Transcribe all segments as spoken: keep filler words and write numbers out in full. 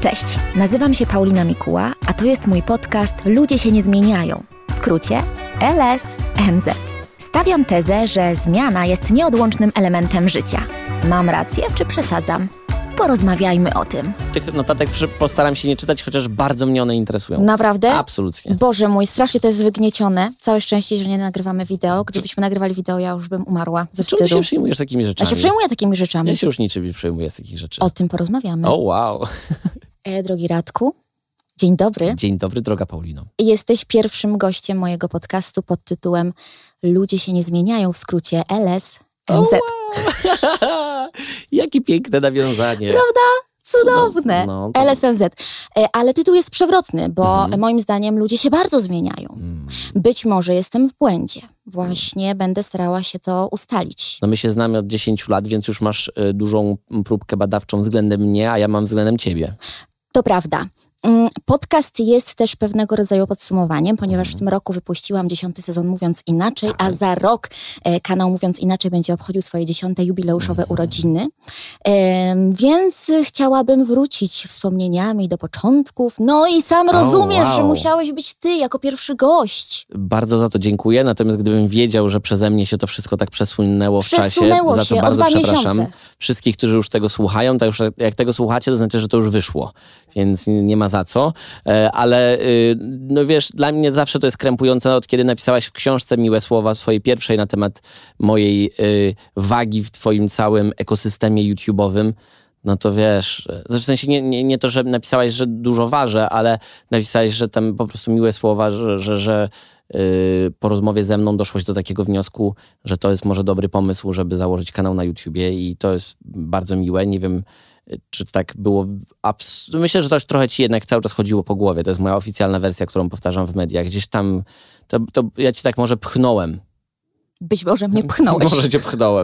Cześć, nazywam się Paulina Mikuła, a to jest mój podcast Ludzie się nie zmieniają. W skrócie L S M Z. Stawiam tezę, że zmiana jest nieodłącznym elementem życia. Mam rację, czy przesadzam? Porozmawiajmy o tym. Tych notatek postaram się nie czytać, chociaż bardzo mnie one interesują. Naprawdę? Absolutnie. Boże mój, strasznie to jest wygniecione. Całe szczęście, że nie nagrywamy wideo. Gdybyśmy nagrywali wideo, ja już bym umarła ze wstydu. Czemu ty się przejmujesz takimi rzeczami? Ja się przejmuję takimi rzeczami. Ja się już niczym przejmuję z takich rzeczy. O tym porozmawiamy. O wow. E, drogi Radku, dzień dobry. Dzień dobry, droga Paulino. Jesteś pierwszym gościem mojego podcastu pod tytułem Ludzie się nie zmieniają, w skrócie L S M Z. O, wow. Jakie piękne nawiązanie. Prawda? Cudowne. No, to... L S M Z. Ale tytuł jest przewrotny, bo mhm. moim zdaniem ludzie się bardzo zmieniają. Mm. Być może jestem w błędzie. Właśnie mm. będę starała się to ustalić. No my się znamy od dziesięciu lat, więc już masz y, dużą próbkę badawczą względem mnie, a ja mam względem ciebie. To prawda. Podcast jest też pewnego rodzaju podsumowaniem, ponieważ w tym roku wypuściłam dziesiąty sezon Mówiąc Inaczej, a za rok e, kanał Mówiąc Inaczej będzie obchodził swoje dziesiąte jubileuszowe urodziny. E, więc chciałabym wrócić wspomnieniami do początków. No i sam oh, rozumiesz, wow. że musiałeś być ty jako pierwszy gość. Bardzo za to dziękuję, natomiast gdybym wiedział, że przeze mnie się to wszystko tak przesunęło w Przesunęło czasie, się, za to bardzo o dwa przepraszam. miesiące. Wszystkich, którzy już tego słuchają, to już jak tego słuchacie, to znaczy, że to już wyszło, więc nie ma za co, ale no wiesz, dla mnie zawsze to jest krępujące, od kiedy napisałaś w książce miłe słowa swojej pierwszej na temat mojej wagi w twoim całym ekosystemie YouTube'owym, no to wiesz, w sensie nie, nie, nie to, że napisałaś, że dużo ważę, ale napisałaś, że tam po prostu miłe słowa, że, że, że po rozmowie ze mną doszłaś do takiego wniosku, że to jest może dobry pomysł, żeby założyć kanał na YouTubie i to jest bardzo miłe. Nie wiem, czy tak było. Abs- Myślę, że to trochę ci jednak cały czas chodziło po głowie. To jest moja oficjalna wersja, którą powtarzam w mediach. Gdzieś tam, to, to ja ci tak może pchnąłem. Być może mnie pchnąłeś. Może cię pchnąłem.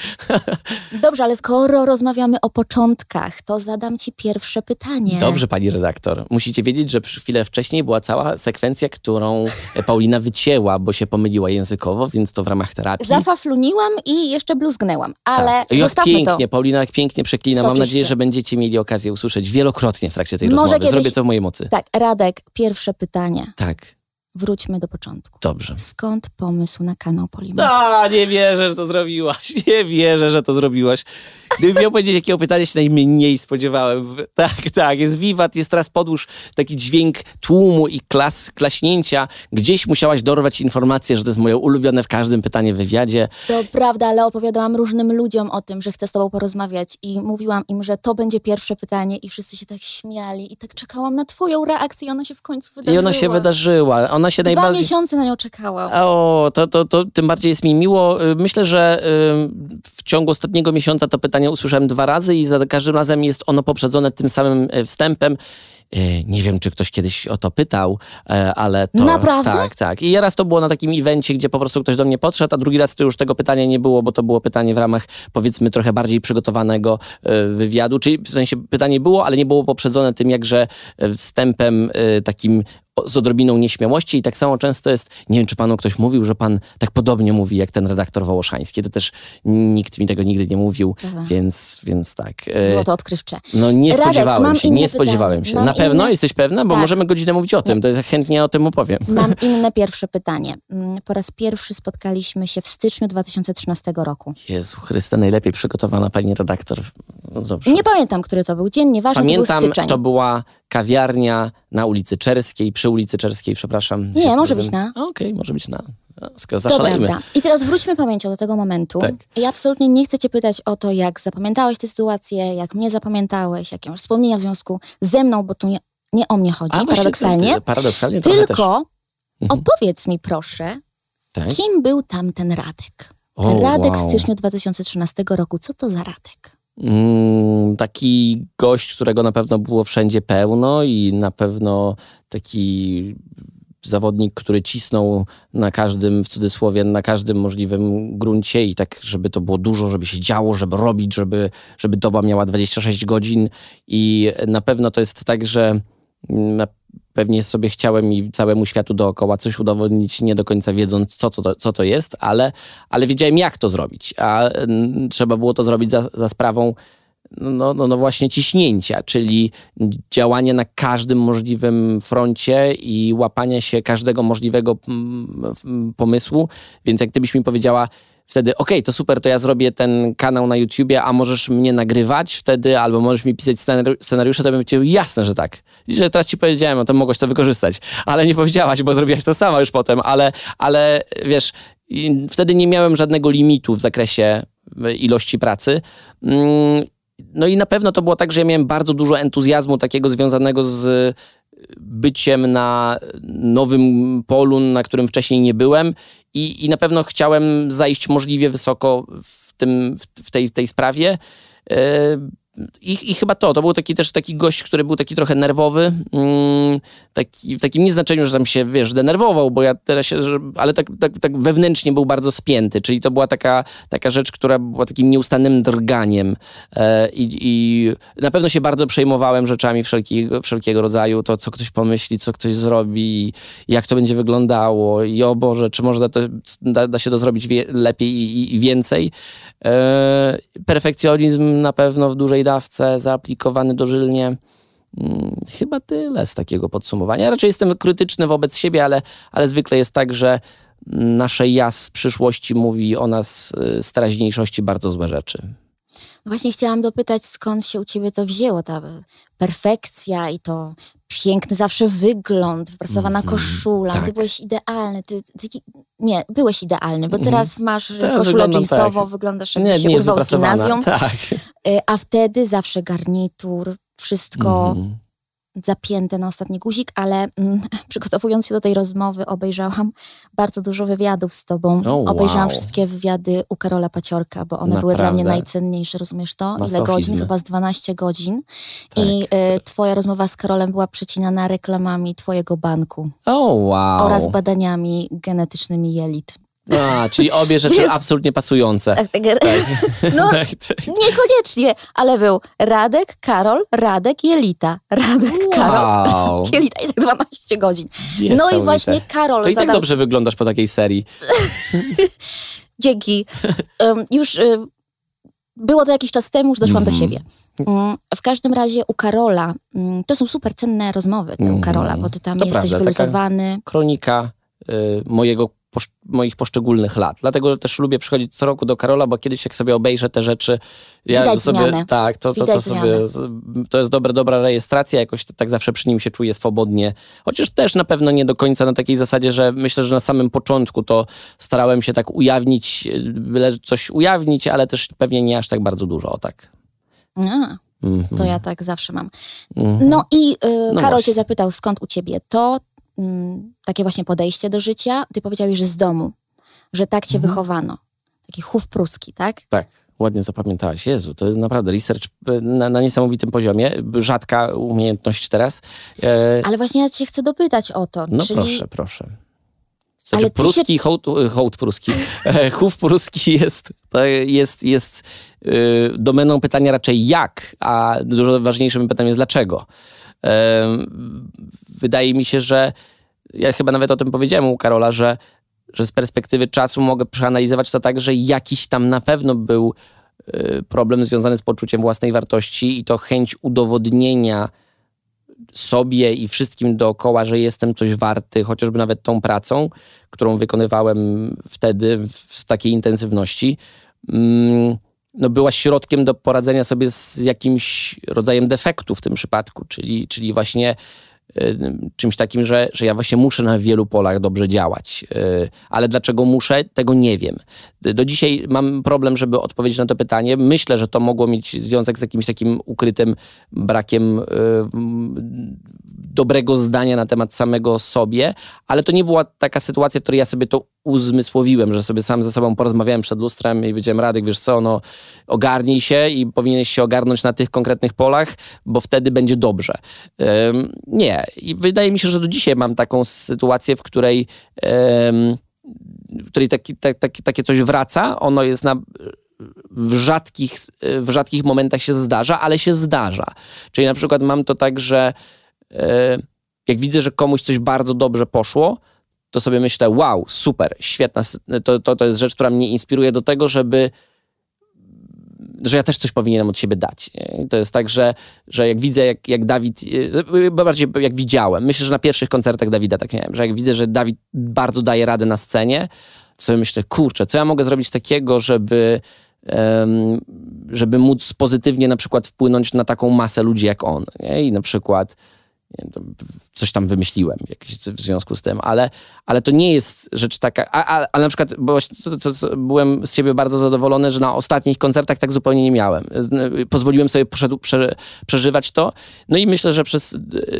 Dobrze, ale skoro rozmawiamy o początkach, to zadam ci pierwsze pytanie. Dobrze, pani redaktor. Musicie wiedzieć, że chwilę wcześniej była cała sekwencja, którą Paulina wycięła, bo się pomyliła językowo, więc to w ramach terapii. Zafafluniłam i jeszcze bluzgnęłam, ale tak. zostawmy pięknie, to. Paulina jak pięknie przeklina. Mam Soczyście. nadzieję, że będziecie mieli okazję usłyszeć wielokrotnie w trakcie tej Może rozmowy. kiedyś... Zrobię co w mojej mocy. Tak, Radek, pierwsze pytanie. Tak. Wróćmy do początku. Dobrze. Skąd pomysł na kanał Polimaty? A, nie wierzę, że to zrobiłaś. Nie wierzę, że to zrobiłaś. Gdybym miał powiedzieć, jakiego pytania się najmniej spodziewałem. Tak, tak, jest wiwat, jest teraz podłóż taki dźwięk tłumu i klas, klaśnięcia. Gdzieś musiałaś dorwać informację, że to jest moje ulubione w każdym pytaniu w wywiadzie. To prawda, ale opowiadałam różnym ludziom o tym, że chcę z tobą porozmawiać i mówiłam im, że to będzie pierwsze pytanie i wszyscy się tak śmiali i tak czekałam na twoją reakcję i ona się w końcu wydarzyła. I ona się wydarzyła. Ona się Dwa najbardziej... miesiące na nią czekałam. O, to, to, to tym bardziej jest mi miło. Myślę, że w ciągu ostatniego miesiąca to pytanie usłyszałem dwa razy i za każdym razem jest ono poprzedzone tym samym wstępem. Nie wiem, czy ktoś kiedyś o to pytał, ale to... Naprawdę? Tak, tak. I raz to było na takim evencie, gdzie po prostu ktoś do mnie podszedł, a drugi raz to już tego pytania nie było, bo to było pytanie w ramach, powiedzmy, trochę bardziej przygotowanego wywiadu. Czyli w sensie pytanie było, ale nie było poprzedzone tym jakże wstępem takim z odrobiną nieśmiałości i tak samo często jest, nie wiem, czy panu ktoś mówił, że pan tak podobnie mówi jak ten redaktor Wołoszański. To też nikt mi tego nigdy nie mówił, więc, więc tak. Było to odkrywcze. No nie Radek, spodziewałem się, nie spodziewałem pytanie. się. Mam Na pewno inne... jesteś pewna? Bo tak. możemy godzinę mówić o tym, to jest, chętnie o tym opowiem. Mam inne pierwsze pytanie. Po raz pierwszy spotkaliśmy się w styczniu dwa tysiące trzynastego roku. Jezu Chryste, najlepiej przygotowana pani redaktor. No dobrze. Nie pamiętam, który to był dzień, nieważne, Pamiętam, to był styczeń. to była kawiarnia na ulicy Czerskiej, przy ulicy Czerskiej, przepraszam. Nie, może być na. Okej, okay, może być na. No, zaszalejmy. Dobra. I teraz wróćmy pamięcią do tego momentu. Tak. I absolutnie nie chcę cię pytać o to, jak zapamiętałeś tę sytuację, jak mnie zapamiętałeś, jakie masz wspomnienia w związku ze mną, bo tu nie, nie o mnie chodzi, A, paradoksalnie. Ty, paradoksalnie Tylko też. opowiedz mi proszę, tak? kim był tamten Radek? O, Radek wow. w styczniu dwa tysiące trzynastego roku. Co to za Radek? Mm, taki gość, którego na pewno było wszędzie pełno i na pewno taki zawodnik, który cisnął na każdym, w cudzysłowie, na każdym możliwym gruncie i tak, żeby to było dużo, żeby się działo, żeby robić, żeby, żeby doba miała dwadzieścia sześć godzin i na pewno to jest tak, że na pewnie sobie chciałem i całemu światu dookoła coś udowodnić, nie do końca wiedząc, co to, co to jest, ale, ale wiedziałem, jak to zrobić. A mm, trzeba było to zrobić za, za sprawą no, no, no właśnie ciśnięcia, czyli działanie na każdym możliwym froncie i łapanie się każdego możliwego pomysłu. Więc jak ty byś mi powiedziała wtedy, okej, okay, to super, to ja zrobię ten kanał na YouTubie, a możesz mnie nagrywać wtedy, albo możesz mi pisać scenari- scenariusze, to bym powiedział, jasne, że tak. I że teraz ci powiedziałem, no to mogłeś to wykorzystać. Ale nie powiedziałaś, bo zrobiłaś to sama już potem, ale, ale wiesz, wtedy nie miałem żadnego limitu w zakresie ilości pracy. No i na pewno to było tak, że ja miałem bardzo dużo entuzjazmu takiego związanego z byciem na nowym polu, na którym wcześniej nie byłem i, i na pewno chciałem zajść możliwie wysoko w, tym, w, tej, w tej sprawie. I, I chyba to, to był taki też taki gość, który był taki trochę nerwowy, mm, taki, w takim nieznaczeniu, że tam się, wiesz, denerwował, bo ja teraz się, że, ale tak, tak, tak wewnętrznie był bardzo spięty, czyli to była taka, taka rzecz, która była takim nieustannym drganiem e, i, i na pewno się bardzo przejmowałem rzeczami wszelkiego, wszelkiego rodzaju, to co ktoś pomyśli, co ktoś zrobi, jak to będzie wyglądało i o Boże, czy można to, da, da się to zrobić wie, lepiej i, i więcej. E, perfekcjonizm na pewno w dużej dawce, zaaplikowany dożylnie. Hmm, chyba tyle z takiego podsumowania. Raczej jestem krytyczny wobec siebie, ale, ale zwykle jest tak, że nasze ja z przyszłości mówi o nas z teraźniejszości bardzo złe rzeczy. Właśnie chciałam dopytać, skąd się u ciebie to wzięło, ta perfekcja i to piękny zawsze wygląd, wyprasowana mm, koszula. Tak. Ty byłeś idealny. Ty, ty, nie, byłeś idealny, bo teraz masz teraz koszulę jeansową, tak. Wyglądasz jakbyś się urwał z gimnazjum. Tak. A wtedy zawsze garnitur, wszystko mm. zapięte na ostatni guzik, ale mm, przygotowując się do tej rozmowy obejrzałam bardzo dużo wywiadów z tobą. Oh, wow. Obejrzałam wszystkie wywiady u Karola Paciorka, bo one Naprawdę? były dla mnie najcenniejsze, rozumiesz to? Masochizm. Ile godzin? Chyba z dwanaście godzin. Tak. I y, twoja rozmowa z Karolem była przecinana reklamami twojego banku. Oh, wow. Oraz badaniami genetycznymi jelit. A, czyli obie rzeczy Więc, absolutnie pasujące. Tak, tak. No, tak, tak. Niekoniecznie, ale był Radek, Karol, Radek, Jelita. Radek, wow. Karol, Jelita i tak dwanaście godzin. No i właśnie Karol To i zadał... tak dobrze wyglądasz po takiej serii. Dzięki. Um, już y, było to jakiś czas temu, już doszłam mm. do siebie. Um, w każdym razie u Karola, um, to są super cenne rozmowy te mm. u Karola, bo ty tam to jesteś prawda, wyluzowany. Kronika y, mojego moich poszczególnych lat. Dlatego też lubię przychodzić co roku do Karola, bo kiedyś jak sobie obejrzę te rzeczy, ja Widać sobie zmianę. tak, to, to, to sobie to jest dobra, dobra rejestracja, jakoś tak zawsze przy nim się czuję swobodnie. Chociaż też na pewno nie do końca na takiej zasadzie, że myślę, że na samym początku to starałem się tak ujawnić, coś ujawnić, ale też pewnie nie aż tak bardzo dużo, o tak. A. Mm-hmm. To ja tak zawsze mam. Mm-hmm. No i yy, no Karol właśnie. cię zapytał, skąd u ciebie to, takie właśnie podejście do życia. Ty powiedziałeś, że z domu, że tak cię mhm. wychowano. Taki chów pruski, tak? Tak, ładnie zapamiętałaś. Jezu, to jest naprawdę research na, na niesamowitym poziomie. Rzadka umiejętność teraz. E... Ale właśnie ja cię chcę dopytać o to. No czyli... proszę, proszę. Znaczy, pruski, się... hołd, hołd pruski, chów pruski jest, to jest, jest yy, domeną pytania raczej jak, a dużo ważniejszym pytaniem jest dlaczego. Wydaje mi się, że ja chyba nawet o tym powiedziałem u Karola, że, że z perspektywy czasu mogę przeanalizować to tak, że jakiś tam na pewno był problem związany z poczuciem własnej wartości i to chęć udowodnienia sobie i wszystkim dookoła, że jestem coś warty, chociażby nawet tą pracą, którą wykonywałem wtedy w takiej intensywności. No, była środkiem do poradzenia sobie z jakimś rodzajem defektu w tym przypadku, czyli, czyli właśnie y, czymś takim, że, że ja właśnie muszę na wielu polach dobrze działać. Y, ale dlaczego muszę? Tego nie wiem. Do dzisiaj mam problem, żeby odpowiedzieć na to pytanie. Myślę, że to mogło mieć związek z jakimś takim ukrytym brakiem y, dobrego zdania na temat samego sobie, ale to nie była taka sytuacja, w której ja sobie to uzmysłowiłem, że sobie sam ze sobą porozmawiałem przed lustrem i powiedziałem, Radek, wiesz co, no ogarnij się i powinieneś się ogarnąć na tych konkretnych polach, bo wtedy będzie dobrze. Um, nie. I wydaje mi się, że do dzisiaj mam taką sytuację, w której um, w której taki, tak, taki, takie coś wraca, ono jest na w rzadkich, w rzadkich momentach się zdarza, ale się zdarza. Czyli na przykład mam to tak, że jak widzę, że komuś coś bardzo dobrze poszło, to sobie myślę, wow, super, świetna, to, to, to jest rzecz, która mnie inspiruje do tego, żeby że ja też coś powinienem od siebie dać. I to jest tak, że, że jak widzę, jak, jak Dawid, bo bardziej jak widziałem, myślę, że na pierwszych koncertach Dawida tak miałem, że jak widzę, że Dawid bardzo daje radę na scenie, to sobie myślę, kurczę, co ja mogę zrobić takiego, żeby um, żeby móc pozytywnie na przykład wpłynąć na taką masę ludzi jak on. Nie? I na przykład nie wiem, coś tam wymyśliłem jakieś w związku z tym, ale, ale to nie jest rzecz taka, a, a, ale na przykład bo, co, co, co, byłem z siebie bardzo zadowolony, że na ostatnich koncertach tak zupełnie nie miałem. Pozwoliłem sobie poszedł, prze, przeżywać to, no i myślę, że przez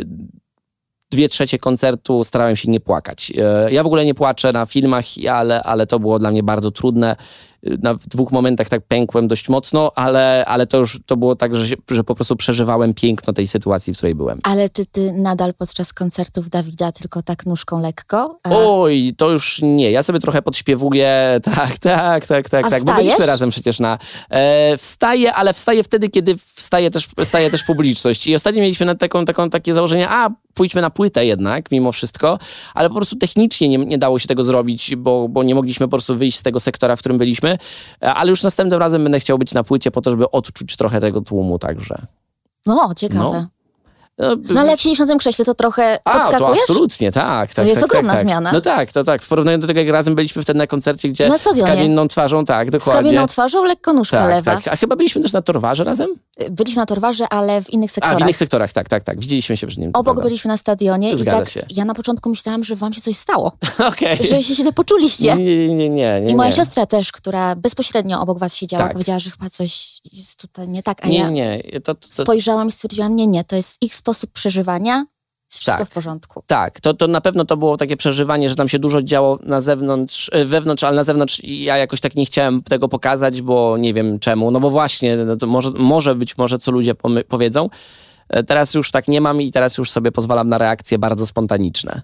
dwie trzecie koncertu starałem się nie płakać. Ja w ogóle nie płaczę na filmach, ale, ale to było dla mnie bardzo trudne. Na w dwóch momentach tak pękłem dość mocno, ale, ale to już to było tak, że, się, że po prostu przeżywałem piękno tej sytuacji, w której byłem. Ale czy ty nadal podczas koncertów Dawida tylko tak nóżką lekko? A... Oj, to już nie. Ja sobie trochę podśpiewuję. Tak, tak, tak, tak. A tak. Bo byliśmy razem przecież na... E, wstaję, ale wstaję wtedy, kiedy wstaje też, wstaje też publiczność. I ostatnio mieliśmy na taką, taką, takie założenie, a pójdźmy na płytę jednak, mimo wszystko, ale po prostu technicznie nie, nie dało się tego zrobić, bo, bo nie mogliśmy po prostu wyjść z tego sektora, w którym byliśmy. Ale już następnym razem będę chciał być na płycie po to, żeby odczuć trochę tego tłumu także. No, ciekawe. No. No, no ale jak siedzisz na tym krześle, to trochę A, podskakujesz? to absolutnie, tak. To tak jest tak, ogromna tak, tak. zmiana. No tak, to tak. W porównaniu do tego, jak razem byliśmy wtedy na koncercie, gdzie na stadionie. z kamienną twarzą, tak, dokładnie. Z kamienną twarzą, lekko nóżka tak, lewa. Tak. A chyba byliśmy też na Torwarze razem? Byliśmy na Torwarze, ale w innych sektorach. A, w innych sektorach, tak, tak, tak. Widzieliśmy się przy nim. Obok byliśmy na stadionie. Zgadza i tak się. Ja na początku myślałam, że wam się coś stało. Okej. Że się źle poczuliście. Nie, nie, nie, nie, nie. I moja nie. siostra też, która bezpośrednio obok was siedziała, Tak. powiedziała, że chyba coś jest tutaj nie tak, a Nie, ja nie. To, to, to... spojrzałam i stwierdziłam, nie, nie, to jest ich sposób przeżywania. Jest wszystko Tak. w porządku. Tak, to, to na pewno to było takie przeżywanie, że tam się dużo działo na zewnątrz, wewnątrz, ale na zewnątrz ja jakoś tak nie chciałem tego pokazać, bo nie wiem czemu, no bo właśnie, no to może, może być może co ludzie pomy- powiedzą. Teraz już tak nie mam i teraz już sobie pozwalam na reakcje bardzo spontaniczne.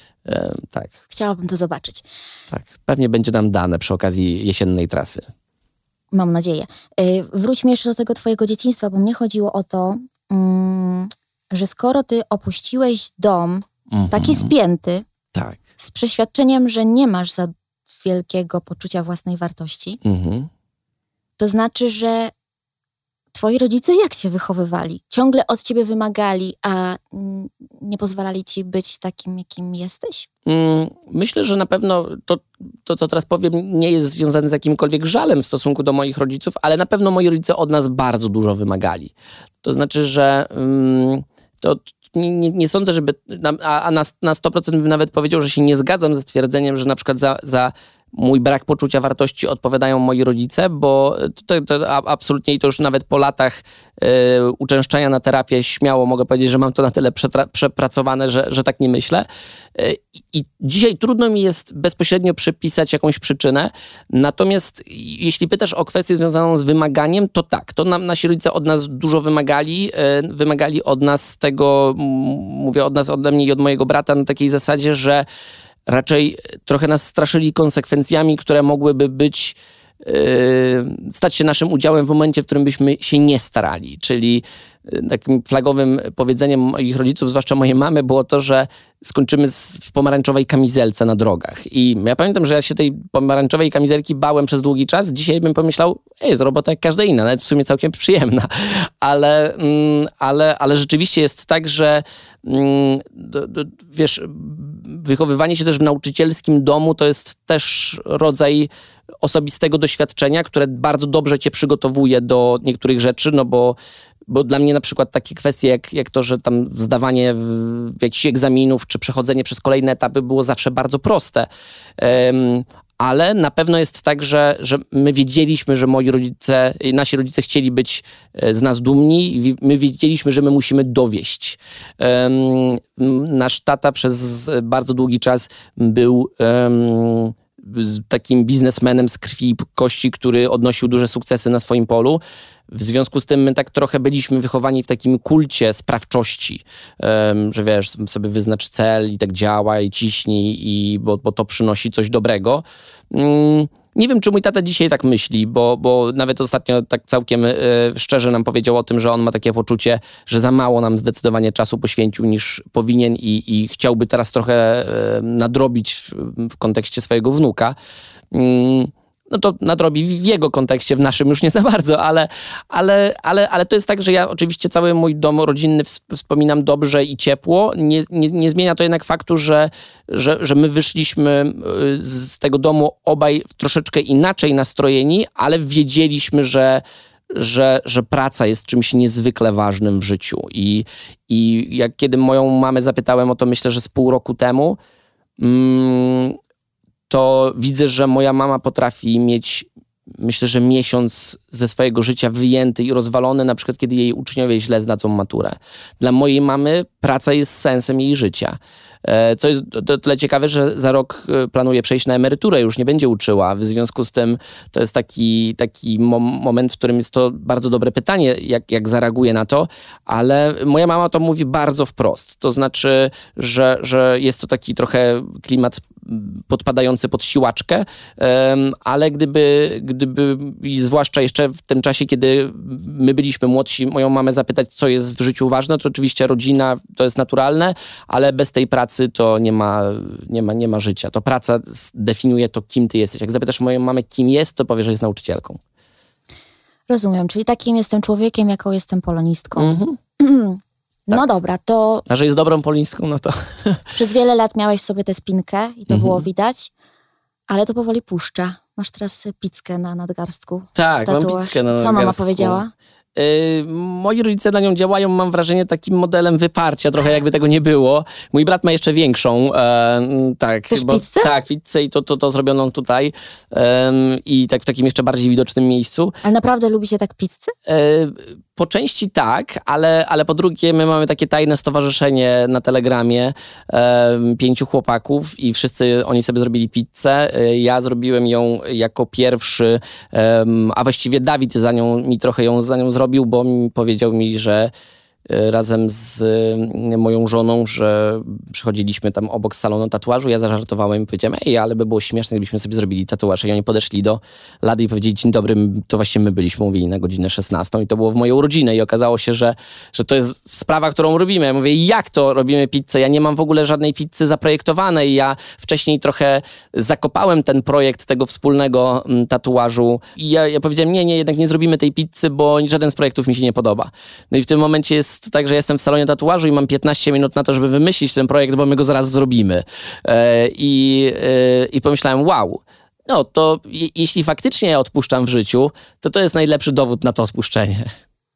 E, tak. Chciałabym to zobaczyć. Tak, pewnie będzie nam dane przy okazji jesiennej trasy. Mam nadzieję. Yy, wróćmy jeszcze do tego twojego dzieciństwa, bo mnie chodziło o to, mm, że skoro ty opuściłeś dom Mhm. taki spięty, Tak. z przeświadczeniem, że nie masz za wielkiego poczucia własnej wartości, Mhm. to znaczy, że twoi rodzice jak się wychowywali? Ciągle od ciebie wymagali, a mm, nie pozwalali ci być takim, jakim jesteś? Mm, Myślę, że na pewno to, to, co teraz powiem, nie jest związane z jakimkolwiek żalem w stosunku do moich rodziców, ale na pewno moi rodzice od nas bardzo dużo wymagali. To znaczy, że mm, to nie, nie, nie sądzę, żeby... A, a na, na sto procent bym nawet powiedział, że się nie zgadzam ze stwierdzeniem, że na przykład za... za mój brak poczucia wartości odpowiadają moi rodzice, bo to, to absolutnie i to już nawet po latach y, uczęszczania na terapię śmiało mogę powiedzieć, że mam to na tyle przetra- przepracowane, że, że tak nie myślę. Y, I dzisiaj trudno mi jest bezpośrednio przypisać jakąś przyczynę, natomiast jeśli pytasz o kwestię związaną z wymaganiem, to tak, to nam, nasi rodzice od nas dużo wymagali, y, wymagali od nas tego, m- mówię od nas, ode mnie i od mojego brata na takiej zasadzie, że raczej trochę nas straszyli konsekwencjami, które mogłyby być, yy, stać się naszym udziałem w momencie, w którym byśmy się nie starali. Czyli takim flagowym powiedzeniem moich rodziców, zwłaszcza mojej mamy, było to, że skończymy z, w pomarańczowej kamizelce na drogach. I ja pamiętam, że ja się tej pomarańczowej kamizelki bałem przez długi czas. Dzisiaj bym pomyślał, ej, jest robota jak każda inna, nawet w sumie całkiem przyjemna. Ale, mm, ale, ale rzeczywiście jest tak, że mm, do, do, wiesz, wychowywanie się też w nauczycielskim domu to jest też rodzaj osobistego doświadczenia, które bardzo dobrze cię przygotowuje do niektórych rzeczy, no bo Bo dla mnie na przykład takie kwestie jak, jak to, że tam zdawanie w, w jakichś egzaminów czy przechodzenie przez kolejne etapy było zawsze bardzo proste. Um, ale na pewno jest tak, że, że my wiedzieliśmy, że moi rodzice, nasi rodzice chcieli być z nas dumni. My wiedzieliśmy, że my musimy dowieść. Um, nasz tata przez bardzo długi czas był um, takim biznesmenem z krwi i kości, który odnosił duże sukcesy na swoim polu. W związku z tym my tak trochę byliśmy wychowani w takim kulcie sprawczości, um, że wiesz, sobie wyznacz cel i tak działa i ciśnij, i, bo, bo to przynosi coś dobrego. Um, nie wiem, czy mój tata dzisiaj tak myśli, bo, bo nawet ostatnio tak całkiem y, szczerze nam powiedział o tym, że on ma takie poczucie, że za mało nam zdecydowanie czasu poświęcił niż powinien i, i chciałby teraz trochę y, nadrobić w, w kontekście swojego wnuka. Um, no to nadrobi w jego kontekście, w naszym już nie za bardzo, ale, ale, ale, ale to jest tak, że ja oczywiście cały mój dom rodzinny wspominam dobrze i ciepło. Nie, nie, nie zmienia to jednak faktu, że, że, że my wyszliśmy z tego domu obaj troszeczkę inaczej nastrojeni, ale wiedzieliśmy, że Że, że praca jest czymś niezwykle ważnym w życiu. I, i jak kiedy moją mamę zapytałem o to, myślę, że z pół roku temu, mm, to widzę, że moja mama potrafi mieć, myślę, że miesiąc ze swojego życia wyjęty i rozwalony, na przykład kiedy jej uczniowie źle zdadzą maturę. Dla mojej mamy praca jest sensem jej życia. Co jest o tyle ciekawe, że za rok planuje przejść na emeryturę, już nie będzie uczyła. W związku z tym to jest taki, taki mom- moment, w którym jest to bardzo dobre pytanie, jak, jak zareaguje na to, ale moja mama to mówi bardzo wprost. To znaczy, że, że jest to taki trochę klimat podpadający pod siłaczkę, ale gdyby, gdyby i zwłaszcza jeszcze w tym czasie, kiedy my byliśmy młodsi, moją mamę zapytać, co jest w życiu ważne, to oczywiście rodzina to jest naturalne, ale bez tej pracy to nie ma, nie ma, nie ma życia. To praca definiuje to, kim ty jesteś. Jak zapytasz moją mamę, kim jest, to powie, że jest nauczycielką. Rozumiem, czyli takim jestem człowiekiem, jaką jestem polonistką. Mhm. No tak. Dobra, to... A że jest dobrą polonistką, no to... Przez wiele lat miałeś sobie tę spinkę i to mhm. było widać, ale to powoli puszcza. Masz teraz pickę na nadgarstku. Tak, tatuaż. Mam pickę na nadgarstku. Co mama powiedziała? Yy, moi rodzice na nią działają, mam wrażenie, takim modelem wyparcia, trochę jakby tego nie było. Mój brat ma jeszcze większą. E, tak, Też bo, pizzę? Tak, pizzę i to, to, to zrobioną tutaj. E, I tak w takim jeszcze bardziej widocznym miejscu. Ale naprawdę lubicie tak pizzę? E, po części tak, ale, ale po drugie my mamy takie tajne stowarzyszenie na Telegramie, e, pięciu chłopaków i wszyscy oni sobie zrobili pizzę. E, ja zrobiłem ją jako pierwszy, e, a właściwie Dawid za nią, mi trochę ją za nią zrobił, bo mi powiedział mi, że razem z moją żoną, że przychodziliśmy tam obok salonu tatuażu, ja zażartowałem i powiedziałem, ej, ale by było śmieszne, gdybyśmy sobie zrobili tatuaż. I oni podeszli do Lady i powiedzieli, dzień dobry, to właśnie my byliśmy mówili na godzinę szesnastą i to było w moją urodzinę i okazało się, że, że to jest sprawa, którą robimy. Ja mówię, jak to robimy pizzę? Ja nie mam w ogóle żadnej pizzy zaprojektowanej. Ja wcześniej trochę zakopałem ten projekt tego wspólnego tatuażu i ja, ja powiedziałem, nie, nie, jednak nie zrobimy tej pizzy, bo żaden z projektów mi się nie podoba. No i w tym momencie jest tak, że jestem w salonie tatuażu i mam piętnaście minut na to, żeby wymyślić ten projekt, bo my go zaraz zrobimy. E, i, e, I pomyślałem, wow, no to je, jeśli faktycznie ja odpuszczam w życiu, to to jest najlepszy dowód na to odpuszczenie.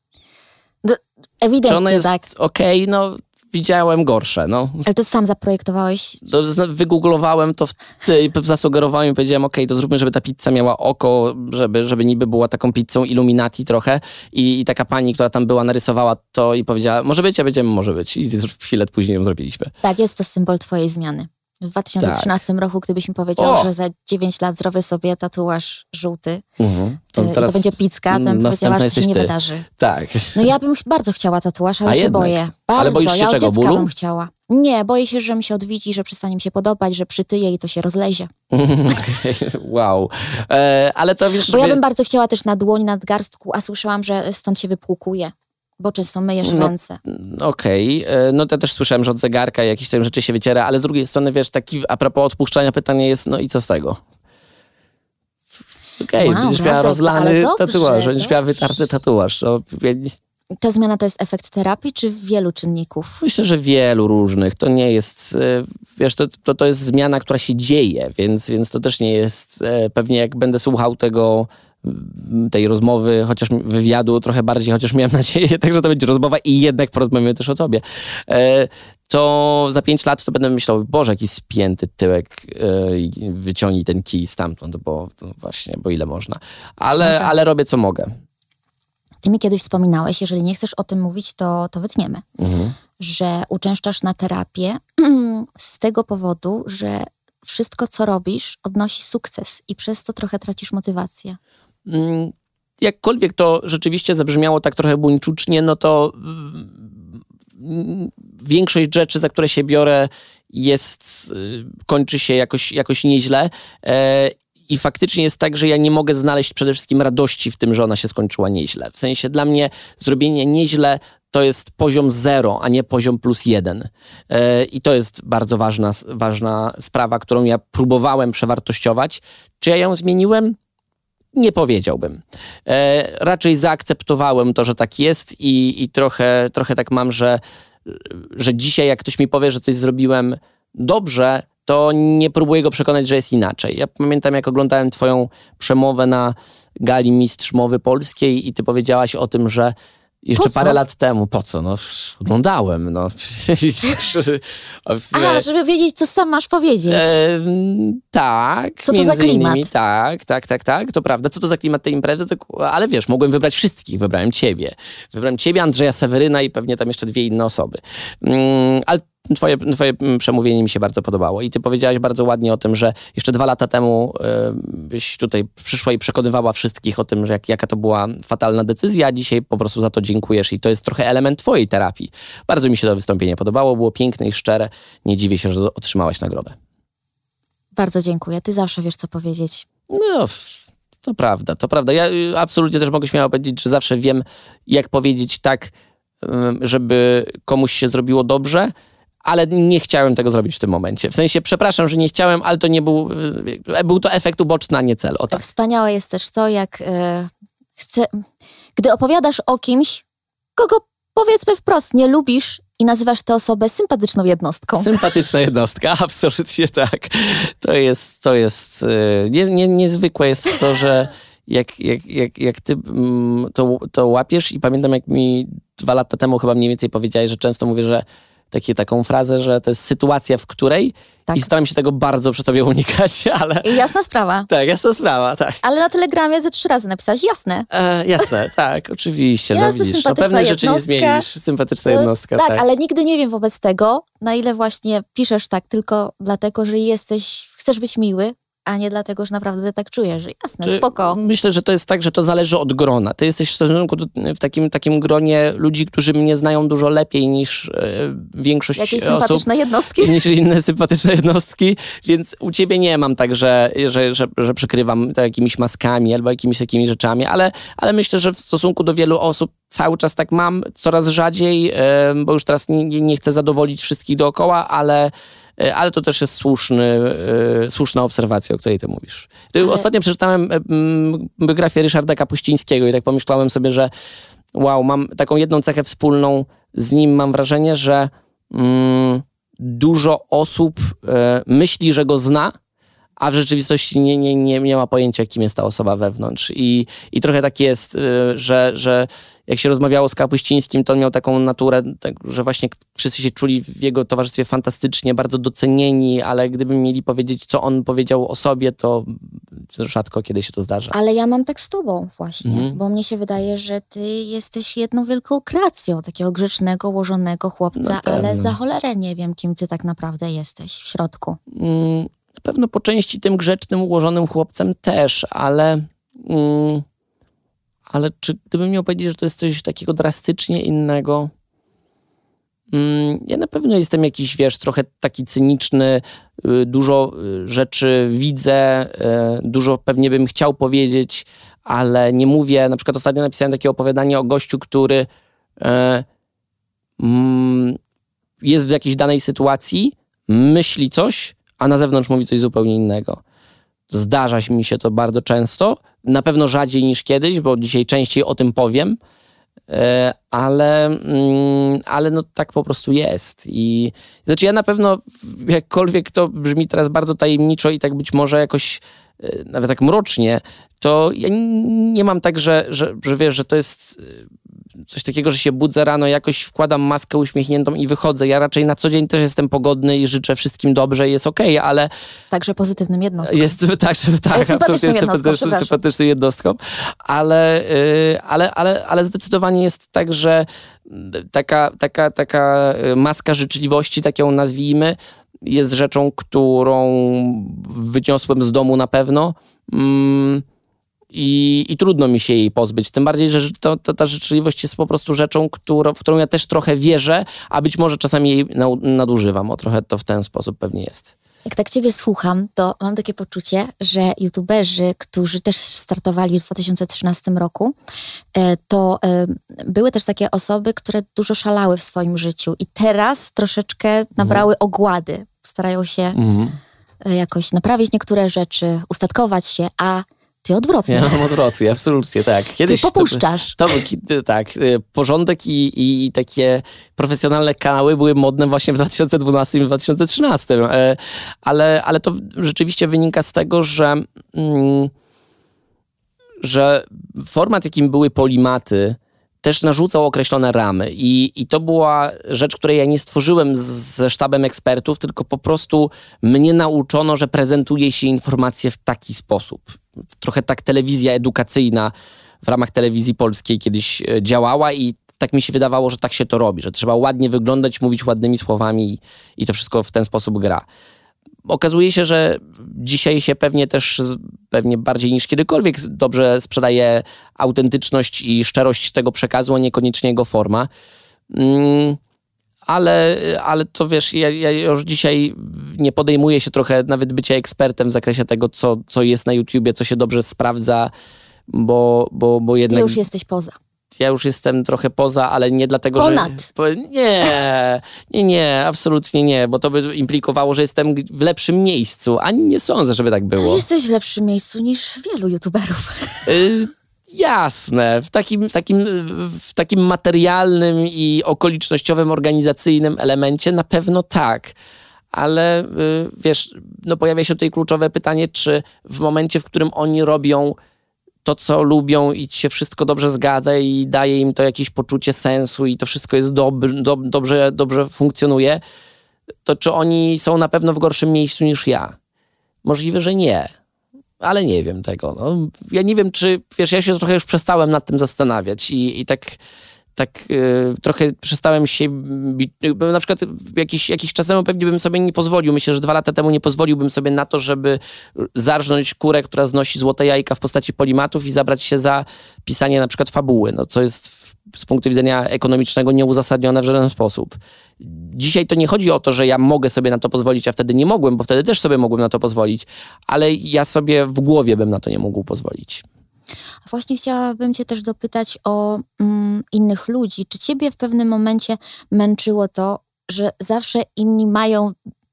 Do, ewidentnie Czy ono jest tak. okej, okay? No widziałem gorsze, no. Ale to sam zaprojektowałeś? To wygooglowałem to, w, zasugerowałem i powiedziałem, okej, okay, to zróbmy, żeby ta pizza miała oko, żeby, żeby niby była taką pizzą Illuminati trochę I, i taka pani, która tam była, narysowała to i powiedziała, może być, a będziemy, może być. I chwilę później ją zrobiliśmy. Tak, jest to symbol twojej zmiany. W dwa tysiące trzynastym tak. roku, gdybyś mi powiedział, o! że za dziewięć lat zrobię sobie tatuaż żółty mhm. to i to będzie pizka, to bym powiedziała, że to się nie ty. wydarzy. Tak. No ja bym bardzo chciała tatuaż, ale a się jednak. boję. Bardzo, ale boisz się ja od czego, dziecka bólu? bym chciała. Nie, boję się, że mi się odwidzi, że przestanie mi się podobać, że przytyje i to się rozlezie. Wow. E, ale to wiesz... Bo ja bym bardzo chciała też na dłoni, nadgarstku, a słyszałam, że stąd się wypłukuje. Bo często myjesz no, ręce. Okej. Okay. No to też słyszałem, że od zegarka jakieś tam rzeczy się wyciera, ale z drugiej strony, wiesz, taki a propos odpuszczania pytanie jest, no i co z tego? Okej, okay, wow, będziesz miała rozlany tatuaż, będziesz miała wytarty tatuaż. No, ja nie... Ta zmiana to jest efekt terapii, czy wielu czynników? Myślę, że wielu różnych. To nie jest, wiesz, to, to, to jest zmiana, która się dzieje, więc, więc to też nie jest, pewnie jak będę słuchał tego tej rozmowy, chociaż wywiadu trochę bardziej, chociaż miałem nadzieję, także to będzie rozmowa i jednak porozmawiamy też o tobie. E, to za pięć lat to będę myślał, Boże, jaki spięty tyłek, e, wyciągnij ten kij stamtąd, bo to właśnie, bo ile można. Ale, ale robię co mogę. Ty mi kiedyś wspominałeś, jeżeli nie chcesz o tym mówić, to, to wytniemy, mhm. że uczęszczasz na terapię z tego powodu, że wszystko, co robisz, odnosi sukces i przez to trochę tracisz motywację. Jakkolwiek to rzeczywiście zabrzmiało tak trochę buńczucznie, no to większość rzeczy, za które się biorę, jest, kończy się jakoś, jakoś nieźle. I faktycznie jest tak, że ja nie mogę znaleźć przede wszystkim radości w tym, że ona się skończyła nieźle. W sensie dla mnie zrobienie nieźle to jest poziom zero, a nie poziom plus jeden. I to jest bardzo ważna, ważna sprawa, którą ja próbowałem przewartościować. Czy ja ją zmieniłem? Nie powiedziałbym. E, raczej zaakceptowałem to, że tak jest i, i trochę, trochę tak mam, że, że dzisiaj jak ktoś mi powie, że coś zrobiłem dobrze, to nie próbuję go przekonać, że jest inaczej. Ja pamiętam, jak oglądałem twoją przemowę na gali Mistrz Mowy Polskiej i ty powiedziałaś o tym, że jeszcze parę lat temu, po co? No, oglądałem. No. A, żeby wiedzieć, co sam masz powiedzieć. E, tak. Co to za klimat? Innymi, tak, tak, tak, tak, to prawda. Co to za klimat tej imprezy? To, ale wiesz, mogłem wybrać wszystkich. Wybrałem ciebie. Wybrałem ciebie, Andrzeja Seweryna i pewnie tam jeszcze dwie inne osoby. Mm, ale Twoje, twoje przemówienie mi się bardzo podobało i ty powiedziałaś bardzo ładnie o tym, że jeszcze dwa lata temu y, byś tutaj przyszła i przekonywała wszystkich o tym, że jak, jaka to była fatalna decyzja, a dzisiaj po prostu za to dziękujesz i to jest trochę element twojej terapii. Bardzo mi się to wystąpienie podobało, było piękne i szczere. Nie dziwię się, że otrzymałaś nagrodę. Bardzo dziękuję. Ty zawsze wiesz, co powiedzieć. No, to prawda, to prawda. Ja absolutnie też mogę śmiało powiedzieć, że zawsze wiem, jak powiedzieć tak, żeby komuś się zrobiło dobrze, ale nie chciałem tego zrobić w tym momencie. W sensie, przepraszam, że nie chciałem, ale to nie był, był to efekt uboczny, a nie cel. O tak. Wspaniałe jest też to, jak e, chce, gdy opowiadasz o kimś, kogo powiedzmy wprost nie lubisz i nazywasz tę osobę sympatyczną jednostką. Sympatyczna jednostka, absolutnie tak. To jest, to jest nie, nie, niezwykłe jest to, że jak, jak, jak, jak ty to, to łapiesz i pamiętam, jak mi dwa lata temu chyba mniej więcej powiedziałeś, że często mówię, że Takie, taką frazę, że to jest sytuacja, w której tak. I staram się tego bardzo przy tobie unikać, ale... I jasna sprawa. Tak, jasna sprawa, tak. Ale na Telegramie ze trzy razy napisałeś jasne. E, jasne, tak, oczywiście. Jasne, no widzisz, sympatyczna pewnych jednostka. rzeczy nie zmienisz. Sympatyczna jednostka, tak, tak. Ale nigdy nie wiem wobec tego, na ile właśnie piszesz tak tylko dlatego, że jesteś, chcesz być miły, a nie dlatego, że naprawdę tak czujesz, że jasne, Czy spoko. Myślę, że to jest tak, że to zależy od grona. Ty jesteś w stosunku do, w takim, takim gronie ludzi, którzy mnie znają dużo lepiej niż e, większość Jakieś osób. sympatyczne jednostki. Niż inne sympatyczne jednostki, więc u ciebie nie mam tak, że, że, że, że przykrywam to jakimiś maskami albo jakimiś takimi rzeczami, ale, ale myślę, że w stosunku do wielu osób cały czas tak mam, coraz rzadziej, e, bo już teraz nie, nie chcę zadowolić wszystkich dookoła, ale Ale to też jest słuszny, yy, słuszna obserwacja, o której ty mówisz. Ty ale... Ostatnio przeczytałem yy, biografię Ryszarda Kapuścińskiego i tak pomyślałem sobie, że wow, mam taką jedną cechę wspólną z nim, mam wrażenie, że yy, dużo osób yy, myśli, że go zna, a w rzeczywistości nie, nie, nie, nie ma pojęcia, kim jest ta osoba wewnątrz. I, i trochę tak jest, yy, że, że jak się rozmawiało z Kapuścińskim, to on miał taką naturę, tak, że właśnie wszyscy się czuli w jego towarzystwie fantastycznie, bardzo docenieni, ale gdyby mieli powiedzieć, co on powiedział o sobie, to rzadko kiedy się to zdarza. Ale ja mam tak z tobą właśnie, mhm. bo mnie się wydaje, że ty jesteś jedną wielką kreacją takiego grzecznego, ułożonego chłopca, ale za cholerę nie wiem, kim ty tak naprawdę jesteś w środku. Mm, na pewno po części tym grzecznym, ułożonym chłopcem też, ale... Mm, Ale czy gdybym miał powiedzieć, że to jest coś takiego drastycznie innego? Mm, ja na pewno jestem jakiś, wiesz, trochę taki cyniczny, y, dużo y, rzeczy widzę, y, dużo pewnie bym chciał powiedzieć, ale nie mówię. Na przykład ostatnio napisałem takie opowiadanie o gościu, który y, mm, jest w jakiejś danej sytuacji, myśli coś, a na zewnątrz mówi coś zupełnie innego. Zdarza mi się to bardzo często, na pewno rzadziej niż kiedyś, bo dzisiaj częściej o tym powiem, ale, ale no tak po prostu jest. I znaczy ja na pewno, jakkolwiek to brzmi teraz bardzo tajemniczo i tak być może jakoś nawet tak mrocznie, to ja nie mam tak, że, że, że wiesz, że to jest coś takiego, że się budzę rano, jakoś wkładam maskę uśmiechniętą i wychodzę. Ja raczej na co dzień też jestem pogodny i życzę wszystkim dobrze i jest okej, okay, ale... Także pozytywnym jednostką. Jest tak, że tak, jest sympatyczną jednostką, sympatycznym, sympatyczną jednostką, ale, yy, ale, ale, ale zdecydowanie jest tak, że taka, taka, taka maska życzliwości, tak ją nazwijmy, jest rzeczą, którą wyniosłem z domu na pewno. Mm, I, I trudno mi się jej pozbyć. Tym bardziej, że to, to, ta życzliwość jest po prostu rzeczą, którą, w którą ja też trochę wierzę, a być może czasami jej nadużywam. O trochę to w ten sposób pewnie jest. Jak tak ciebie słucham, to mam takie poczucie, że youtuberzy, którzy też startowali w dwa tysiące trzynastym roku, to były też takie osoby, które dużo szalały w swoim życiu i teraz troszeczkę nabrały mhm. ogłady. Starają się mhm. jakoś naprawić niektóre rzeczy, ustatkować się, a Ty odwrotnie. Ja mam odwrotnie, absolutnie, tak. Kiedyś Ty popuszczasz. To, to był, tak, porządek i, i takie profesjonalne kanały były modne właśnie w dwa tysiące dwunastym i dwa tysiące trzynastym. Ale, ale to rzeczywiście wynika z tego, że, mm, że format, jakim były Polimaty, też narzucał określone ramy i, i to była rzecz, której ja nie stworzyłem z, ze sztabem ekspertów, tylko po prostu mnie nauczono, że prezentuje się informacje w taki sposób. Trochę tak telewizja edukacyjna w ramach telewizji polskiej kiedyś działała i tak mi się wydawało, że tak się to robi, że trzeba ładnie wyglądać, mówić ładnymi słowami i, i to wszystko w ten sposób gra. Okazuje się, że dzisiaj się pewnie też, pewnie bardziej niż kiedykolwiek dobrze sprzedaje autentyczność i szczerość tego przekazu, a niekoniecznie jego forma. Mm, ale, ale to wiesz, ja, ja już dzisiaj nie podejmuję się trochę nawet bycia ekspertem w zakresie tego, co, co jest na YouTubie, co się dobrze sprawdza, bo, bo, bo jednak... Ty już jesteś poza. Ja już jestem trochę poza, ale nie dlatego, Ponad. że... Po, nie, nie, nie, absolutnie nie, bo to by implikowało, że jestem w lepszym miejscu, ani nie sądzę, żeby tak było. Jesteś w lepszym miejscu niż wielu youtuberów. Y, jasne, w takim, w, takim, w takim materialnym i okolicznościowym, organizacyjnym elemencie na pewno tak. Ale y, wiesz, no pojawia się tutaj kluczowe pytanie, czy w momencie, w którym oni robią to, co lubią i się wszystko dobrze zgadza i daje im to jakieś poczucie sensu i to wszystko jest dob- do, dobrze, dobrze funkcjonuje, to czy oni są na pewno w gorszym miejscu niż ja? Możliwe, że nie, ale nie wiem tego. No, ja nie wiem, czy, wiesz, ja się trochę już przestałem nad tym zastanawiać i, i tak, tak yy, trochę przestałem się, na przykład jakiś, jakiś czas temu pewnie bym sobie nie pozwolił, myślę, że dwa lata temu nie pozwoliłbym sobie na to, żeby zarżnąć kurę, która znosi złote jajka w postaci Polimatów i zabrać się za pisanie na przykład fabuły, no, co jest w, z punktu widzenia ekonomicznego nieuzasadnione w żaden sposób. Dzisiaj to nie chodzi o to, że ja mogę sobie na to pozwolić, a wtedy nie mogłem, bo wtedy też sobie mogłem na to pozwolić, ale ja sobie w głowie bym na to nie mógł pozwolić. Właśnie chciałabym cię też dopytać o mm, innych ludzi. Czy ciebie w pewnym momencie męczyło to, że zawsze inni mają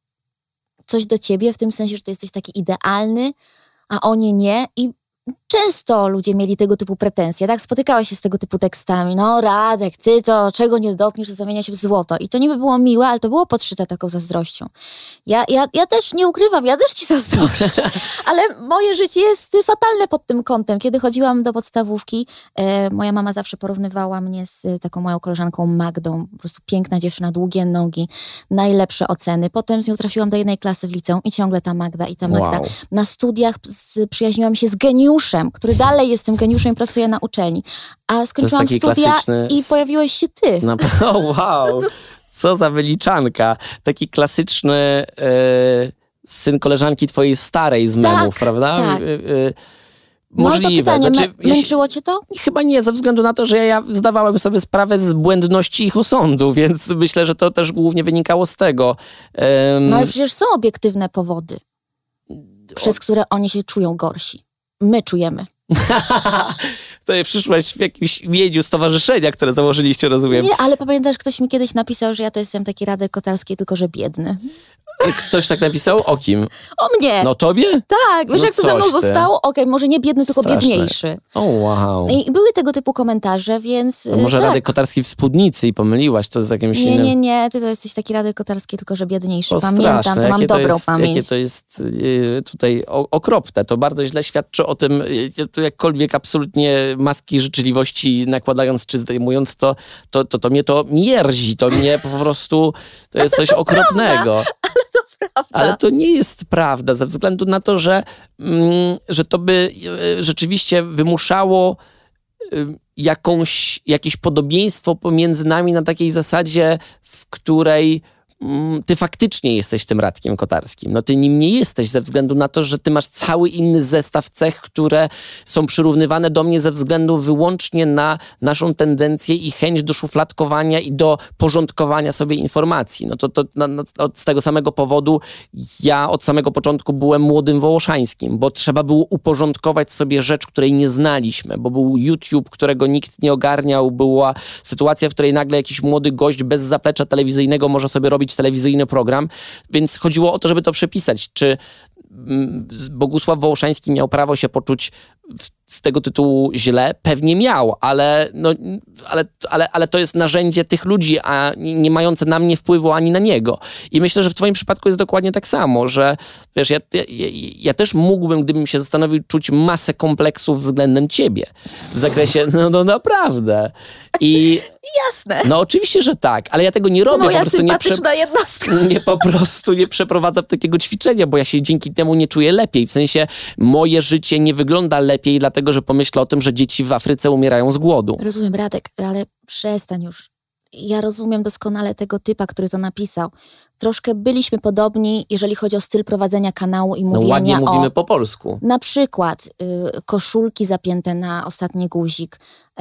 coś do ciebie, w tym sensie, że ty jesteś taki idealny, a oni nie? I często ludzie mieli tego typu pretensje, tak? Spotykałeś się z tego typu tekstami. No Radek, ty to czego nie dotkniesz, to zamienia się w złoto. I to niby było miłe, ale to było podszyte taką zazdrością. Ja, ja, ja też nie ukrywam, ja też ci zazdroszczę, ale moje życie jest fatalne pod tym kątem. Kiedy chodziłam do podstawówki, e, moja mama zawsze porównywała mnie z taką moją koleżanką Magdą. Po prostu piękna dziewczyna, długie nogi, najlepsze oceny. Potem z nią trafiłam do jednej klasy w liceum i ciągle ta Magda i ta Magda. Wow. Na studiach przyjaźniłam się z geniuszem, który dalej jest tym geniuszem i pracuje na uczelni. A skończyłam studia klasyczny... i pojawiłeś się ty. No, oh, wow, co za wyliczanka. Taki klasyczny e, syn koleżanki twojej starej z memów, tak, prawda? Tak. E, e, możliwe. No i to pytanie, znaczy, męczyło cię to? Chyba nie, ze względu na to, że ja zdawałem sobie sprawę z błędności ich osądu, więc myślę, że to też głównie wynikało z tego. Um, no ale przecież są obiektywne powody, przez które oni się czują gorsi. My czujemy. To przyszłaś w jakimś imieniu stowarzyszenia, które założyliście, rozumiem. Nie, ale pamiętasz, ktoś mi kiedyś napisał, że ja to jestem taki Radek Kotarski, tylko że biedny. Ktoś tak napisał? O kim? O mnie! No tobie? Tak, wiesz no jak to ze mną ty. zostało? Okej, okay, może nie biedny, tylko Straszne. biedniejszy. O wow. I były tego typu komentarze, więc... No może tak. Radek Kotarski w spódnicy i pomyliłaś to z jakimś nie, innym... Nie, nie, nie, ty to jesteś taki Radek Kotarski, tylko że biedniejszy. O, Pamiętam, straszne. to mam jakie dobrą to jest, pamięć. Jakie to jest yy, tutaj o, okropne. To bardzo źle świadczy o tym, yy, to jakkolwiek absolutnie maski życzliwości nakładając czy zdejmując, to, to, to, to mnie to mierzi. To mnie po prostu, to jest coś okropnego. Ale to prawda. Ale to nie jest prawda, ze względu na to, że, mm, że to by y, rzeczywiście wymuszało y, jakąś, jakieś podobieństwo pomiędzy nami na takiej zasadzie, w której mm, ty faktycznie jesteś tym Radkiem Kotarskim. No ty nim nie jesteś ze względu na to, że ty masz cały inny zestaw cech, które są przyrównywane do mnie ze względu wyłącznie na naszą tendencję i chęć do szufladkowania i do porządkowania sobie informacji. No to, to na, na, od, z tego samego powodu ja od samego początku byłem młodym Wołoszańskim, bo trzeba było uporządkować sobie rzecz, której nie znaliśmy, bo był YouTube, którego nikt nie ogarniał, była sytuacja, w której nagle jakiś młody gość bez zaplecza telewizyjnego może sobie robić telewizyjny program, więc chodziło o to, żeby to przepisać. Czy Bogusław Wołoszański miał prawo się poczuć z tego tytułu źle, pewnie miał, ale, no, ale, ale, ale to jest narzędzie tych ludzi, a nie mające na mnie wpływu ani na niego. I myślę, że w twoim przypadku jest dokładnie tak samo, że wiesz, ja, ja, ja też mógłbym, gdybym się zastanowił, czuć masę kompleksów względem ciebie. W zakresie, no, no naprawdę. I jasne. No oczywiście, że tak, ale ja tego nie robię. To moja po prostu nie, prze... jednostka. nie po prostu nie przeprowadzam takiego ćwiczenia, bo ja się dzięki temu nie czuję lepiej. W sensie moje życie nie wygląda lepiej, dlatego że pomyślę o tym, że dzieci w Afryce umierają z głodu. Rozumiem, Radek, ale przestań już. Ja rozumiem doskonale tego typa, który to napisał. Troszkę byliśmy podobni, jeżeli chodzi o styl prowadzenia kanału i no mówienia ładnie o... mówimy po polsku. Na przykład y, koszulki zapięte na ostatni guzik, y,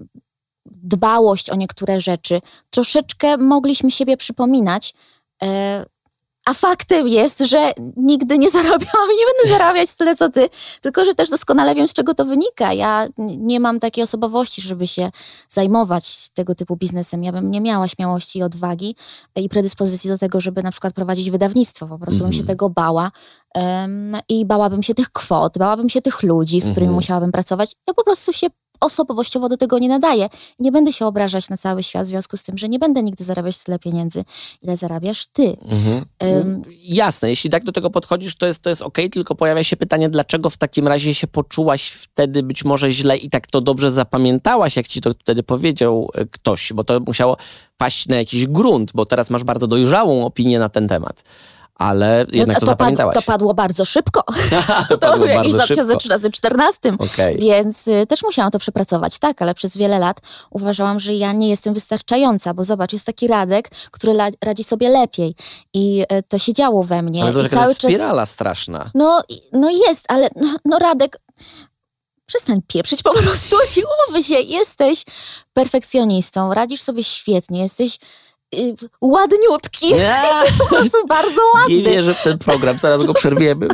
dbałość o niektóre rzeczy. Troszeczkę mogliśmy siebie przypominać, y, a faktem jest, że nigdy nie zarabiałam i nie będę zarabiać tyle, co ty, tylko że też doskonale wiem, z czego to wynika. Ja nie mam takiej osobowości, żeby się zajmować tego typu biznesem. Ja bym nie miała śmiałości i odwagi i predyspozycji do tego, żeby na przykład prowadzić wydawnictwo. Po prostu mm-hmm. bym się tego bała um, i bałabym się tych kwot, bałabym się tych ludzi, z którymi mm-hmm. musiałabym pracować. Ja po prostu się osobowościowo do tego nie nadaję. Nie będę się obrażać na cały świat w związku z tym, że nie będę nigdy zarabiać tyle pieniędzy, ile zarabiasz ty. Mhm. Um, Jasne, jeśli tak do tego podchodzisz, to jest, to jest okej, tylko pojawia się pytanie, dlaczego w takim razie się poczułaś wtedy być może źle i tak to dobrze zapamiętałaś, jak ci to wtedy powiedział ktoś, bo to musiało paść na jakiś grunt, bo teraz masz bardzo dojrzałą opinię na ten temat. Ale jednak no, to, to zapamiętałaś. Pad, to padło bardzo szybko. to to padło w jakimś bardzo dwa tysiące czternastym. Okay. Więc y, też musiałam to przepracować. Tak, ale przez wiele lat uważałam, że ja nie jestem wystarczająca, bo zobacz, jest taki Radek, który la, radzi sobie lepiej. I y, to się działo we mnie. Ale zobacz, I cały jest czas... spirala straszna. No, no jest, ale no, no Radek... Przestań pieprzyć po prostu i umówmy się. Jesteś perfekcjonistą, radzisz sobie świetnie, jesteś y, ładniutki. Jesteś po prostu bardzo ładny. Nie wierzę w ten program, zaraz go przerwiemy.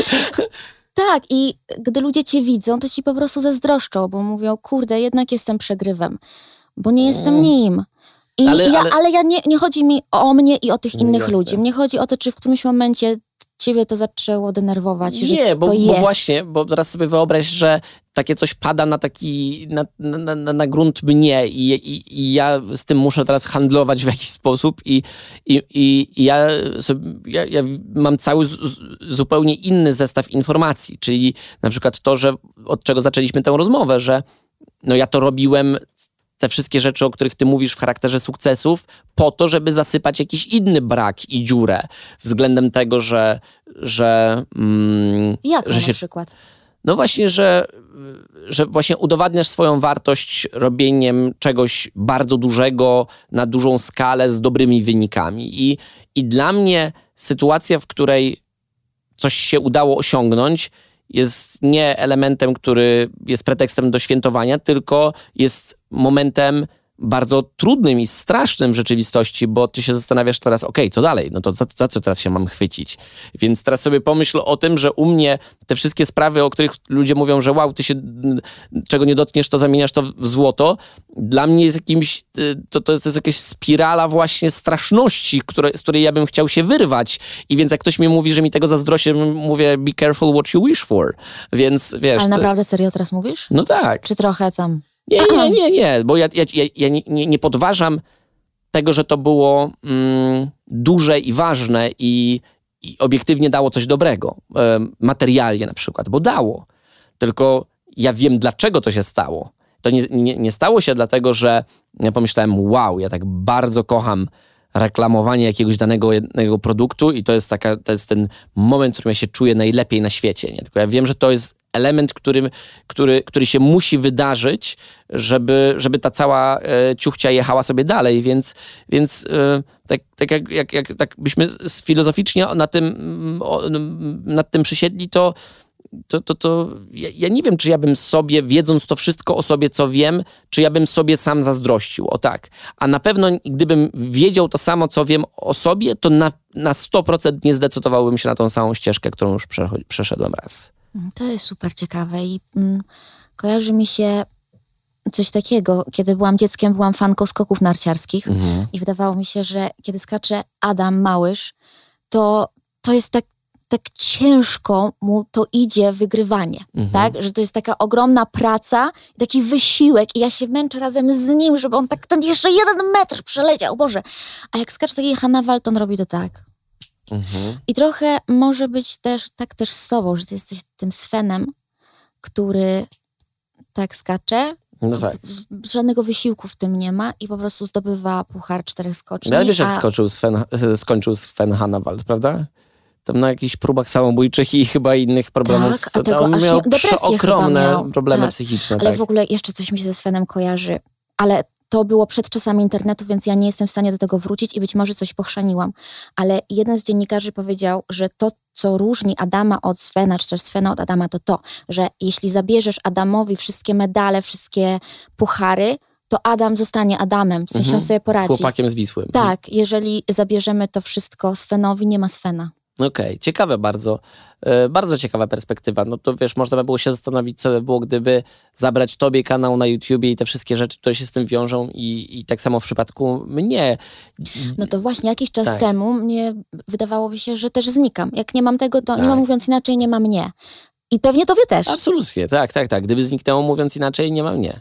Tak, i gdy ludzie cię widzą, to ci po prostu zazdroszczą, bo mówią, kurde, jednak jestem przegrywem, bo nie jestem mm. nim. I ale, ja, ale... ale ja nie, nie chodzi mi o mnie i o tych innych Jasne. ludzi. Mnie chodzi o to, czy w którymś momencie ciebie to zaczęło denerwować. Nie, że bo, to bo jest. właśnie, bo teraz sobie wyobraź, że takie coś pada na taki, na, na, na, na grunt mnie i, i, i ja z tym muszę teraz handlować w jakiś sposób i, i, i ja, sobie, ja, ja mam cały z, zupełnie inny zestaw informacji, czyli na przykład to, że od czego zaczęliśmy tę rozmowę, że no ja to robiłem te wszystkie rzeczy, o których ty mówisz w charakterze sukcesów, po to, żeby zasypać jakiś inny brak i dziurę względem tego, że... że mm, Jak że się, na przykład? No właśnie, że, że właśnie udowadniasz swoją wartość robieniem czegoś bardzo dużego, na dużą skalę, z dobrymi wynikami. I, i dla mnie sytuacja, w której coś się udało osiągnąć, jest nie elementem, który jest pretekstem do świętowania, tylko jest momentem bardzo trudnym i strasznym w rzeczywistości, bo ty się zastanawiasz teraz, okej, okay, co dalej? No to za, za co teraz się mam chwycić? Więc teraz sobie pomyśl o tym, że u mnie te wszystkie sprawy, o których ludzie mówią, że wow, ty się czego nie dotkniesz, to zamieniasz to w złoto. Dla mnie jest jakimś, to, to, jest, to jest jakaś spirala właśnie straszności, które, z której ja bym chciał się wyrwać. I więc jak ktoś mi mówi, że mi tego zazdrości, mówię, be careful what you wish for. Więc wiesz... Ale naprawdę serio teraz mówisz? No tak. Czy trochę tam... Nie, nie, nie, nie, bo ja, ja, ja nie, nie, nie podważam tego, że to było mm, duże i ważne i, i obiektywnie dało coś dobrego, e, materialnie na przykład, bo dało. Tylko ja wiem, dlaczego to się stało. To nie, nie, nie stało się dlatego, że ja pomyślałem, wow, ja tak bardzo kocham reklamowanie jakiegoś danego jednego produktu i to jest, taka, to jest ten moment, w którym ja się czuję najlepiej na świecie. Nie? Tylko ja wiem, że to jest element, który, który, który się musi wydarzyć, żeby, żeby ta cała e, ciuchcia jechała sobie dalej, więc, więc e, tak, tak jak, jak, jak tak byśmy filozoficznie na tym, o, nad tym przysiedli, to to, to, to ja, ja nie wiem, czy ja bym sobie, wiedząc to wszystko o sobie, co wiem, czy ja bym sobie sam zazdrościł, o tak. A na pewno, gdybym wiedział to samo, co wiem o sobie, to na, na sto procent nie zdecydowałbym się na tą samą ścieżkę, którą już przeszedłem raz. To jest super ciekawe i mm, kojarzy mi się coś takiego. Kiedy byłam dzieckiem, byłam fanką skoków narciarskich mhm. i wydawało mi się, że kiedy skacze Adam Małysz, to, to jest tak tak ciężko mu to idzie wygrywanie, mhm. tak? Że to jest taka ogromna praca, taki wysiłek i ja się męczę razem z nim, żeby on tak ten jeszcze jeden metr przeleciał, Boże. A jak skacze taki Hannah Walton, robi to tak. Mhm. I trochę może być też tak też z sobą, że ty jesteś tym Svenem, który tak skacze, no tak. żadnego wysiłku w tym nie ma i po prostu zdobywa puchar czterech skoczni. No ale wiesz, jak a... skoczył Sven, skończył Sven Hannawald, prawda? Tam na jakichś próbach samobójczych i chyba innych problemów. Tak, a tego on aż miał depresję ogromne chyba miał. problemy tak. psychiczne. Ale tak. w ogóle jeszcze coś mi się ze Svenem kojarzy. Ale to było przed czasami internetu, więc ja nie jestem w stanie do tego wrócić i być może coś pochrzaniłam. Ale jeden z dziennikarzy powiedział, że to, co różni Adama od Svena, czy też Svena od Adama, to to, że jeśli zabierzesz Adamowi wszystkie medale, wszystkie puchary, to Adam zostanie Adamem, w sensie mhm. on sobie poradzi. Chłopakiem zwisłym. Tak, jeżeli zabierzemy to wszystko Svenowi, nie ma Svena. Okej, okay. Ciekawe bardzo. E, bardzo ciekawa perspektywa. No to wiesz, można by było się zastanowić, co by było, gdyby zabrać tobie kanał na YouTubie i te wszystkie rzeczy, które się z tym wiążą i, i tak samo w przypadku mnie. No to właśnie jakiś czas tak. temu mnie wydawałoby się, że też znikam. Jak nie mam tego, to tak. nie mam, mówiąc inaczej, nie ma mnie. I pewnie tobie też. Absolutnie, tak, tak, tak. Gdyby zniknęło, mówiąc inaczej, nie ma mnie.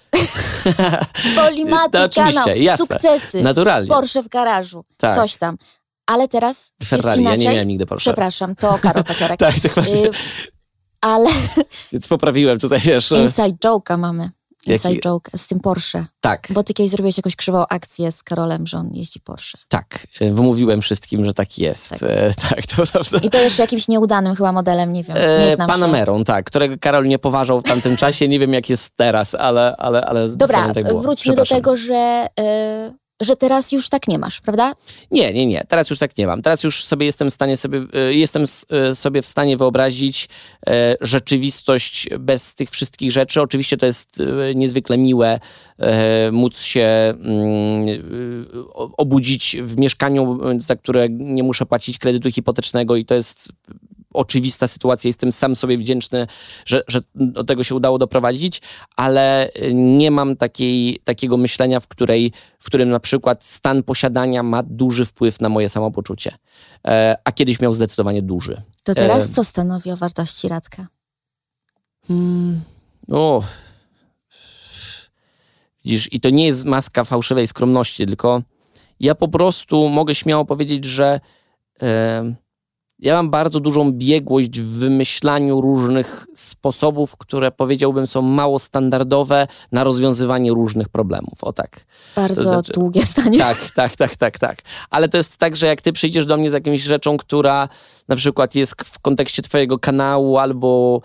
Polimaty, kanał, jasne. Sukcesy, naturalnie. Porsche w garażu, tak. coś tam. Ale teraz Ferrari, jest inaczej. ja nie miałem nigdy Porsche. Przepraszam, to Karol Paciorek. tak, dokładnie. Y- ale... Więc poprawiłem tutaj, wiesz. Inside joke'a mamy. Inside Jaki? joke z tym Porsche. Tak. Bo ty kiedyś zrobiłeś jakąś krzywą akcję z Karolem, że on jeździ Porsche. Tak, wymówiłem wszystkim, że tak jest. Tak, e, tak to prawda. I to jeszcze jakimś nieudanym chyba modelem, nie wiem, nie znam e, się. Panamerą, tak, którego Karol nie poważał w tamtym czasie. Nie wiem, jak jest teraz, ale, ale, ale Dobra, tak było. wróćmy do tego, że... Y- że teraz już tak nie masz, prawda? Nie, nie, nie. Teraz już tak nie mam. Teraz już sobie jestem w stanie sobie, jestem sobie w stanie wyobrazić e, rzeczywistość bez tych wszystkich rzeczy. Oczywiście to jest e, niezwykle miłe e, móc się mm, e, obudzić w mieszkaniu, za które nie muszę płacić kredytu hipotecznego i to jest oczywista sytuacja. Jestem sam sobie wdzięczny, że, że do tego się udało doprowadzić, ale nie mam takiej, takiego myślenia, w, której, w którym na przykład stan posiadania ma duży wpływ na moje samopoczucie. E, a kiedyś miał zdecydowanie duży. To teraz e, co stanowi o wartości Radka? Hmm, o, widzisz, i to nie jest maska fałszywej skromności, tylko ja po prostu mogę śmiało powiedzieć, że e, ja mam bardzo dużą biegłość w wymyślaniu różnych sposobów, które powiedziałbym są mało standardowe na rozwiązywanie różnych problemów. O tak. Bardzo to znaczy, długie zdanie. Tak, tak, tak, tak, tak. Ale to jest tak, że jak ty przyjdziesz do mnie z jakąś rzeczą, która na przykład jest w kontekście twojego kanału albo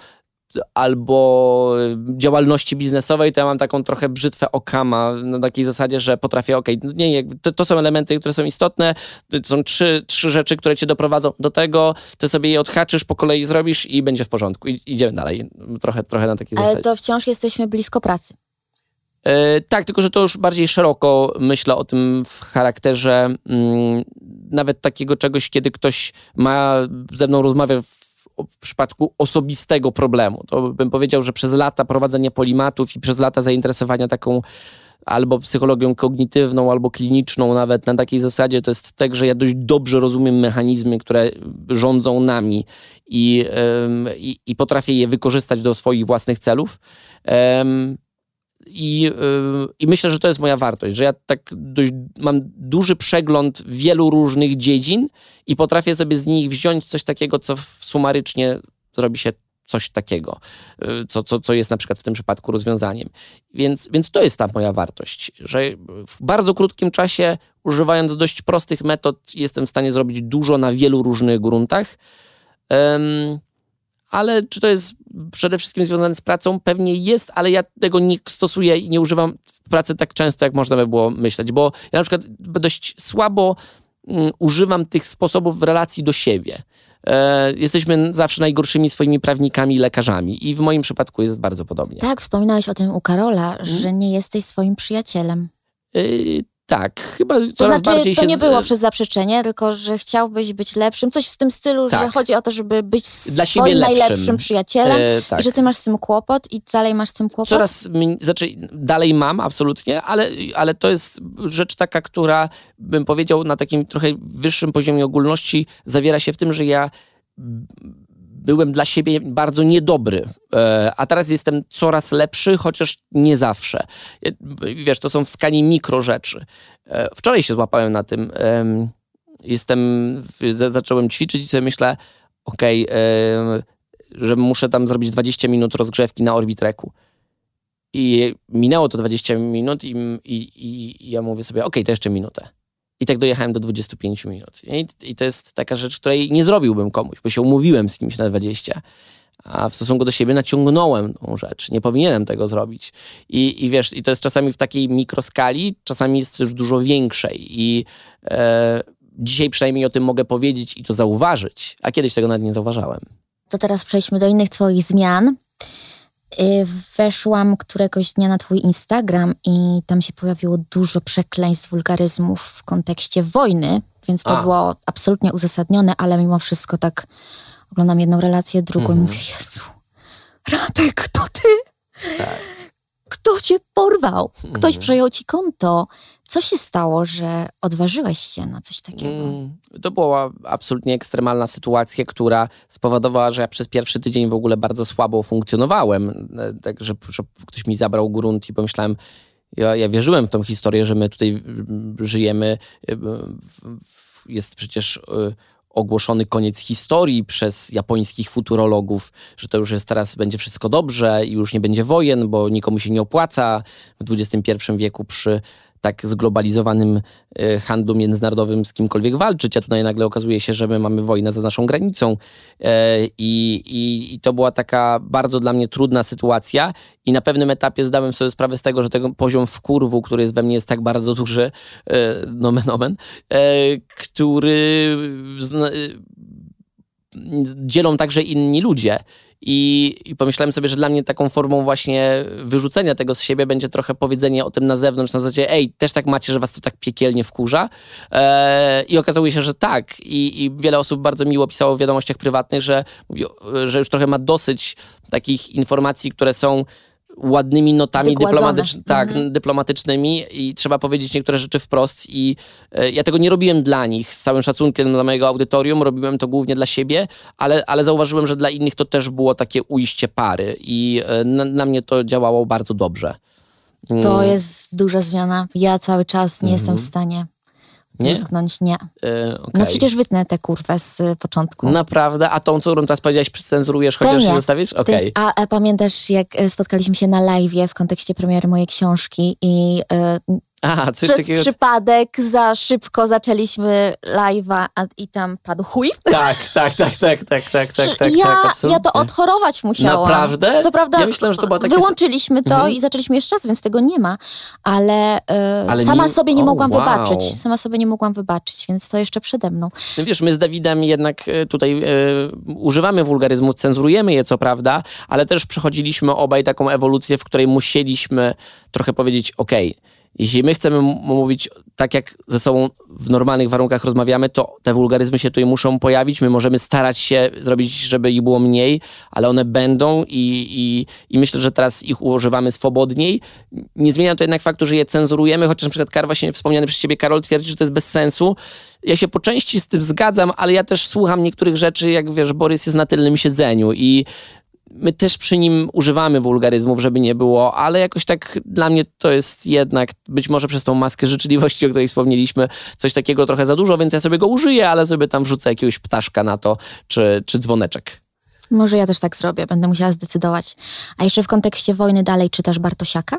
albo działalności biznesowej, to ja mam taką trochę brzytwę okama na takiej zasadzie, że potrafię, okej, okay, nie, to, to są elementy, które są istotne, to są trzy, trzy rzeczy, które cię doprowadzą do tego, ty sobie je odhaczysz, po kolei zrobisz i będzie w porządku. I idziemy dalej. Trochę, trochę na takiej Ale zasadzie. to wciąż jesteśmy blisko pracy. E, tak, tylko że to już bardziej szeroko myślę o tym w charakterze mm, nawet takiego czegoś, kiedy ktoś ma ze mną rozmawia w w przypadku osobistego problemu. To bym powiedział, że przez lata prowadzenia polimatów i przez lata zainteresowania taką albo psychologią kognitywną, albo kliniczną nawet na takiej zasadzie, to jest tak, że ja dość dobrze rozumiem mechanizmy, które rządzą nami i, ym, i, i potrafię je wykorzystać do swoich własnych celów. Ym, I, yy, I myślę, że to jest moja wartość, że ja tak dość mam duży przegląd wielu różnych dziedzin i potrafię sobie z nich wziąć coś takiego, co sumarycznie zrobi się coś takiego, yy, co, co, co jest na przykład w tym przypadku rozwiązaniem. Więc, więc to jest ta moja wartość, że w bardzo krótkim czasie, używając dość prostych metod, jestem w stanie zrobić dużo na wielu różnych gruntach. Ym, Ale czy to jest przede wszystkim związane z pracą? Pewnie jest, ale ja tego nie stosuję i nie używam w pracy tak często, jak można by było myśleć, bo ja na przykład dość słabo um, używam tych sposobów w relacji do siebie. E, jesteśmy zawsze najgorszymi swoimi prawnikami i lekarzami i w moim przypadku jest bardzo podobnie. Tak, wspominałeś o tym u Karola, hmm? że nie jesteś swoim przyjacielem. Y- Tak, chyba to coraz znaczy, bardziej to się... nie było przez zaprzeczenie, tylko że chciałbyś być lepszym. Coś w tym stylu, tak. że chodzi o to, żeby być Dla swoim siebie lepszym. najlepszym przyjacielem e, tak. i że ty masz z tym kłopot i dalej masz z tym kłopot. Coraz, znaczy dalej mam, absolutnie, ale, ale to jest rzecz taka, która bym powiedział na takim trochę wyższym poziomie ogólności zawiera się w tym, że ja byłem dla siebie bardzo niedobry, a teraz jestem coraz lepszy, chociaż nie zawsze. Wiesz, to są w skali mikro rzeczy. Wczoraj się złapałem na tym. Jestem, zacząłem ćwiczyć i sobie myślę, okej, okay, że muszę tam zrobić dwadzieścia minut rozgrzewki na Orbitreku. I minęło to dwadzieścia minut i, i, i, i ja mówię sobie, okej, okay, to jeszcze minutę. I tak dojechałem do dwudziestu pięciu minut. I, I to jest taka rzecz, której nie zrobiłbym komuś, bo się umówiłem z kimś na dwadzieścia. A w stosunku do siebie naciągnąłem tą rzecz. Nie powinienem tego zrobić. I, i wiesz, i to jest czasami w takiej mikroskali, czasami jest też dużo większej. I e, dzisiaj przynajmniej o tym mogę powiedzieć i to zauważyć, a kiedyś tego nawet nie zauważałem. To teraz przejdźmy do innych twoich zmian. Weszłam któregoś dnia na twój Instagram i tam się pojawiło dużo przekleństw, wulgaryzmów w kontekście wojny, więc to A. było absolutnie uzasadnione, ale mimo wszystko tak oglądam jedną relację, drugą mhm. i mówię, Jezu, Radek, kto ty? Tak. Kto cię porwał? Ktoś mhm. przejął ci konto. Co się stało, że odważyłeś się na coś takiego? Mm, to była absolutnie ekstremalna sytuacja, która spowodowała, że ja przez pierwszy tydzień w ogóle bardzo słabo funkcjonowałem. Tak, że, że ktoś mi zabrał grunt i pomyślałem, ja, ja wierzyłem w tą historię, że my tutaj żyjemy. Jest przecież ogłoszony koniec historii przez japońskich futurologów, że to już jest teraz, będzie wszystko dobrze i już nie będzie wojen, bo nikomu się nie opłaca w dwudziestym pierwszym wieku przy tak zglobalizowanym handlu międzynarodowym z kimkolwiek walczyć, a tutaj nagle okazuje się, że my mamy wojnę za naszą granicą. I, i, i to była taka bardzo dla mnie trudna sytuacja i na pewnym etapie zdałem sobie sprawę z tego, że ten poziom wkurwu, który jest we mnie, jest tak bardzo duży, nomen omen, który dzielą także inni ludzie. I, I pomyślałem sobie, że dla mnie taką formą właśnie wyrzucenia tego z siebie będzie trochę powiedzenie o tym na zewnątrz, na zasadzie, ej, też tak macie, że was to tak piekielnie wkurza. Eee, I okazało się, że tak. I, I wiele osób bardzo miło pisało w wiadomościach prywatnych, że, że już trochę ma dosyć takich informacji, które są ładnymi notami dyplomatycz- tak, mhm. dyplomatycznymi i trzeba powiedzieć niektóre rzeczy wprost i e, ja tego nie robiłem dla nich, z całym szacunkiem dla mojego audytorium, robiłem to głównie dla siebie, ale, ale zauważyłem, że dla innych to też było takie ujście pary i e, na, na mnie to działało bardzo dobrze. Mm. To jest duża zmiana. Ja cały czas nie mhm. jestem w stanie Wysknąć, nie. nie. Okay. No przecież wytnę tę kurwę z początku. Naprawdę? A tą, którą teraz powiedziałaś, cenzurujesz, chociaż się zostawisz? Okej. Okay. A, a pamiętasz, jak spotkaliśmy się na live'ie w kontekście premiery mojej książki i yy, Aha, coś przez takiego... przypadek za szybko zaczęliśmy live'a a, i tam padł chuj? Tak, tak, tak, tak, tak, tak, tak, tak, ja, tak, ja to odchorować musiałam. Naprawdę? Co prawda ja myślałem, że to była takie... wyłączyliśmy to mhm. i zaczęliśmy jeszcze raz, więc tego nie ma, ale, yy, ale sama nie... sobie nie mogłam oh, wow. wybaczyć. Sama sobie nie mogłam wybaczyć, więc to jeszcze przede mną. No wiesz, my z Dawidem jednak tutaj yy, używamy wulgaryzmów, cenzurujemy je co prawda, ale też przechodziliśmy obaj taką ewolucję, w której musieliśmy trochę powiedzieć, okej, okay, jeśli my chcemy mówić tak, jak ze sobą w normalnych warunkach rozmawiamy, to te wulgaryzmy się tutaj muszą pojawić. My możemy starać się zrobić, żeby ich było mniej, ale one będą i, i, i myślę, że teraz ich używamy swobodniej. Nie zmienia to jednak faktu, że je cenzurujemy, chociaż na przykład Karol, właśnie wspomniany przez ciebie Karol twierdzi, że to jest bez sensu. Ja się po części z tym zgadzam, ale ja też słucham niektórych rzeczy, jak wiesz, Borys jest na tylnym siedzeniu i my też przy nim używamy wulgaryzmów, żeby nie było, ale jakoś tak dla mnie to jest jednak, być może przez tą maskę życzliwości, o której wspomnieliśmy, coś takiego trochę za dużo, więc ja sobie go użyję, ale sobie tam wrzucę jakiegoś ptaszka na to, czy, czy dzwoneczek. Może ja też tak zrobię, będę musiała zdecydować. A jeszcze w kontekście wojny dalej czytasz Bartosiaka?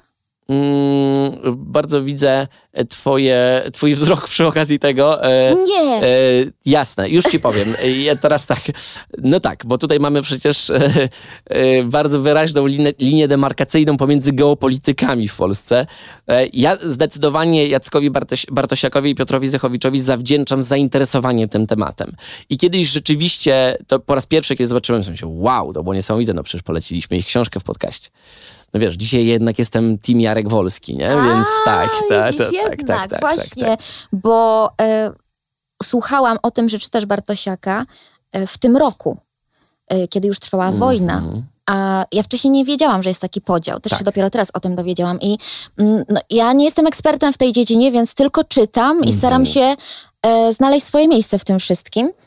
Mm, bardzo widzę twoje, twój wzrok przy okazji tego. E, Nie. E, jasne, już ci powiem. Ja teraz tak, no tak, bo tutaj mamy przecież e, e, bardzo wyraźną linię, linię demarkacyjną pomiędzy geopolitykami w Polsce. E, ja zdecydowanie Jackowi Bartoś, Bartosiakowi i Piotrowi Zechowiczowi zawdzięczam zainteresowanie tym tematem. I kiedyś rzeczywiście, to po raz pierwszy, kiedy zobaczyłem, sobie myślałem, wow, to było niesamowite, no przecież poleciliśmy ich książkę w podcaście. No wiesz, dzisiaj jednak jestem team Jarek Wolski, nie? A, więc tak, tak, tak, tak, tak, tak, tak, właśnie, tak, tak. bo e, słuchałam o tym, że czytasz Bartosiaka e, w tym roku, e, kiedy już trwała mm-hmm. wojna. A ja wcześniej nie wiedziałam, że jest taki podział. Też tak. się dopiero teraz o tym dowiedziałam. I mm, no, ja nie jestem ekspertem w tej dziedzinie, więc tylko czytam mm-hmm. i staram się e, znaleźć swoje miejsce w tym wszystkim.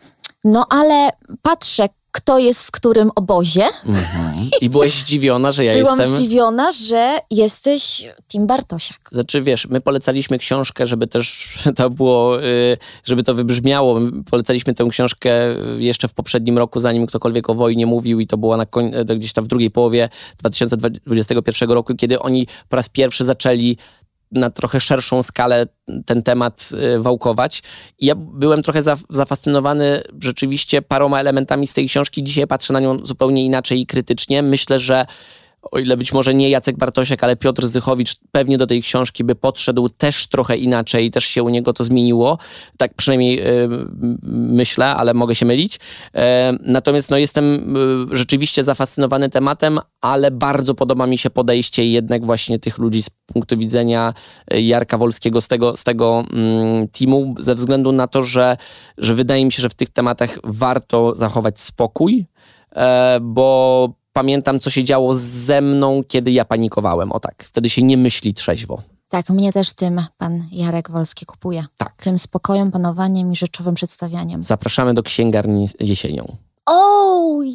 No ale patrzę, kto jest w którym obozie. Mhm. I byłaś zdziwiona, że ja Byłam jestem... zdziwiona, że jesteś Team Bartosiak. Znaczy, wiesz, my polecaliśmy książkę, żeby też to było, żeby to wybrzmiało. My polecaliśmy tę książkę jeszcze w poprzednim roku, zanim ktokolwiek o wojnie mówił i to było na koń, to gdzieś tam w drugiej połowie dwa tysiące dwudziestego pierwszego roku, kiedy oni po raz pierwszy zaczęli na trochę szerszą skalę ten temat wałkować. I ja byłem trochę za, zafascynowany rzeczywiście paroma elementami z tej książki. Dzisiaj patrzę na nią zupełnie inaczej i krytycznie. Myślę, że o ile być może nie Jacek Bartosiak, ale Piotr Zychowicz pewnie do tej książki by podszedł też trochę inaczej, też się u niego to zmieniło. Tak przynajmniej y, myślę, ale mogę się mylić. E, natomiast no, jestem y, rzeczywiście zafascynowany tematem, ale bardzo podoba mi się podejście jednak właśnie tych ludzi z punktu widzenia Jarka Wolskiego, z tego, z tego mm, teamu, ze względu na to, że, że wydaje mi się, że w tych tematach warto zachować spokój, e, bo pamiętam, co się działo ze mną, kiedy ja panikowałem. O tak, wtedy się nie myśli trzeźwo. Tak, mnie też tym pan Jarek Wolski kupuje. Tak. Tym spokojem, panowaniem i rzeczowym przedstawianiem. Zapraszamy do księgarni jesienią. Oj!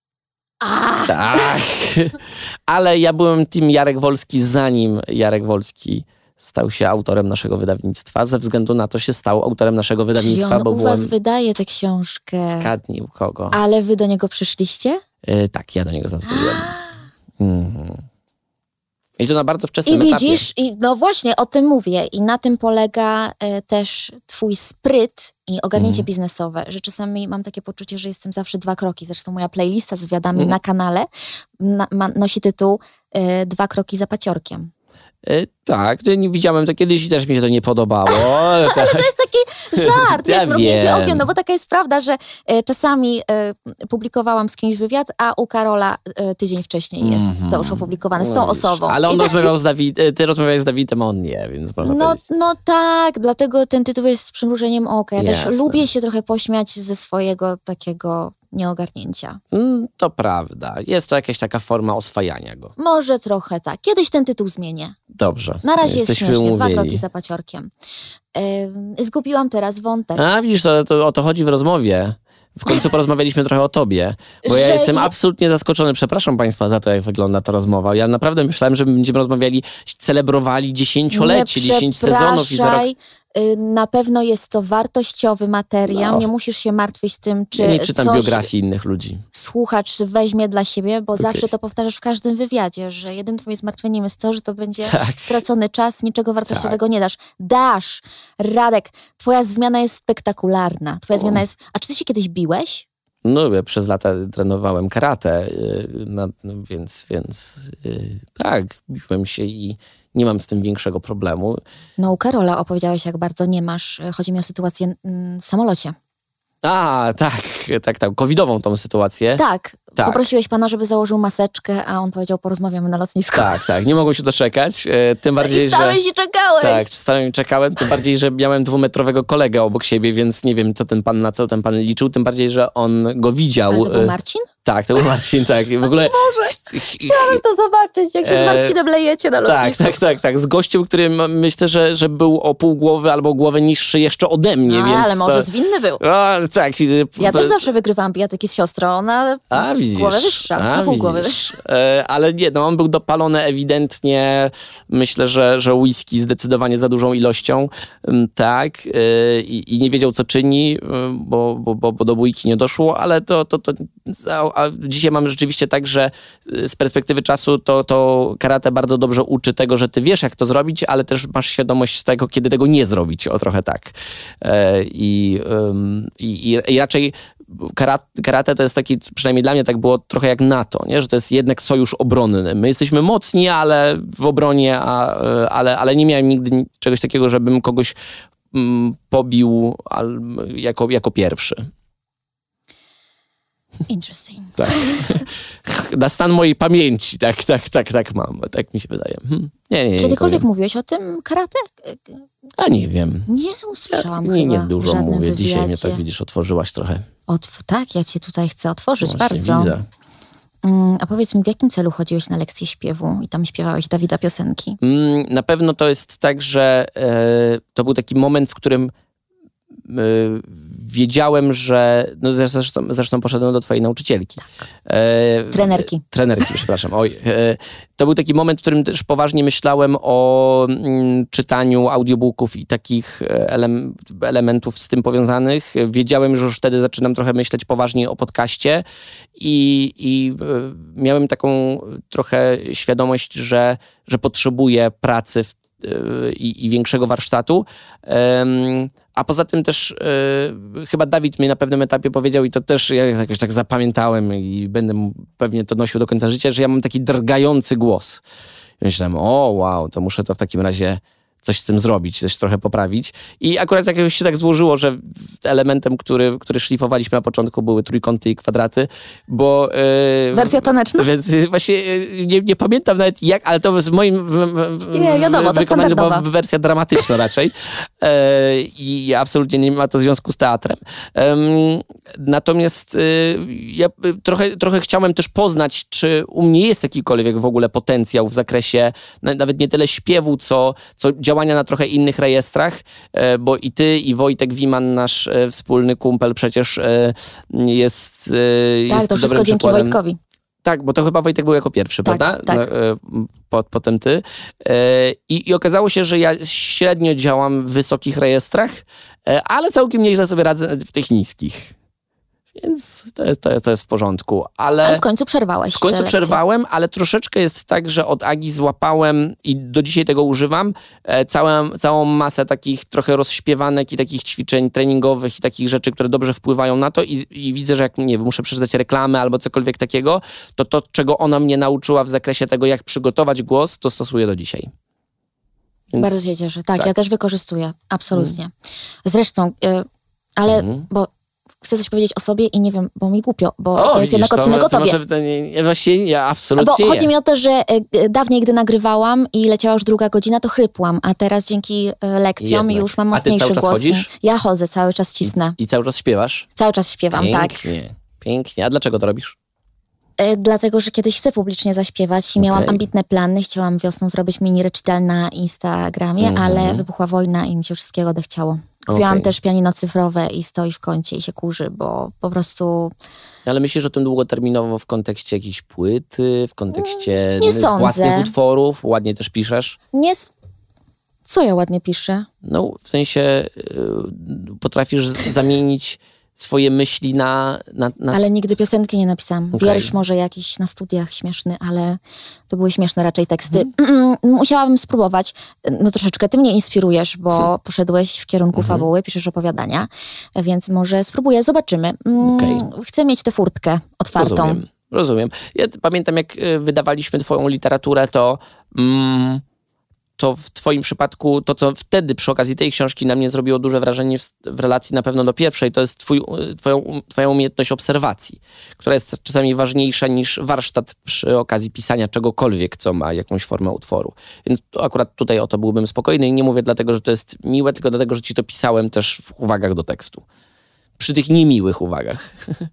Ah. Tak. Ale ja byłem team Jarek Wolski, zanim Jarek Wolski stał się autorem naszego wydawnictwa. Ze względu na to się stał autorem naszego wydawnictwa. Czyli on bo u byłem... was wydaje tę książkę. Zgadnij u kogo. Ale wy do niego przyszliście? Yy, tak, ja do niego zadzwoniłem. Mhm. I to na bardzo wczesnym I etapie. widzisz, i no właśnie o tym mówię. I na tym polega y, też twój spryt i ogarnięcie Mhm. biznesowe, że czasami mam takie poczucie, że jestem zawsze dwa kroki. Zresztą moja playlista z wywiadami Mhm. na kanale na, ma, nosi tytuł y, Dwa kroki za paciorkiem. Yy, tak, to nie widziałem to kiedyś i też mi się to nie podobało. Ale to jest taki żart, Ja wiesz, mrugnięcie wiem. okiem, no bo taka jest prawda, że e, czasami e, publikowałam z kimś wywiad, a u Karola e, tydzień wcześniej jest Mhm. to już opublikowane z tą No widzisz, osobą. Ale on I tak- rozmawiał z Dawidem, ty rozmawiałeś z Dawidem, on nie, więc można No, powiedzieć. no tak, dlatego ten tytuł jest z przymrużeniem oka. Ja Jasne. też lubię się trochę pośmiać ze swojego takiego nieogarnięcia. Mm, to prawda. Jest to jakaś taka forma oswajania go. Może trochę tak. Kiedyś ten tytuł zmienię. Dobrze. Na razie jest Jesteśmy śmiesznie. Dwa umówieni. kroki za paciorkiem. E, zgubiłam teraz wątek. A widzisz, to, to o to chodzi w rozmowie. W końcu porozmawialiśmy trochę o tobie, bo ja Że jestem je- absolutnie zaskoczony. Przepraszam państwa za to, jak wygląda ta rozmowa. Ja naprawdę myślałem, że będziemy rozmawiali, celebrowali dziesięciolecie, Nie dziesięć sezonów i za rok... przepraszaj, y, na pewno jest to wartościowy materiał. No. Nie musisz się martwić tym, czy Ja nie czytam coś biografii innych ludzi. słuchacz weźmie dla siebie, bo Okej. zawsze to powtarzasz w każdym wywiadzie, że jedynym twoim zmartwieniem jest to, że to będzie Tak. stracony czas, niczego wartościowego nie dasz. Dasz! Radek, twoja zmiana jest spektakularna. Twoja O. zmiana jest... A czy ty się kiedyś biłeś? No, ja przez lata trenowałem karate, yy, na, no, więc, więc yy, tak, biłem się i nie mam z tym większego problemu. No u Karola opowiedziałeś, jak bardzo nie masz. Chodzi mi o sytuację mm, w samolocie. A, tak, tak, tak, covidową tą sytuację. Tak, Tak. poprosiłeś pana, żeby założył maseczkę, a on powiedział, porozmawiamy na lotnisku. Tak, tak, nie mogłem się doczekać, e, tym bardziej, I stałeś że... i czekałeś. Tak, stałem i czekałem, tym bardziej, że miałem dwumetrowego kolegę obok siebie, więc nie wiem, co ten pan, na co ten pan liczył, tym bardziej, że on go widział. Ale to był E, Marcin? Tak, to był Marcin, tak. I w ogóle... Chciałam to zobaczyć, jak się z E, Marcinem lejecie na Tak, lotnisku. tak, tak, tak. Z gościem, który m- myślę, że, że był o pół głowy albo głowę niższy jeszcze ode mnie, A, więc... ale może to... zwinny był. A, tak. i- Ja p- też zawsze wygrywałam bijatyki z siostrą, ona A, widzisz. głowę wyższa, A, na pół głowy widzisz. wyższa. E, ale nie, no on był dopalony ewidentnie. Myślę, że, że whisky zdecydowanie za dużą ilością. Mm, Tak. E, i, I nie wiedział, co czyni, e, bo, bo, bo, bo do bójki nie doszło, ale to, to, to a, a dzisiaj mamy rzeczywiście tak, że e, z perspektywy czasu to, to karate bardzo dobrze uczy tego, że ty wiesz, jak to zrobić, ale też masz świadomość tego, kiedy tego nie zrobić. O, trochę tak. E, i, ym, i, I raczej Karate, karate to jest taki, przynajmniej dla mnie tak było trochę jak NATO, nie? Że to jest jednak sojusz obronny. My jesteśmy mocni, ale w obronie, a, ale, ale nie miałem nigdy czegoś takiego, żebym kogoś mm, pobił al, jako, jako pierwszy. Interesting. Tak. Na stan mojej pamięci, tak, tak, tak, tak mam. Tak mi się wydaje. Hmm. Nie, nie, nie, Kiedykolwiek nie mówiłeś o tym karate? A nie wiem. Nie usłyszałam nie, nie chyba w dużo żadnym mówię. Dzisiaj mnie wywiadzie. tak, widzisz, otworzyłaś trochę. Otw- tak, ja cię tutaj chcę otworzyć Właśnie bardzo. widzę. Mm, a powiedz mi, w jakim celu chodziłeś na lekcję śpiewu i tam śpiewałeś Dawida piosenki? Mm, Na pewno to jest tak, że e, to był taki moment, w którym wiedziałem, że... No zresztą, zresztą poszedłem do twojej nauczycielki. Tak. E, trenerki. Trenerki, przepraszam. Oj. E, to był taki moment, w którym też poważnie myślałem o mm, czytaniu audiobooków i takich ele- elementów z tym powiązanych. Wiedziałem, że już wtedy zaczynam trochę myśleć poważniej o podcaście i, i e, miałem taką trochę świadomość, że, że potrzebuję pracy w I, i większego warsztatu. Um, a poza tym też y, chyba Dawid mi na pewnym etapie powiedział i to też ja jakoś tak zapamiętałem i będę pewnie to nosił do końca życia, że ja mam taki drgający głos. I myślałem, o wow, to muszę to w takim razie coś z tym zrobić, coś trochę poprawić. I akurat jakoś się tak złożyło, że elementem, który, który szlifowaliśmy na początku, były trójkąty i kwadraty, bo... Yy, Wersja taneczna? Więc właśnie yy, nie, nie pamiętam nawet jak, ale to w moim w, w, nie, wiadomo, w wykonaniu była wersja dramatyczna raczej. Yy, I absolutnie nie ma to związku z teatrem. Yy, natomiast yy, ja trochę, trochę chciałem też poznać, czy u mnie jest jakikolwiek w ogóle potencjał w zakresie nawet nie tyle śpiewu, co, co działania na trochę innych rejestrach, bo i ty, i Wojtek Wiman, nasz wspólny kumpel, przecież jest, tak, jest to wszystko dobrym dzięki przykładem. Wojtkowi. Tak, bo to chyba Wojtek był jako pierwszy, tak, prawda? Tak. Po, potem ty. I, I okazało się, że ja średnio działam w wysokich rejestrach, ale całkiem nieźle sobie radzę w tych niskich. Więc to jest, to, jest, to jest w porządku. Ale, ale w końcu przerwałeś. W końcu przerwałem, ale troszeczkę jest tak, że od Agi złapałem i do dzisiaj tego używam, e, całą, całą masę takich trochę rozśpiewanek i takich ćwiczeń treningowych i takich rzeczy, które dobrze wpływają na to i, i widzę, że jak nie wiem, muszę przeczytać reklamę albo cokolwiek takiego, to to, czego ona mnie nauczyła w zakresie tego, jak przygotować głos, to stosuję do dzisiaj. Więc, bardzo się cieszę. Tak, tak, ja też wykorzystuję. Absolutnie. Mm. Zresztą, y, ale... Mm. bo chcę coś powiedzieć o sobie i nie wiem, bo mi głupio, bo o, to jest jednak odcinek o tobie. Może to nie, nie, właśnie ja absolutnie Bo chodzi nie. mi o to, że y, dawniej, gdy nagrywałam i leciała już druga godzina, to chrypłam, a teraz dzięki y, lekcjom jednak. już mam a ty mocniejszy cały czas głos. Chodzisz? Ja chodzę, cały czas cisnę. I, I cały czas śpiewasz? Cały czas śpiewam, pięknie, tak. Pięknie, pięknie. A dlaczego to robisz? Y, dlatego, że kiedyś chcę publicznie zaśpiewać i okay. miałam ambitne plany. Chciałam wiosną zrobić mini recital na Instagramie, mm-hmm. ale wybuchła wojna i mi się wszystkiego odechciało. Kupiłam okay. też pianino cyfrowe i stoi w kącie i się kurzy, bo po prostu... Ale myślisz o tym długoterminowo w kontekście jakiejś płyty, w kontekście nie z własnych utworów? Ładnie też piszesz? Nie... Co ja ładnie piszę? No, w sensie yy, potrafisz zamienić swoje myśli na... na, na ale nigdy piosenki nie napisałam. Okay. Wiersz może jakiś na studiach śmieszny, ale to były śmieszne raczej teksty. Hmm. Musiałabym spróbować. No troszeczkę ty mnie inspirujesz, bo hmm. poszedłeś w kierunku hmm. fabuły, piszesz opowiadania, więc może spróbuję, zobaczymy. Okay. Chcę mieć tę furtkę otwartą. Rozumiem, rozumiem. Ja pamiętam, jak wydawaliśmy twoją literaturę, to... Mm, to w twoim przypadku, to co wtedy przy okazji tej książki na mnie zrobiło duże wrażenie w, w relacji na pewno do pierwszej, to jest twój, twoją, twoja umiejętność obserwacji, która jest czasami ważniejsza niż warsztat przy okazji pisania czegokolwiek, co ma jakąś formę utworu. Więc to akurat tutaj o to byłbym spokojny i nie mówię dlatego, że to jest miłe, tylko dlatego, że ci to pisałem też w uwagach do tekstu. Przy tych niemiłych uwagach.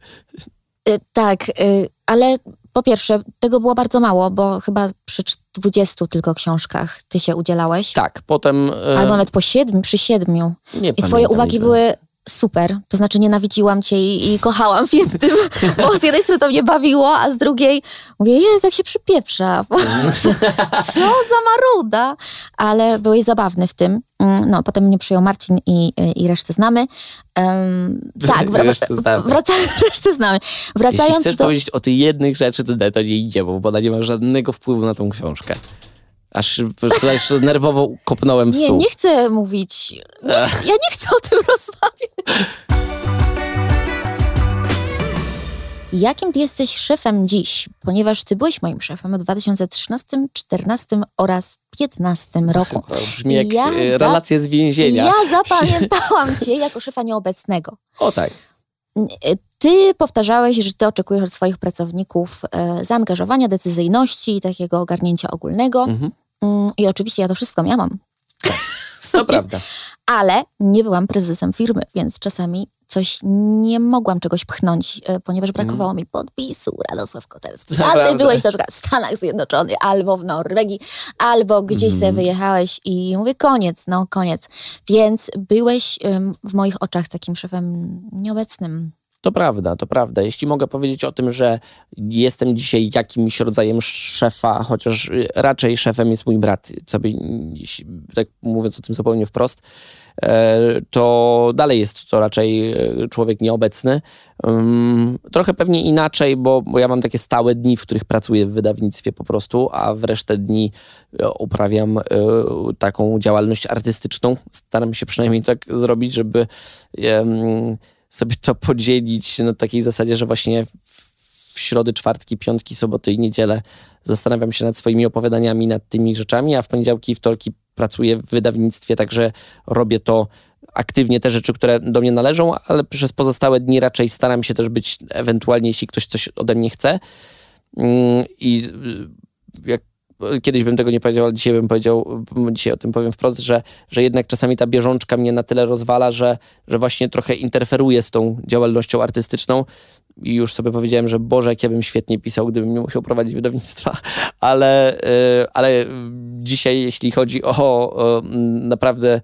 Y, tak, y, ale po pierwsze, tego było bardzo mało, bo chyba przy dwudziestu tylko książkach ty się udzielałeś. Tak, potem... Yy... Albo nawet po siedmiu, przy siedmiu. Nie I twoje uwagi ile. były super. To znaczy nienawidziłam cię i, i kochałam w jednym, bo z jednej strony to mnie bawiło, a z drugiej mówię, Jezu, jak się przypieprza. Co za maruda. Ale byłeś zabawny w tym. No, potem mnie przyjął Marcin i, i resztę znamy. Um, tak, wr- resztę znamy. Wracając, resztę znamy. Wracając Jeśli chcesz do... powiedzieć o tej jednej rzeczy, to, to nie idzie, bo ona nie ma żadnego wpływu na tą książkę. Aż, aż nerwowo kopnąłem w stół. Nie, nie chcę mówić. Nie, ja nie chcę o tym rozmawiać. Jakim ty jesteś szefem dziś? Ponieważ ty byłeś moim szefem w dwa tysiące trzynastym, czternastym oraz piętnastym roku. To brzmi jak ja relacje za... z więzienia. Ja zapamiętałam cię jako szefa nieobecnego. O tak. Ty powtarzałeś, że ty oczekujesz od swoich pracowników e, zaangażowania, decyzyjności i takiego ogarnięcia ogólnego. Mhm. Mm, I oczywiście ja to wszystko miałam. Tak. To prawda. Ale nie byłam prezesem firmy, więc czasami coś, nie mogłam czegoś pchnąć, ponieważ brakowało mm. mi podpisu Radosław Koterski. A ty byłeś na przykład w Stanach Zjednoczonych, albo w Norwegii, albo gdzieś mm. sobie wyjechałeś i mówię, koniec, no koniec. Więc byłeś um, w moich oczach takim szefem nieobecnym. To prawda, to prawda. Jeśli mogę powiedzieć o tym, że jestem dzisiaj jakimś rodzajem szefa, chociaż raczej szefem jest mój brat, co by, tak mówiąc o tym zupełnie wprost, to dalej jest to raczej człowiek nieobecny. Trochę pewnie inaczej, bo, bo ja mam takie stałe dni, w których pracuję w wydawnictwie po prostu, a w resztę dni uprawiam taką działalność artystyczną. Staram się przynajmniej tak zrobić, żeby sobie to podzielić na takiej zasadzie, że właśnie w środy, czwartki, piątki, soboty i niedzielę zastanawiam się nad swoimi opowiadaniami, nad tymi rzeczami, a w poniedziałki i wtorki pracuję w wydawnictwie, także robię to aktywnie, te rzeczy, które do mnie należą, ale przez pozostałe dni raczej staram się też być, ewentualnie jeśli ktoś coś ode mnie chce. I jak kiedyś bym tego nie powiedział, ale dzisiaj bym powiedział, dzisiaj o tym powiem wprost, że, że jednak czasami ta bieżączka mnie na tyle rozwala, że, że właśnie trochę interferuje z tą działalnością artystyczną i już sobie powiedziałem, że Boże, jak ja bym świetnie pisał, gdybym nie musiał prowadzić wydawnictwa, ale, ale dzisiaj, jeśli chodzi o, o naprawdę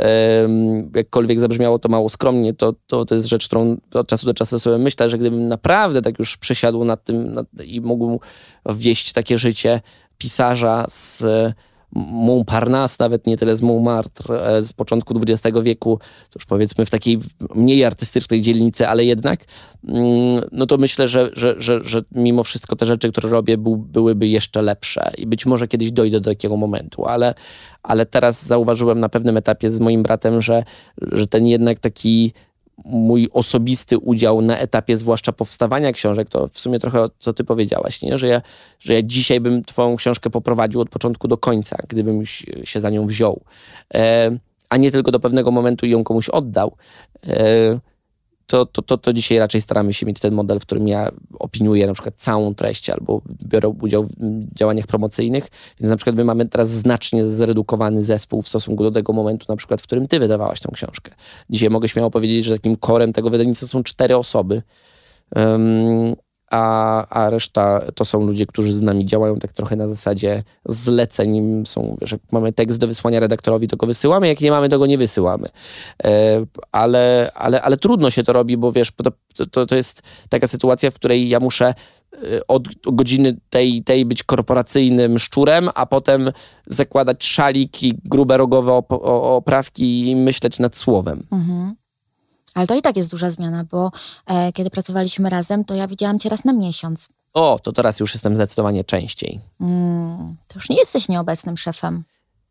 jakkolwiek zabrzmiało to mało skromnie, to, to, to jest rzecz, którą od czasu do czasu sobie myślę, że gdybym naprawdę tak już przysiadł nad tym nad, i mógł wieść takie życie pisarza z Montparnasse, nawet nie tyle z Montmartre, z początku dwudziestego wieku, to już powiedzmy w takiej mniej artystycznej dzielnicy, ale jednak, no to myślę, że, że, że, że mimo wszystko te rzeczy, które robię, był, byłyby jeszcze lepsze i być może kiedyś dojdę do takiego momentu, ale, ale teraz zauważyłem na pewnym etapie z moim bratem, że, że ten jednak taki mój osobisty udział na etapie zwłaszcza powstawania książek, to w sumie trochę co ty powiedziałaś, nie? Że, ja, że ja dzisiaj bym twoją książkę poprowadził od początku do końca, gdybym już się za nią wziął, e, a nie tylko do pewnego momentu i ją komuś oddał, e, to, to, to, to dzisiaj raczej staramy się mieć ten model, w którym ja opiniuję na przykład całą treść albo biorę udział w działaniach promocyjnych, więc na przykład my mamy teraz znacznie zredukowany zespół w stosunku do tego momentu, na przykład w którym ty wydawałaś tę książkę. Dzisiaj mogę śmiało powiedzieć, że takim korem tego wydawnictwa są cztery osoby, um, a, a reszta to są ludzie, którzy z nami działają tak trochę na zasadzie zleceń. Są, wiesz, jak mamy tekst do wysłania redaktorowi, to go wysyłamy, jak nie mamy, to go nie wysyłamy. E, ale, ale, ale trudno się to robi, bo wiesz, to, to, to jest taka sytuacja, w której ja muszę od godziny tej, tej być korporacyjnym szczurem, a potem zakładać szalik i grube rogowe op- oprawki i myśleć nad słowem. Mhm. Ale to i tak jest duża zmiana, bo e, kiedy pracowaliśmy razem, to ja widziałam cię raz na miesiąc. O, to teraz już jestem zdecydowanie częściej. Mm, to już nie jesteś nieobecnym szefem.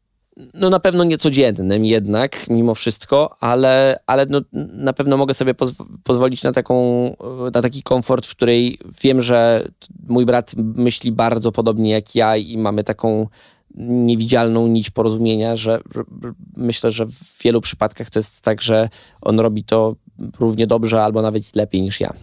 No na pewno niecodziennym jednak, mimo wszystko, ale, ale no, na pewno mogę sobie pozw- pozwolić na, taką, na taki komfort, w której wiem, że mój brat myśli bardzo podobnie jak ja i mamy taką niewidzialną nić porozumienia, że, że myślę, że w wielu przypadkach to jest tak, że on robi to równie dobrze albo nawet lepiej niż ja.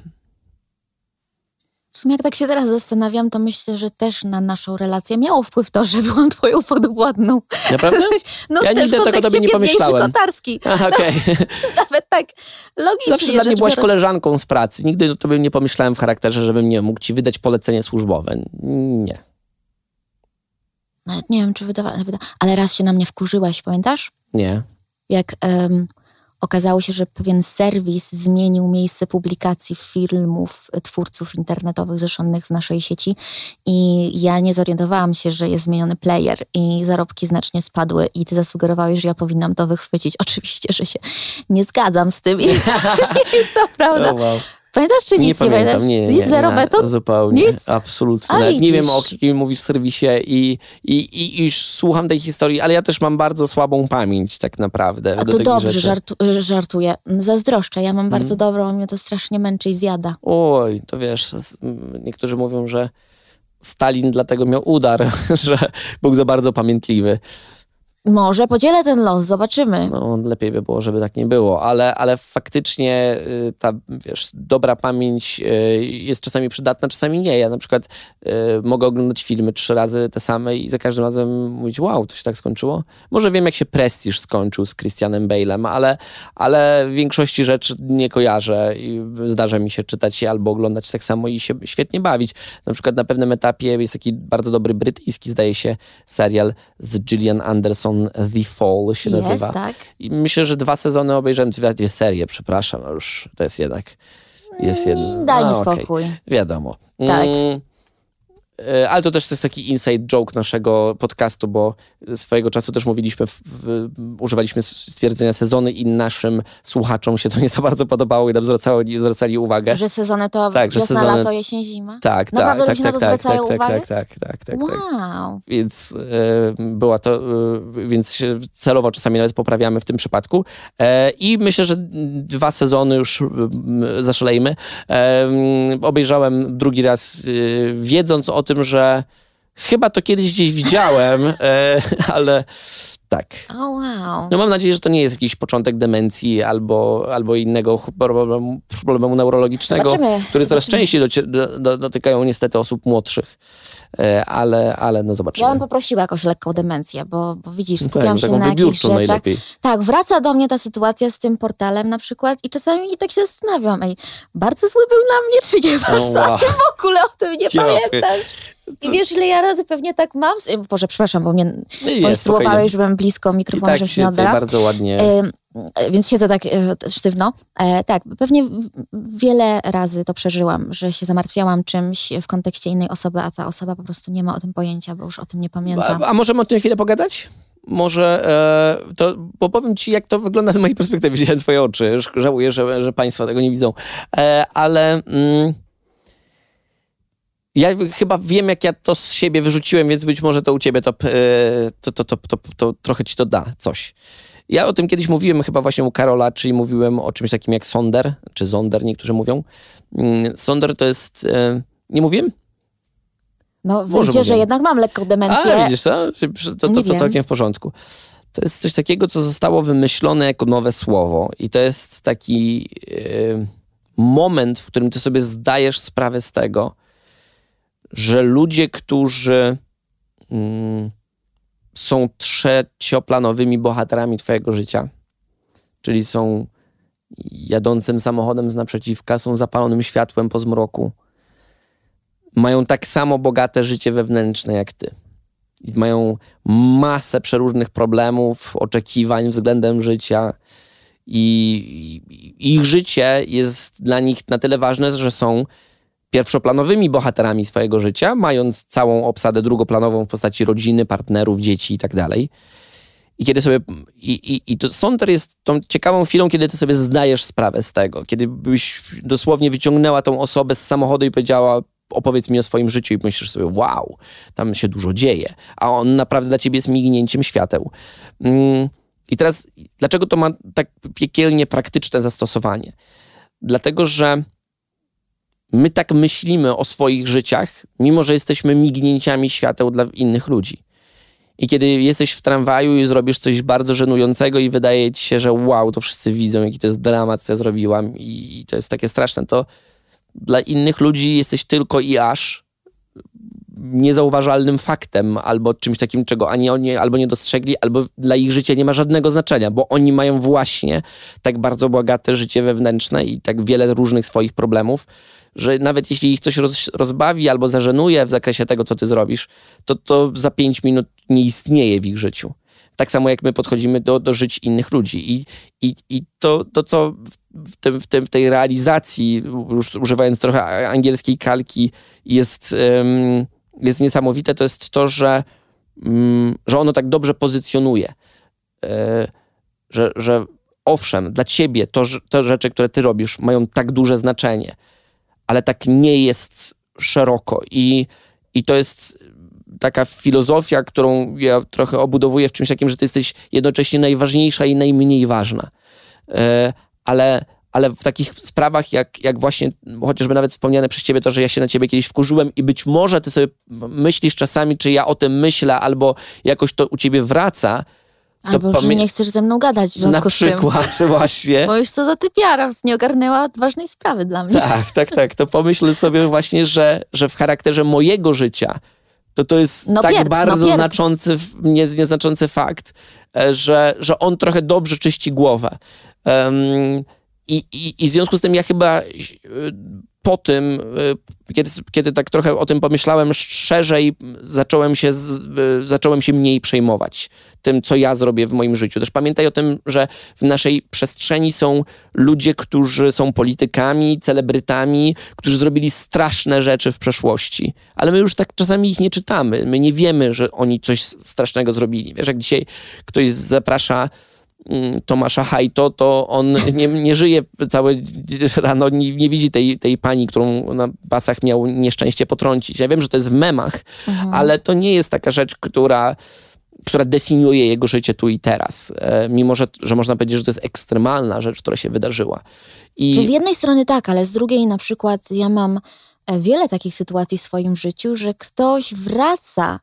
W sumie jak tak się teraz zastanawiam, to myślę, że też na naszą relację miało wpływ to, że byłam twoją podwładną. Naprawdę? No ja też nigdy tego tobie nie pomyślałem. Kotarski. Aha, okay. Nawet tak logicznie. Zawsze dla mnie byłaś biorąc... koleżanką z pracy. Nigdy tobie nie pomyślałem w charakterze, żebym nie mógł ci wydać polecenie służbowe. Nie. Nawet nie wiem, czy wydawała, wyda... ale raz się na mnie wkurzyłaś, pamiętasz? Nie. Jak um, okazało się, że pewien serwis zmienił miejsce publikacji filmów twórców internetowych zrzeszonych w naszej sieci i ja nie zorientowałam się, że jest zmieniony player i zarobki znacznie spadły i ty zasugerowałeś, że ja powinnam to wychwycić. Oczywiście, że się nie zgadzam z tym i nie jest to prawda. Oh, wow. Pamiętasz, czy nic nie, nie pamiętam, pamiętasz? Nie, nie, Jest zero nie, metod? Zupełnie, Nic? absolutnie. A, Nawet nie wiem, widzisz. o kim mówisz w serwisie i, i, i, i już słucham tej historii, ale ja też mam bardzo słabą pamięć tak naprawdę. A do to takich dobrze, rzeczy. żartu, żartuję. Zazdroszczę, ja mam bardzo hmm. dobrą, a mnie to strasznie męczy i zjada. Oj, to wiesz, niektórzy mówią, że Stalin dlatego miał udar, że był za bardzo pamiętliwy. Może podzielę ten los, zobaczymy. No, lepiej by było, żeby tak nie było, ale, ale faktycznie y, ta, wiesz, dobra pamięć y, jest czasami przydatna, czasami nie. Ja na przykład y, mogę oglądać filmy trzy razy te same i za każdym razem mówić, wow, to się tak skończyło. Może wiem, jak się Prestige skończył z Christianem Bale'em, ale, ale większości rzeczy nie kojarzę i zdarza mi się czytać je albo oglądać tak samo i się świetnie bawić. Na przykład na pewnym etapie jest taki bardzo dobry brytyjski, zdaje się, serial z Gillian Anderson, The Fall się jest, nazywa. Tak. I myślę, że dwa sezony obejrzałem, dwie, dwie serie, przepraszam, no już to jest jednak... Jest jedno. Daj mi A, spokój. Okay. Wiadomo. Tak. Mm, ale to też to jest taki inside joke naszego podcastu, bo swojego czasu też mówiliśmy, w, w, używaliśmy stwierdzenia sezony i naszym słuchaczom się to nie za bardzo podobało i nam zwracali, zwracali uwagę. Że sezony to tak, wiosna, że sezony... lato, jesień, zima? Tak, Naprawdę tak, ludzie tak, na to tak, zwracają tak, uwagę? tak, tak, tak, tak, tak. Wow. Więc y, była to, y, więc się celowo czasami nawet poprawiamy w tym przypadku. E, I myślę, że dwa sezony już y, y, zaszalejmy. E, obejrzałem drugi raz, y, wiedząc o tym, że chyba to kiedyś gdzieś widziałem, e, ale tak. Oh, wow. No mam nadzieję, że to nie jest jakiś początek demencji albo, albo innego problemu, problemu neurologicznego, Zobaczymy. który coraz Zobaczymy. częściej docie, do, do, dotykają niestety osób młodszych. E, ale, ale no zobaczymy. Ja bym poprosiła jakąś lekką demencję, bo, bo widzisz, No skupiam tak, się na jakichś rzeczach. Najlepiej. Tak, wraca do mnie ta sytuacja z tym portalem na przykład i czasami tak się zastanawiam, ej, bardzo zły był na mnie, czy nie bardzo, wow. a ty w ogóle o tym nie Ciapy. pamiętasz. I wiesz, ile ja razy pewnie tak mam? Boże, przepraszam, bo mnie Nie, poinstruowałeś, żebym blisko mikrofonu, I tak żebym się nie oddała. bardzo ładnie. E, więc siedzę tak e, sztywno. E, tak, pewnie w, wiele razy to przeżyłam, że się zamartwiałam czymś w kontekście innej osoby, a ta osoba po prostu nie ma o tym pojęcia, bo już o tym nie pamięta. A, a możemy o tym chwilę pogadać? Może e, to, bo powiem ci, jak to wygląda z mojej perspektywy. Widziałem twoje oczy, żałuję, że, że państwo tego nie widzą. E, ale... Mm, Ja chyba wiem, jak ja to z siebie wyrzuciłem, więc być może to u ciebie to, to, to, to, to, to trochę ci to da coś. Ja o tym kiedyś mówiłem chyba właśnie u Karola, czyli mówiłem o czymś takim jak sonder, czy zonder niektórzy mówią. Sonder to jest... Nie mówiłem? No wyjdzie, że jednak mam lekką demencję. A, widzisz co? To, to, to całkiem w porządku. To jest coś takiego, co zostało wymyślone jako nowe słowo i to jest taki yy, moment, w którym ty sobie zdajesz sprawę z tego, że ludzie, którzy mm, są trzecioplanowymi bohaterami twojego życia, czyli są jadącym samochodem z naprzeciwka, są zapalonym światłem po zmroku, mają tak samo bogate życie wewnętrzne jak ty. I mają masę przeróżnych problemów, oczekiwań względem życia i, i ich życie jest dla nich na tyle ważne, że są pierwszoplanowymi bohaterami swojego życia, mając całą obsadę drugoplanową w postaci rodziny, partnerów, dzieci i tak dalej. I kiedy sobie... I, i, i to sonder jest tą ciekawą chwilą, kiedy ty sobie zdajesz sprawę z tego. Kiedy byś dosłownie wyciągnęła tą osobę z samochodu i powiedziała, opowiedz mi o swoim życiu i myślisz sobie, wow, tam się dużo dzieje. A on naprawdę dla ciebie jest mignięciem świateł. Mm, I teraz, dlaczego to ma tak piekielnie praktyczne zastosowanie? Dlatego, że my tak myślimy o swoich życiach, mimo że jesteśmy mignięciami świateł dla innych ludzi. I kiedy jesteś w tramwaju i zrobisz coś bardzo żenującego i wydaje ci się, że wow, to wszyscy widzą, jaki to jest dramat, co ja zrobiłam i to jest takie straszne, to dla innych ludzi jesteś tylko i aż niezauważalnym faktem albo czymś takim, czego ani oni albo nie dostrzegli, albo dla ich życia nie ma żadnego znaczenia, bo oni mają właśnie tak bardzo bogate życie wewnętrzne i tak wiele różnych swoich problemów, że nawet jeśli ich coś roz, rozbawi albo zażenuje w zakresie tego, co ty zrobisz, to to za pięć minut nie istnieje w ich życiu. Tak samo jak my podchodzimy do, do żyć innych ludzi. I, i, i to, to, co w, tym, w, tym, w tej realizacji, już używając trochę angielskiej kalki, jest, um, jest niesamowite, to jest to, że, um, że ono tak dobrze pozycjonuje. E, że, że owszem, dla ciebie to, te rzeczy, które ty robisz, mają tak duże znaczenie, ale tak nie jest szeroko. I, i to jest taka filozofia, którą ja trochę obudowuję w czymś takim, że ty jesteś jednocześnie najważniejsza i najmniej ważna. E, ale, ale w takich sprawach, jak, jak właśnie chociażby nawet wspomniane przez ciebie to, że ja się na ciebie kiedyś wkurzyłem i być może ty sobie myślisz czasami, czy ja o tym myślę, albo jakoś to u ciebie wraca, Albo, pamię- że nie chcesz ze mną gadać w związku Na z tym. przykład, właśnie. Bo już co za typiara, nie ogarnęła ważnej sprawy dla mnie. Tak, tak, tak. To pomyśl sobie właśnie, że, że w charakterze mojego życia to to jest No tak pierd, bardzo no znaczący, nie, nieznaczący fakt, że, że on trochę dobrze czyści głowę. Um, i, i, I w związku z tym ja chyba po tym, kiedy, kiedy tak trochę o tym pomyślałem szerzej, zacząłem się, z, zacząłem się mniej przejmować tym, co ja zrobię w moim życiu. Też pamiętaj o tym, że w naszej przestrzeni są ludzie, którzy są politykami, celebrytami, którzy zrobili straszne rzeczy w przeszłości. Ale my już tak czasami ich nie czytamy. My nie wiemy, że oni coś strasznego zrobili. Wiesz, jak dzisiaj ktoś zaprasza Tomasza Hajto, to on nie, nie żyje całe rano, nie, nie widzi tej, tej pani, którą na pasach miał nieszczęście potrącić. Ja wiem, że to jest w memach, mhm. ale to nie jest taka rzecz, która, która definiuje jego życie tu i teraz. E, mimo, że, że można powiedzieć, że to jest ekstremalna rzecz, która się wydarzyła. I... Z jednej strony tak, ale z drugiej na przykład ja mam wiele takich sytuacji w swoim życiu, że ktoś wraca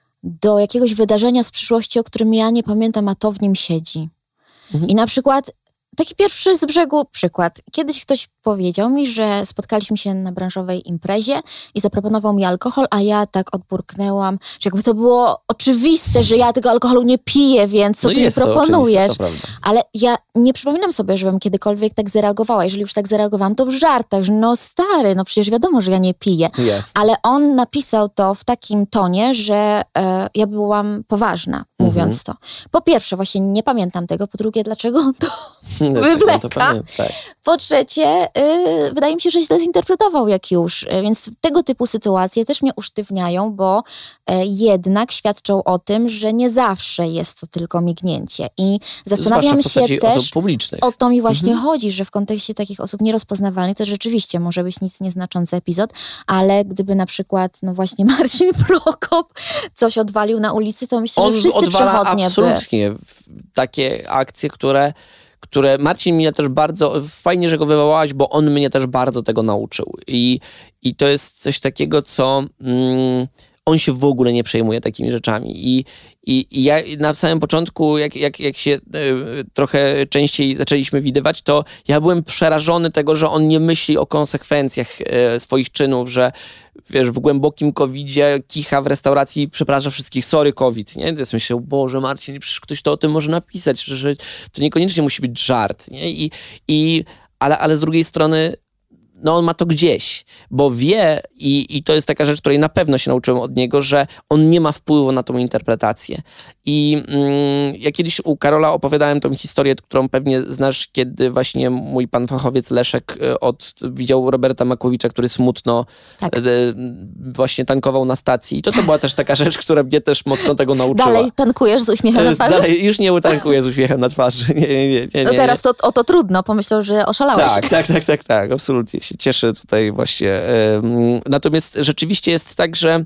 do jakiegoś wydarzenia z przyszłości, o którym ja nie pamiętam, a to w nim siedzi. Mhm. I na przykład, taki pierwszy z brzegu przykład. Kiedyś ktoś powiedział mi, że spotkaliśmy się na branżowej imprezie i zaproponował mi alkohol, a ja tak odburknęłam, że jakby to było oczywiste, że ja tego alkoholu nie piję, więc co no ty mi proponujesz? To Ale ja nie przypominam sobie, żebym kiedykolwiek tak zareagowała. Jeżeli już tak zareagowałam, to w żartach, że no stary, no przecież wiadomo, że ja nie piję. Yes. Ale on napisał to w takim tonie, że e, ja byłam poważna, mówiąc mhm. to. Po pierwsze, właśnie nie pamiętam tego, po drugie, dlaczego on to no, wywleka. To pamiętam, tak. Po trzecie, yy, wydaje mi się, że źle zinterpretował jak już. Yy, więc tego typu sytuacje też mnie usztywniają, bo yy, jednak świadczą o tym, że nie zawsze jest to tylko mignięcie. I zastanawiam się też, osób publicznych. o to mi właśnie mhm. chodzi, że w kontekście takich osób nierozpoznawalnych to rzeczywiście może być nic nieznaczący epizod, ale gdyby na przykład, no właśnie Marcin Prokop coś odwalił na ulicy, to myślę, On że wszyscy odwala przechodnie absolutnie by... takie akcje, które które Marcin mnie też bardzo, fajnie, że go wywołałaś, bo on mnie też bardzo tego nauczył. I, i to jest coś takiego, co mm, on się w ogóle nie przejmuje takimi rzeczami. I, i, i ja na samym początku, jak, jak, jak się y, trochę częściej zaczęliśmy widywać, to ja byłem przerażony tego, że on nie myśli o konsekwencjach y, swoich czynów, że wiesz, w głębokim covidzie kicha w restauracji i przeprasza wszystkich, sorry COVID, nie? To jest myślę, Boże Marcin, przecież ktoś to o tym może napisać, przecież to niekoniecznie musi być żart, nie? I, i, ale, ale z drugiej strony no on ma to gdzieś, bo wie i, i to jest taka rzecz, której na pewno się nauczyłem od niego, że on nie ma wpływu na tą interpretację. I mm, ja kiedyś u Karola opowiadałem tą historię, którą pewnie znasz, kiedy właśnie mój pan fachowiec Leszek od, widział Roberta Makłowicza, który smutno tak. e, właśnie tankował na stacji. I to to była też taka rzecz, która mnie też mocno tego nauczyła. Dalej tankujesz z uśmiechem na twarzy? Dalej, już nie utankuję z uśmiechem na twarzy. Nie, nie, nie, nie, no teraz to, o to trudno, pomyślał, że oszalałeś. Tak, tak, tak, tak, tak, absolutnie. Się cieszę tutaj właśnie. Natomiast rzeczywiście jest tak, że,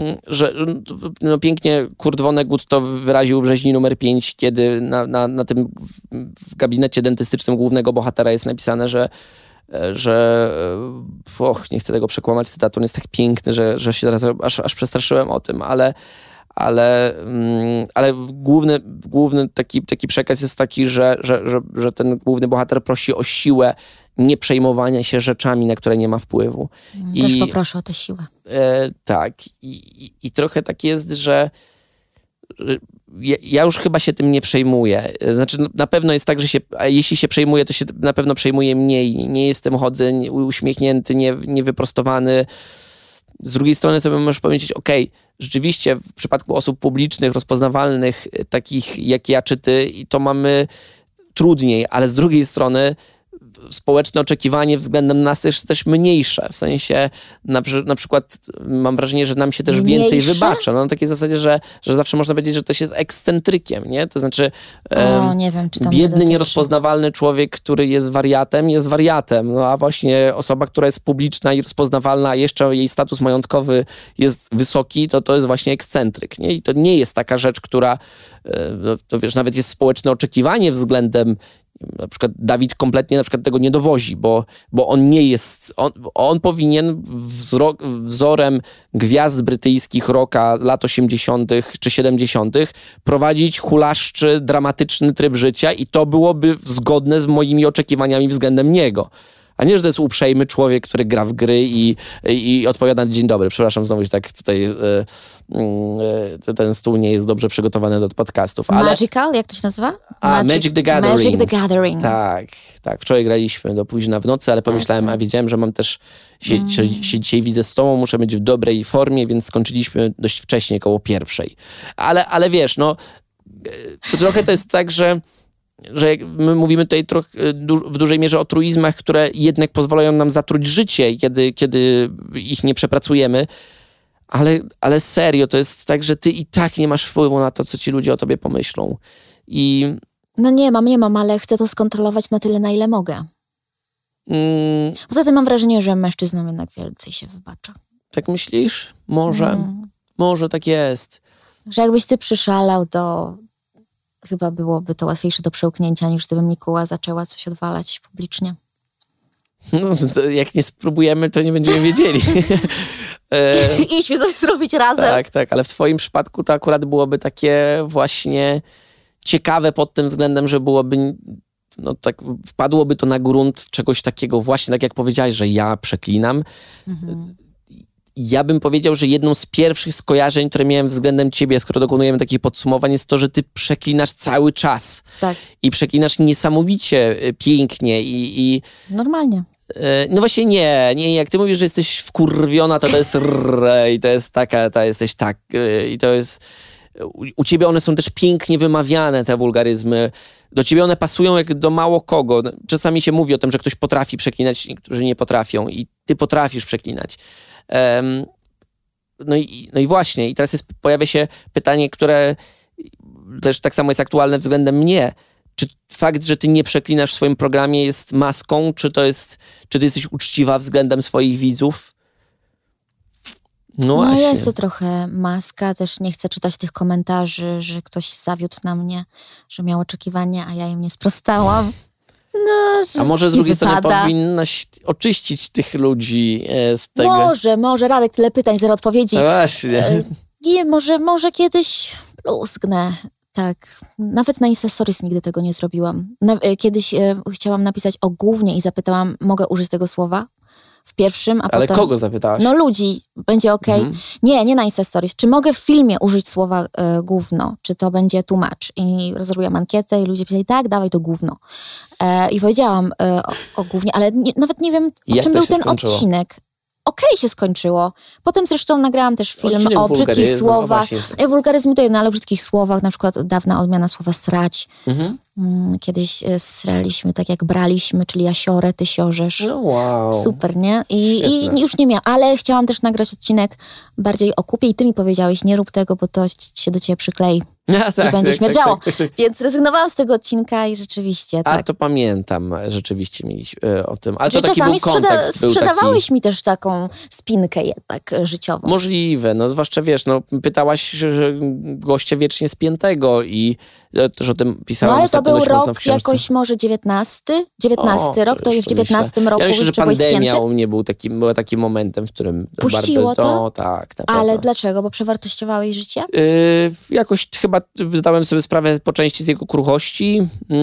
że no pięknie Kurt Vonnegut to wyraził w rzeźni numer pięć, kiedy na, na, na tym w, w gabinecie dentystycznym głównego bohatera jest napisane, że że och, nie chcę tego przekłamać cytatu, on jest tak piękny, że, że się teraz aż, aż przestraszyłem o tym, ale ale, ale główny, główny taki, taki przekaz jest taki, że, że, że, że ten główny bohater prosi o siłę nie przejmowania się rzeczami, na które nie ma wpływu. Też I, poproszę o tę siłę. E, tak. I, i, I trochę tak jest, że, że ja, ja już chyba się tym nie przejmuję. Znaczy na pewno jest tak, że się, a jeśli się przejmuję, to się na pewno przejmuję mniej. Nie jestem chodzę uśmiechnięty, nie, niewyprostowany. Z drugiej strony sobie możesz powiedzieć, okej, okay, rzeczywiście w przypadku osób publicznych, rozpoznawalnych, takich jak ja czy ty, to mamy trudniej, ale z drugiej strony społeczne oczekiwanie względem nas jest też mniejsze. W sensie na, na przykład mam wrażenie, że nam się też mniejsze? więcej wybacza. No na takiej zasadzie, że, że zawsze można powiedzieć, że ktoś jest ekscentrykiem, nie? To znaczy o, um, nie wiem, czy to biedny, nierozpoznawalny człowiek, który jest wariatem, jest wariatem. No a właśnie osoba, która jest publiczna i rozpoznawalna, a jeszcze jej status majątkowy jest wysoki, to to jest właśnie ekscentryk, nie? I to nie jest taka rzecz, która, no, to wiesz, nawet jest społeczne oczekiwanie względem na przykład Dawid kompletnie na przykład tego nie dowozi, bo, bo on nie jest, on, on powinien wzro, wzorem gwiazd brytyjskich rocka lat osiemdziesiątych czy siedemdziesiątych prowadzić hulaszczy, dramatyczny tryb życia i to byłoby zgodne z moimi oczekiwaniami względem niego. A nie, że to jest uprzejmy człowiek, który gra w gry i, i, i odpowiada na dzień dobry. Przepraszam, znowu tak tutaj e, e, ten stół nie jest dobrze przygotowany do podcastów. Ale... Magical? Jak to się nazywa? A, Magic, Magic the Gathering. Magic the Gathering. Tak, tak. Wczoraj graliśmy do późna w nocy, ale pomyślałem, a wiedziałem, że mam też się, mm. się, się dzisiaj widzę z tobą, muszę być w dobrej formie, więc skończyliśmy dość wcześnie, koło pierwszej. Ale, ale wiesz, no to trochę to jest tak, że że my mówimy tutaj trochę, w dużej mierze o truizmach, które jednak pozwalają nam zatruć życie, kiedy, kiedy ich nie przepracujemy, ale, ale serio, to jest tak, że ty i tak nie masz wpływu na to, co ci ludzie o tobie pomyślą. I... No nie mam, nie mam, ale chcę to skontrolować na tyle, na ile mogę. Mm. Poza tym mam wrażenie, że mężczyznom jednak więcej się wybacza. Tak myślisz? Może. Mm. Może tak jest. Że jakbyś ty przyszalał, to chyba byłoby to łatwiejsze do przełknięcia, niż gdyby Mikuła zaczęła coś odwalać publicznie. No, to jak nie spróbujemy, to nie będziemy wiedzieli. Idźmy coś zrobić razem. Tak, tak, ale w twoim przypadku to akurat byłoby takie właśnie ciekawe pod tym względem, że byłoby, no tak, wpadłoby to na grunt czegoś takiego właśnie, tak jak powiedziałeś, że ja przeklinam. Mhm. Ja bym powiedział, że jedną z pierwszych skojarzeń, które miałem względem ciebie, skoro dokonujemy takich podsumowań, jest to, że ty przeklinasz cały czas. Tak. I przeklinasz niesamowicie pięknie i... i normalnie. No właśnie nie, nie, jak ty mówisz, że jesteś wkurwiona, to to jest rrr, i to jest taka, to jesteś tak, i to jest... U, u ciebie one są też pięknie wymawiane, te wulgaryzmy. Do ciebie one pasują jak do mało kogo. Czasami się mówi o tym, że ktoś potrafi przeklinać, niektórzy nie potrafią i ty potrafisz przeklinać. Um, no, i, no i właśnie, i teraz jest, pojawia się pytanie, które też tak samo jest aktualne względem mnie. Czy fakt, że ty nie przeklinasz w swoim programie jest maską, czy to jest, czy ty jesteś uczciwa względem swoich widzów? No, no jest to trochę maska, też nie chcę czytać tych komentarzy, że ktoś zawiódł na mnie, że miał oczekiwania, a ja im nie sprostałam. No, a może z drugiej wypada. strony powinnaś oczyścić tych ludzi z tego? Może, może. Radek, tyle pytań, zero odpowiedzi. No właśnie. Nie, może, może kiedyś bluzgnę. Tak. Nawet na Insta Stories nigdy tego nie zrobiłam. Na, kiedyś e, chciałam napisać o gównie i zapytałam, mogę użyć tego słowa? W pierwszym, a Ale potem... kogo zapytałaś? No ludzi, będzie okej. Okay. Mhm. Nie, nie na Insta Stories. Czy mogę w filmie użyć słowa e, gówno? Czy to będzie tłumacz? I zrobiłam ankietę i ludzie pisali, tak, dawaj to gówno. E, I powiedziałam e, o, o gównie, ale nie, nawet nie wiem, o czym był ten skończyło? Odcinek. Okej okay się skończyło. Potem zresztą nagrałam też film Odcinek o brzydkich słowach. No, wulgaryzmy to jedno, ale o brzydkich słowach, na przykład dawna odmiana słowa srać. Mhm. Kiedyś sraliśmy tak jak braliśmy, czyli ja siorę, ty siorzesz. No wow. Super, nie? I, i już nie miałam, ale chciałam też nagrać odcinek bardziej o kupie i ty mi powiedziałeś, nie rób tego, bo to się do ciebie przyklei. Ja, tak, i będzie tak, śmierdziało. Tak, tak, tak, tak. Więc rezygnowałam z tego odcinka i rzeczywiście, A tak. to pamiętam, rzeczywiście mieliśmy o tym. Ale że to taki czasami był kontekst. Sprzeda- sprzedawałeś taki... mi też taką spinkę jednak życiową. Możliwe, no zwłaszcza wiesz, no pytałaś, że gościa wiecznie spiętego i też o tym pisałam. No ale to był rok w jakoś może dziewiętnasty? dziewiętnasty o, rok, to już w dziewiętnastym roku ja myślę, że pandemia u mnie był takim, była takim momentem, w którym Puściło bardzo... to? No, tak, na ale pewno. dlaczego? Bo przewartościowałeś życie? Yy, jakoś chyba zdałem sobie sprawę po części z jego kruchości.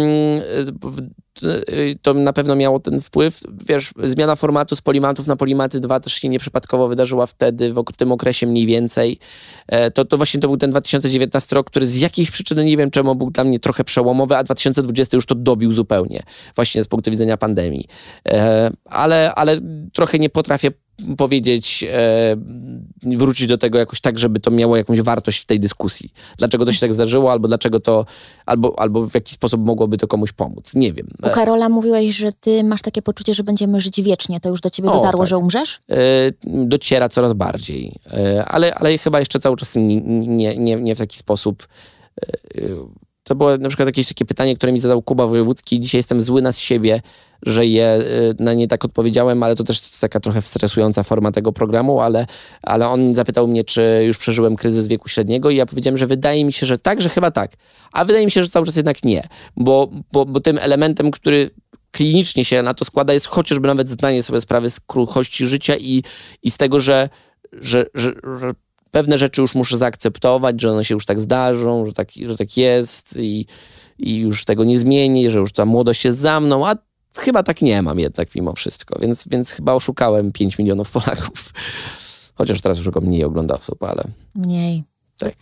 Yy, to na pewno miało ten wpływ. Wiesz, zmiana formatu z Polimatów na Polimaty dwa też się nieprzypadkowo wydarzyła wtedy, w tym okresie mniej więcej. To, to właśnie to był ten dwa tysiące dziewiętnasty rok, który z jakiejś przyczyny, nie wiem czemu, był dla mnie trochę przełomowy, a dwa tysiące dwudziesty już to dobił zupełnie, właśnie z punktu widzenia pandemii. Ale, ale trochę nie potrafię powiedzieć, e, wrócić do tego jakoś tak, żeby to miało jakąś wartość w tej dyskusji. Dlaczego to się tak zdarzyło, albo dlaczego to, albo, albo w jaki sposób mogłoby to komuś pomóc. Nie wiem. U Karola mówiłeś, że ty masz takie poczucie, że będziemy żyć wiecznie. To już do ciebie o, dotarło, tak. że umrzesz? E, dociera coraz bardziej. E, ale, ale chyba jeszcze cały czas nie, nie, nie, nie w taki sposób... E, to było na przykład jakieś takie pytanie, które mi zadał Kuba Wojewódzki. Dzisiaj jestem zły na siebie, że je, na nie tak odpowiedziałem, ale to też jest taka trochę stresująca forma tego programu, ale, ale on zapytał mnie, czy już przeżyłem kryzys wieku średniego i ja powiedziałem, że wydaje mi się, że tak, że chyba tak. A wydaje mi się, że cały czas jednak nie. Bo, bo, bo tym elementem, który klinicznie się na to składa, jest chociażby nawet zdanie sobie sprawy z kruchości życia i, i z tego, że, że, że, że pewne rzeczy już muszę zaakceptować, że one się już tak zdarzą, że tak, że tak jest i, i już tego nie zmienię, że już ta młodość jest za mną, a chyba tak nie mam jednak mimo wszystko, więc, więc chyba oszukałem pięć milionów Polaków. Chociaż teraz już go mniej oglądawców, ale... Mniej. Tak.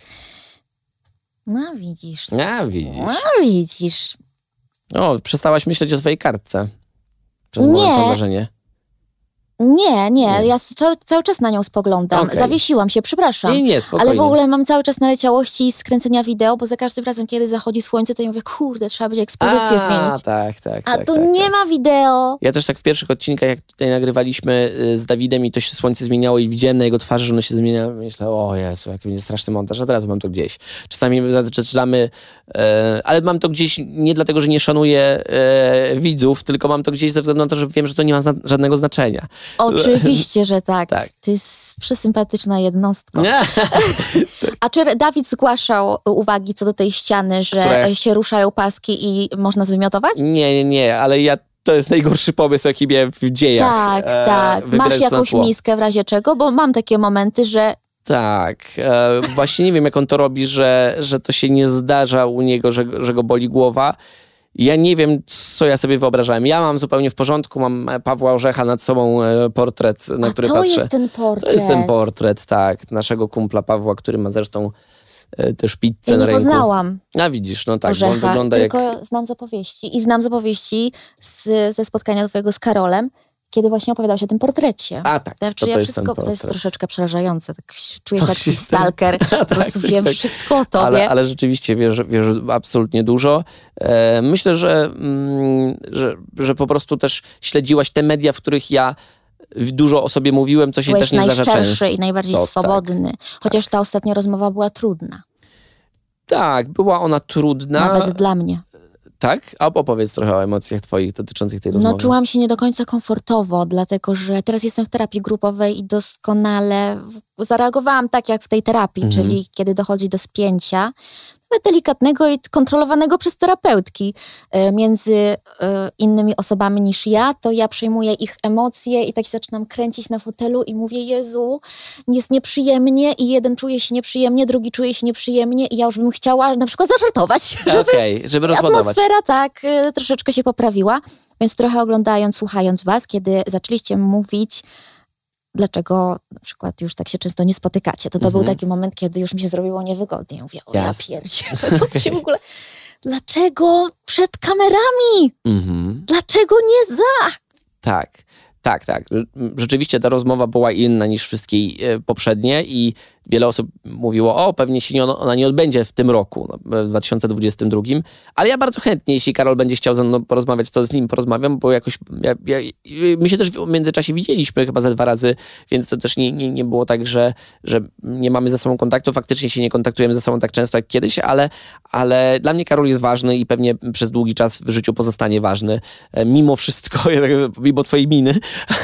No widzisz. A, widzisz. No widzisz. O, przestałaś myśleć o swojej kartce. Przez Nie. moment mam wrażenie. Nie, nie, Nie. ja cały, cały czas na nią spoglądam. Okej. Zawiesiłam się, przepraszam. Nie, nie, spokojnie. Ale w ogóle mam cały czas naleciałości skręcenia wideo, bo za każdym razem, kiedy zachodzi słońce, to ja mówię, kurde, trzeba będzie ekspozycję A, zmienić. tak, tak, A tak, tu tak, nie tak. ma wideo. Ja też tak w pierwszych odcinkach, jak tutaj nagrywaliśmy y, z Dawidem i to się słońce zmieniało i widziałem na jego twarzy, że ono się zmienia, myślę, o Jezu, jaki będzie straszny montaż, a teraz mam to gdzieś. Czasami zaczynamy, e, ale mam to gdzieś nie dlatego, że nie szanuję e, widzów, tylko mam to gdzieś ze względu na to, że wiem, że to nie ma zna- żadnego znaczenia. Oczywiście, że tak. Tak. Ty jest przysympatyczna jednostka. Nie. A czy Dawid zgłaszał uwagi co do tej ściany, że Które? się ruszają paski i można zwymiotować? Nie, nie, nie, ale ja, to jest najgorszy pomysł, jaki miałem w dziejach. Tak, e, tak. wybierać Masz na jakąś tło. miskę w razie czego? Bo mam takie momenty, że Tak. E, właśnie nie wiem, jak on to robi, że, że to się nie zdarza u niego, że, że go boli głowa. Ja nie wiem, co ja sobie wyobrażałem. Ja mam zupełnie w porządku, mam Pawła Orzecha nad sobą e, portret, na a który to patrzę. jest ten portret. To jest ten portret, tak. Naszego kumpla Pawła, który ma zresztą e, też pizzę Ja na nie ręku. poznałam A widzisz, no tak, bo Orzecha, on wygląda tylko jak... znam z opowieści. I znam z opowieści z, ze spotkania twojego z Karolem, kiedy właśnie opowiadałeś o tym portrecie. A tak, Znaczy, to, to ja jest ten wszystko, portret. to jest troszeczkę przerażające. Tak czuję się jak Właśnie jakiś stalker. Po prostu wiem tak. wszystko o tobie. Ale, ale rzeczywiście wiesz, wiesz absolutnie dużo. E, myślę, że, mm, że, że po prostu też śledziłaś te media, w których ja dużo o sobie mówiłem, co się Byłeś też nie zdarza często. najszczerszy i najbardziej To, swobodny. Chociaż ta ostatnia rozmowa była trudna. Tak, była ona trudna. Nawet dla mnie. Tak? A opowiedz trochę o emocjach twoich dotyczących tej No rozmowy. czułam się nie do końca komfortowo, dlatego że teraz jestem w terapii grupowej i doskonale w- zareagowałam tak jak w tej terapii, Mhm. czyli kiedy dochodzi do spięcia, nawet delikatnego i kontrolowanego przez terapeutki e, między e, innymi osobami niż ja, to ja przejmuję ich emocje i tak się zaczynam kręcić na fotelu i mówię, Jezu, jest nieprzyjemnie i jeden czuje się nieprzyjemnie, drugi czuje się nieprzyjemnie i ja już bym chciała na przykład zażartować, żeby Okej, żeby rozładować. atmosfera tak y, troszeczkę się poprawiła, więc trochę oglądając, słuchając was, kiedy zaczęliście mówić, dlaczego na przykład już tak się często nie spotykacie, to to Mhm. był taki moment, kiedy już mi się zrobiło niewygodnie. Ja mówię, o ja Jasne. pierdzielę, co ty się w ogóle... Dlaczego przed kamerami? Mhm. Dlaczego nie za? Tak, tak, tak. Rzeczywiście ta rozmowa była inna niż wszystkie e, poprzednie i wiele osób mówiło, o, pewnie się nie, ona nie odbędzie w tym roku, no, w dwa tysiące dwudziestym drugim, ale ja bardzo chętnie, jeśli Karol będzie chciał ze mną porozmawiać, to z nim porozmawiam, bo jakoś, ja, ja, my się też w międzyczasie widzieliśmy chyba ze dwa razy, więc to też nie, nie, nie było tak, że, że nie mamy ze sobą kontaktu, faktycznie się nie kontaktujemy ze sobą tak często jak kiedyś, ale, ale dla mnie Karol jest ważny i pewnie przez długi czas w życiu pozostanie ważny, e, mimo wszystko, mimo twojej miny.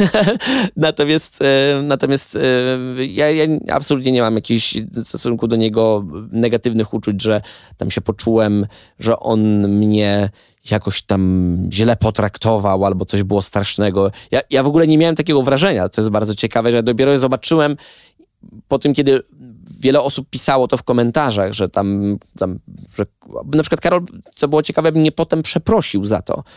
natomiast e, natomiast e, ja, ja absolutnie nie mam jakichś w stosunku do niego negatywnych uczuć, że tam się poczułem, że on mnie jakoś tam źle potraktował albo coś było strasznego. Ja, ja w ogóle nie miałem takiego wrażenia, co jest bardzo ciekawe, że dopiero zobaczyłem po tym, kiedy wiele osób pisało to w komentarzach, że tam, tam że na przykład Karol, co było ciekawe, mnie potem przeprosił za to.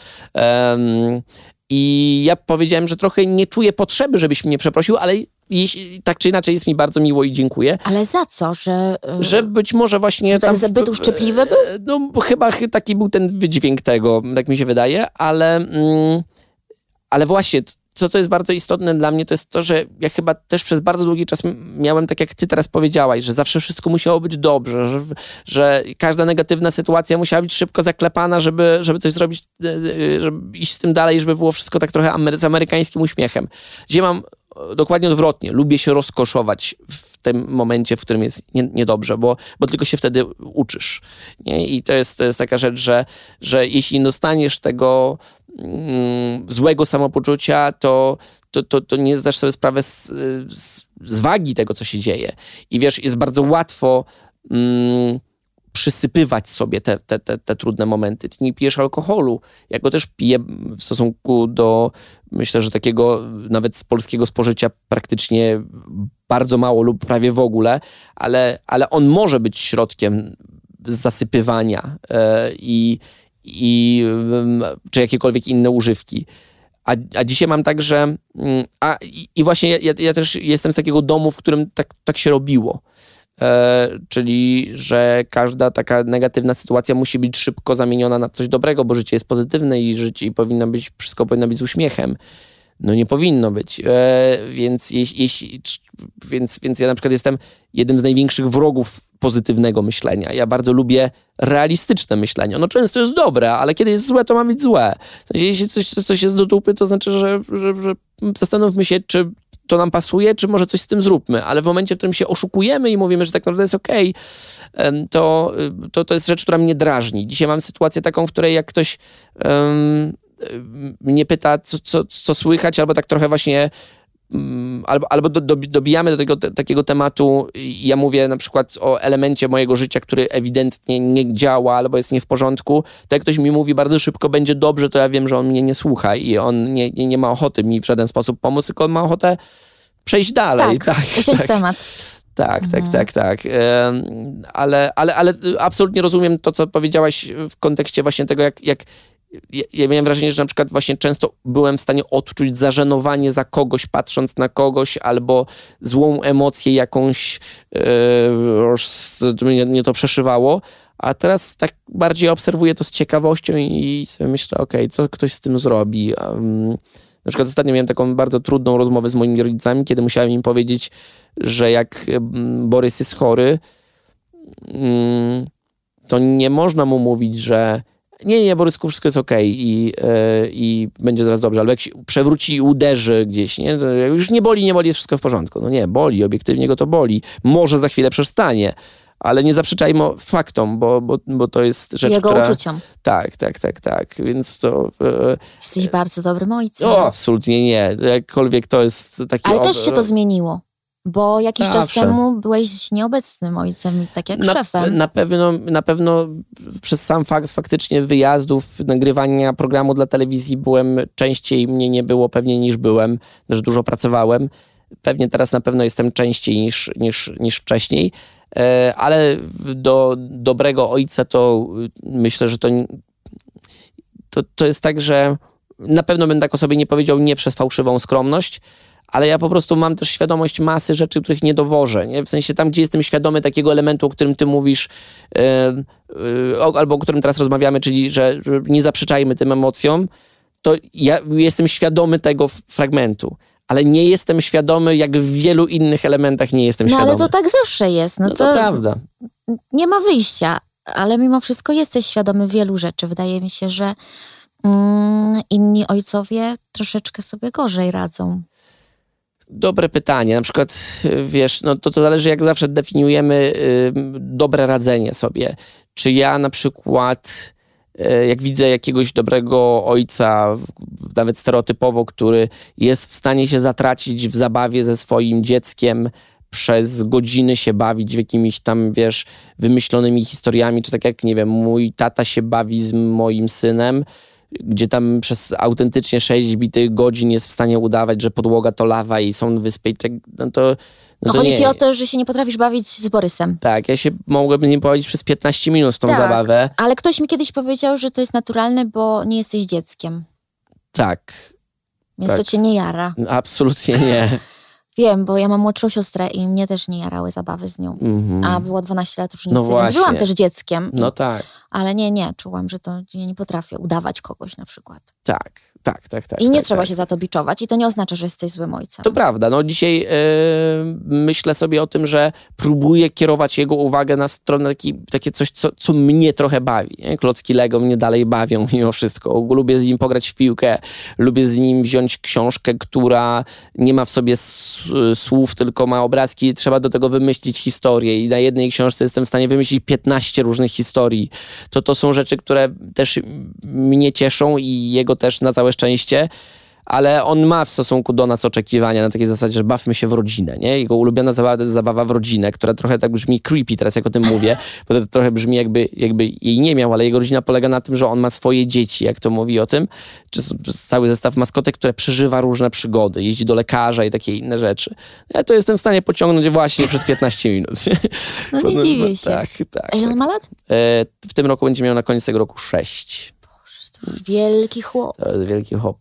Um, I ja powiedziałem, że trochę nie czuję potrzeby, żebyś mnie przeprosił, ale jeśli, tak czy inaczej jest mi bardzo miło i dziękuję. Ale za co? Że, y, Że być może właśnie... że tam zbyt uszczypliwy był? No bo chyba ch- taki był ten wydźwięk tego, tak mi się wydaje, ale, mm, ale właśnie co, co jest bardzo istotne dla mnie, to jest to, że ja chyba też przez bardzo długi czas miałem, tak jak ty teraz powiedziałaś, że zawsze wszystko musiało być dobrze, że, że każda negatywna sytuacja musiała być szybko zaklepana, żeby, żeby coś zrobić, żeby iść z tym dalej, żeby było wszystko tak trochę amery- z amerykańskim uśmiechem. Gdzie mam dokładnie odwrotnie. Lubię się rozkoszować w tym momencie, w którym jest nie, niedobrze, bo, bo tylko się wtedy uczysz. Nie? I to jest, to jest taka rzecz, że, że jeśli dostaniesz tego mm, złego samopoczucia, to, to, to, to nie zdasz sobie sprawę z, z, z wagi tego, co się dzieje. I wiesz, jest bardzo łatwo mm, przysypywać sobie te, te, te, te trudne momenty. Ty nie pijesz alkoholu. Ja go też piję w stosunku do, myślę, że takiego nawet z polskiego spożycia praktycznie bardzo mało lub prawie w ogóle, ale, ale on może być środkiem zasypywania e, i, i czy jakiekolwiek inne używki. A, a dzisiaj mam tak, że a, i, i właśnie ja, ja też jestem z takiego domu, w którym tak, tak się robiło. E, czyli, że każda taka negatywna sytuacja musi być szybko zamieniona na coś dobrego, bo życie jest pozytywne i życie i powinno być, wszystko powinno być z uśmiechem. No nie powinno być. E, więc, jeśli, jeśli, więc, więc ja na przykład jestem jednym z największych wrogów pozytywnego myślenia. Ja bardzo lubię realistyczne myślenie. Ono często jest dobre, ale kiedy jest złe, to ma być złe. W sensie, jeśli coś, coś jest do dupy, to znaczy, że, że, że zastanówmy się, czy to nam pasuje, czy może coś z tym zróbmy. Ale w momencie, w którym się oszukujemy i mówimy, że tak naprawdę jest okej, to, to, to jest rzecz, która mnie drażni. Dzisiaj mam sytuację taką, w której jak ktoś um, mnie pyta, co, co, co słychać, albo tak trochę właśnie albo, albo do, do, dobijamy do tego te, takiego tematu i ja mówię na przykład o elemencie mojego życia, który ewidentnie nie działa albo jest nie w porządku, to jak ktoś mi mówi bardzo szybko będzie dobrze, to ja wiem, że on mnie nie słucha i on nie, nie, nie ma ochoty mi w żaden sposób pomóc, tylko on ma ochotę przejść dalej. Tak, tak usiąść tak. temat. Tak, mhm. tak, tak, tak. Ale, ale, ale absolutnie rozumiem to, co powiedziałaś w kontekście właśnie tego, jak, jak Ja, ja miałem wrażenie, że na przykład właśnie często byłem w stanie odczuć zażenowanie za kogoś, patrząc na kogoś, albo złą emocję jakąś, yy, mnie, mnie to przeszywało, a teraz tak bardziej obserwuję to z ciekawością i sobie myślę, okej, okay, co ktoś z tym zrobi. Um, na przykład ostatnio miałem taką bardzo trudną rozmowę z moimi rodzicami, kiedy musiałem im powiedzieć, że jak Borys jest chory, um, to nie można mu mówić, że nie, nie, Borysku, wszystko jest okej okay i, yy, i będzie zaraz dobrze. Albo jak się przewróci i uderzy gdzieś, nie? To już nie boli, nie boli, jest wszystko w porządku. No nie, boli, obiektywnie go to boli. Może za chwilę przestanie, ale nie zaprzeczajmy faktom, bo, bo, bo to jest rzecz, Jego która... uczuciom. Tak, tak, tak, tak. Więc to... Yy... Jesteś bardzo dobrym ojcem. O, absolutnie nie. Jakkolwiek to jest taki... Ale ob... też się to zmieniło. Bo jakiś Zawsze. czas temu byłeś nieobecnym ojcem, tak jak na, szefem. Na pewno, na pewno przez sam fakt faktycznie wyjazdów, nagrywania programu dla telewizji byłem częściej, mnie nie było pewnie niż byłem, że dużo pracowałem. Pewnie teraz na pewno jestem częściej niż, niż, niż wcześniej, ale do dobrego ojca to myślę, że to, to, to jest tak, że na pewno bym tak o sobie nie powiedział nie przez fałszywą skromność, ale ja po prostu mam też świadomość masy rzeczy, których nie dowożę. Nie? W sensie tam, gdzie jestem świadomy takiego elementu, o którym ty mówisz, yy, yy, albo o którym teraz rozmawiamy, czyli że, że nie zaprzeczajmy tym emocjom, to ja jestem świadomy tego fragmentu. Ale nie jestem świadomy, jak w wielu innych elementach nie jestem no, świadomy. No ale to tak zawsze jest. No, no to, to prawda. Nie ma wyjścia, ale mimo wszystko jesteś świadomy wielu rzeczy. Wydaje mi się, że mm, inni ojcowie troszeczkę sobie gorzej radzą. Dobre pytanie. Na przykład, wiesz, no to, to zależy, jak zawsze definiujemy y, dobre radzenie sobie. Czy ja na przykład, y, jak widzę jakiegoś dobrego ojca, nawet stereotypowo, który jest w stanie się zatracić w zabawie ze swoim dzieckiem, przez godziny się bawić w jakimiś tam, wiesz, wymyślonymi historiami, czy tak jak, nie wiem, mój tata się bawi z moim synem, gdzie tam przez autentycznie sześć bitych godzin jest w stanie udawać, że podłoga to lawa i są wyspy i tak, no to... No, no to chodzi nie. ci o to, że się nie potrafisz bawić z Borysem. Tak, ja się mogłem z nim pobawić przez piętnaście minut w tą tak, zabawę. Ale ktoś mi kiedyś powiedział, że to jest naturalne, bo nie jesteś dzieckiem. Tak. Więc tak. to cię nie jara. Absolutnie nie. Wiem, bo ja mam młodszą siostrę i mnie też nie jarały zabawy z nią. Mm-hmm. A było dwanaście lat różnicy, no więc byłam też dzieckiem. No i, tak. Ale nie, nie, czułam, że to nie, nie potrafię udawać kogoś na przykład. Tak, tak, tak. tak I nie tak, trzeba tak. się za to biczować i to nie oznacza, że jesteś złym ojcem. To prawda. No dzisiaj yy, myślę sobie o tym, że próbuję kierować jego uwagę na stronę taki, takie coś, co, co mnie trochę bawi. Nie? Klocki Lego mnie dalej bawią mimo wszystko. Lubię z nim pograć w piłkę, lubię z nim wziąć książkę, która nie ma w sobie s- słów, tylko ma obrazki. Trzeba do tego wymyślić historię i na jednej książce jestem w stanie wymyślić piętnaście różnych historii. To to są rzeczy, które też mnie cieszą i jego też na całe szczęście, ale on ma w stosunku do nas oczekiwania na takiej zasadzie, że bawmy się w rodzinę, nie? Jego ulubiona zabawa to jest zabawa w rodzinę, która trochę tak brzmi creepy teraz, jak o tym mówię, bo to trochę brzmi jakby, jakby jej nie miał, ale jego rodzina polega na tym, że on ma swoje dzieci, jak to mówi o tym, czy cały zestaw maskotek, które przeżywa różne przygody, jeździ do lekarza i takie inne rzeczy. Ja to jestem w stanie pociągnąć właśnie przez piętnaście minut. No nie dziwię się. Tak, tak. A ile tak. on ma lat? E, w tym roku będzie miał na koniec tego roku sześć. Boże, to wielki chłop. To jest wielki hop.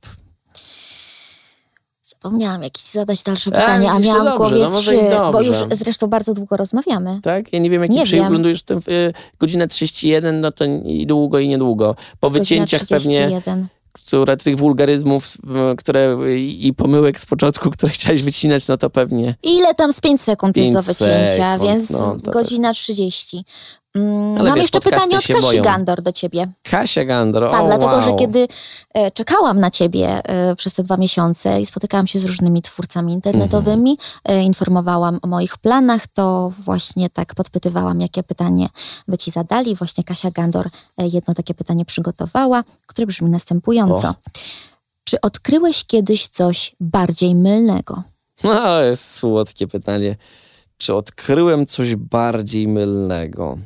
Zapomniałam jakieś zadać dalsze pytanie, a, a miałam w głowie no trzy, bo już zresztą bardzo długo rozmawiamy. Tak? Ja nie wiem, jaki nie przeglądujesz ten y, godzinę trzydzieści jeden, no to i długo i niedługo. Po wycięciach pewnie, które tych wulgaryzmów, które i, i pomyłek z początku, które chciałeś wycinać, no to pewnie... Ile tam z pięć sekund jest do wycięcia, sekund, więc no, godzina trzydzieści. Mm, Ale mam wiesz, jeszcze pytanie od Kasi boją. Gandor do ciebie. Kasia Gandor, Tak, o, dlatego, wow. że kiedy e, czekałam na ciebie e, przez te dwa miesiące i spotykałam się z różnymi twórcami internetowymi, mm-hmm. e, informowałam o moich planach, to właśnie tak podpytywałam, jakie pytanie by ci zadali. Właśnie Kasia Gandor e, jedno takie pytanie przygotowała, które brzmi następująco. O. Czy odkryłeś kiedyś coś bardziej mylnego? No, jest słodkie pytanie. Czy odkryłem coś bardziej mylnego?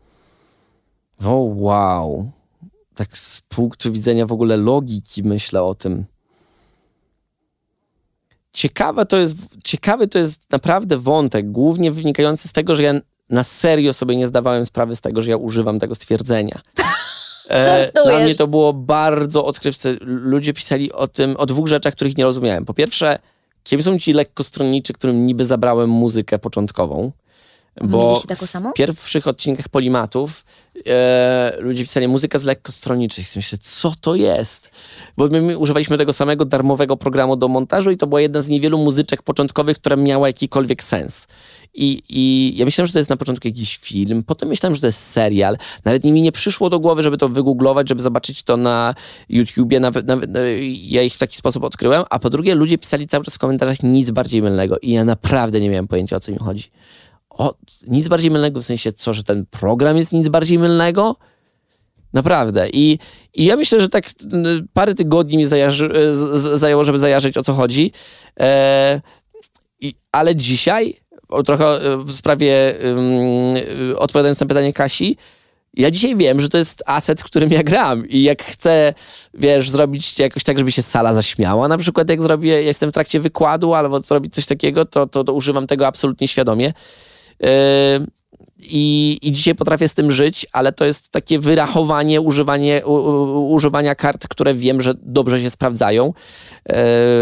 O wow. Tak z punktu widzenia w ogóle logiki myślę o tym. Ciekawe to jest, ciekawy to jest naprawdę wątek, głównie wynikający z tego, że ja na serio sobie nie zdawałem sprawy z tego, że ja używam tego stwierdzenia. E, dla mnie to było bardzo odkrywcze. Ludzie pisali o tym, o dwóch rzeczach, których nie rozumiałem. Po pierwsze, kim są ci lekkostronniczy, którym niby zabrałem muzykę początkową? Bo w pierwszych odcinkach Polimatów e, ludzie pisali muzyka z lekkostronniczych. Myślę, co to jest? Bo my używaliśmy tego samego darmowego programu do montażu i to była jedna z niewielu muzyczek początkowych, która miała jakikolwiek sens. I, I ja myślałem, że to jest na początku jakiś film, potem myślałem, że to jest serial. Nawet mi nie przyszło do głowy, żeby to wygooglować, żeby zobaczyć to na YouTubie. Nawet, nawet, ja ich w taki sposób odkryłem. A po drugie, ludzie pisali cały czas w komentarzach nic bardziej mylnego i ja naprawdę nie miałem pojęcia, o co im chodzi. O, nic bardziej mylnego w sensie co, że ten program jest nic bardziej mylnego? Naprawdę. I, i ja myślę, że tak parę tygodni mi zajarzy, z, zajęło, żeby zajarzyć, o co chodzi. E, i, ale dzisiaj, o, trochę w sprawie, um, odpowiadając na pytanie Kasi, ja dzisiaj wiem, że to jest aset, którym ja gram i jak chcę, wiesz, zrobić jakoś tak, żeby się sala zaśmiała, na przykład jak zrobię, jestem w trakcie wykładu albo zrobić coś takiego, to, to, to używam tego absolutnie świadomie. Yy, i, I dzisiaj potrafię z tym żyć, ale to jest takie wyrachowanie, używanie, u, u, używania kart, które wiem, że dobrze się sprawdzają. Yy,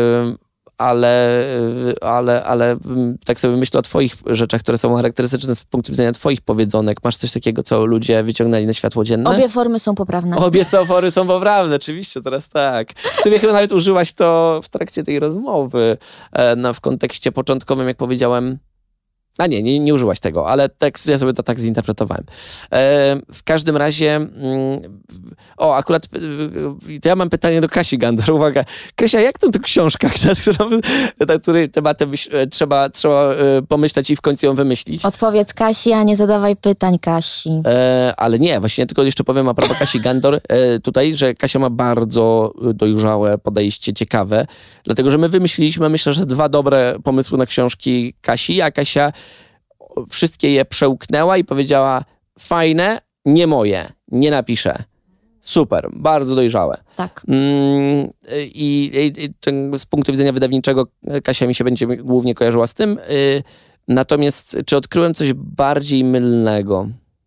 ale, ale, ale tak sobie myślę o twoich rzeczach, które są charakterystyczne z punktu widzenia twoich powiedzonek. Masz coś takiego, co ludzie wyciągnęli na światło dzienne? Obie formy są poprawne. Obie formy są poprawne, oczywiście, teraz tak. W sumie chyba nawet użyłaś to w trakcie tej rozmowy, no, w kontekście początkowym, jak powiedziałem. A nie, nie, nie użyłaś tego, ale tak, ja sobie to tak zinterpretowałem. E, w każdym razie, mm, o, akurat to ja mam pytanie do Kasi Gandor. Uwaga, Kasia, jak to, to książka, nad której tematem trzeba, trzeba pomyśleć i w końcu ją wymyślić? Odpowiedz Kasi, a nie zadawaj pytań Kasi. E, ale nie, właśnie tylko jeszcze powiem a propos Kasi Gandor e, tutaj, że Kasia ma bardzo dojrzałe podejście, ciekawe, dlatego, że my wymyśliliśmy, myślę, że dwa dobre pomysły na książki Kasi, a Kasia wszystkie je przełknęła i powiedziała, fajne, nie moje, nie napiszę. Super, bardzo dojrzałe. Tak. Mm, i, i, i z punktu widzenia wydawniczego Kasia mi się będzie głównie kojarzyła z tym. Y, natomiast czy odkryłem coś bardziej mylnego?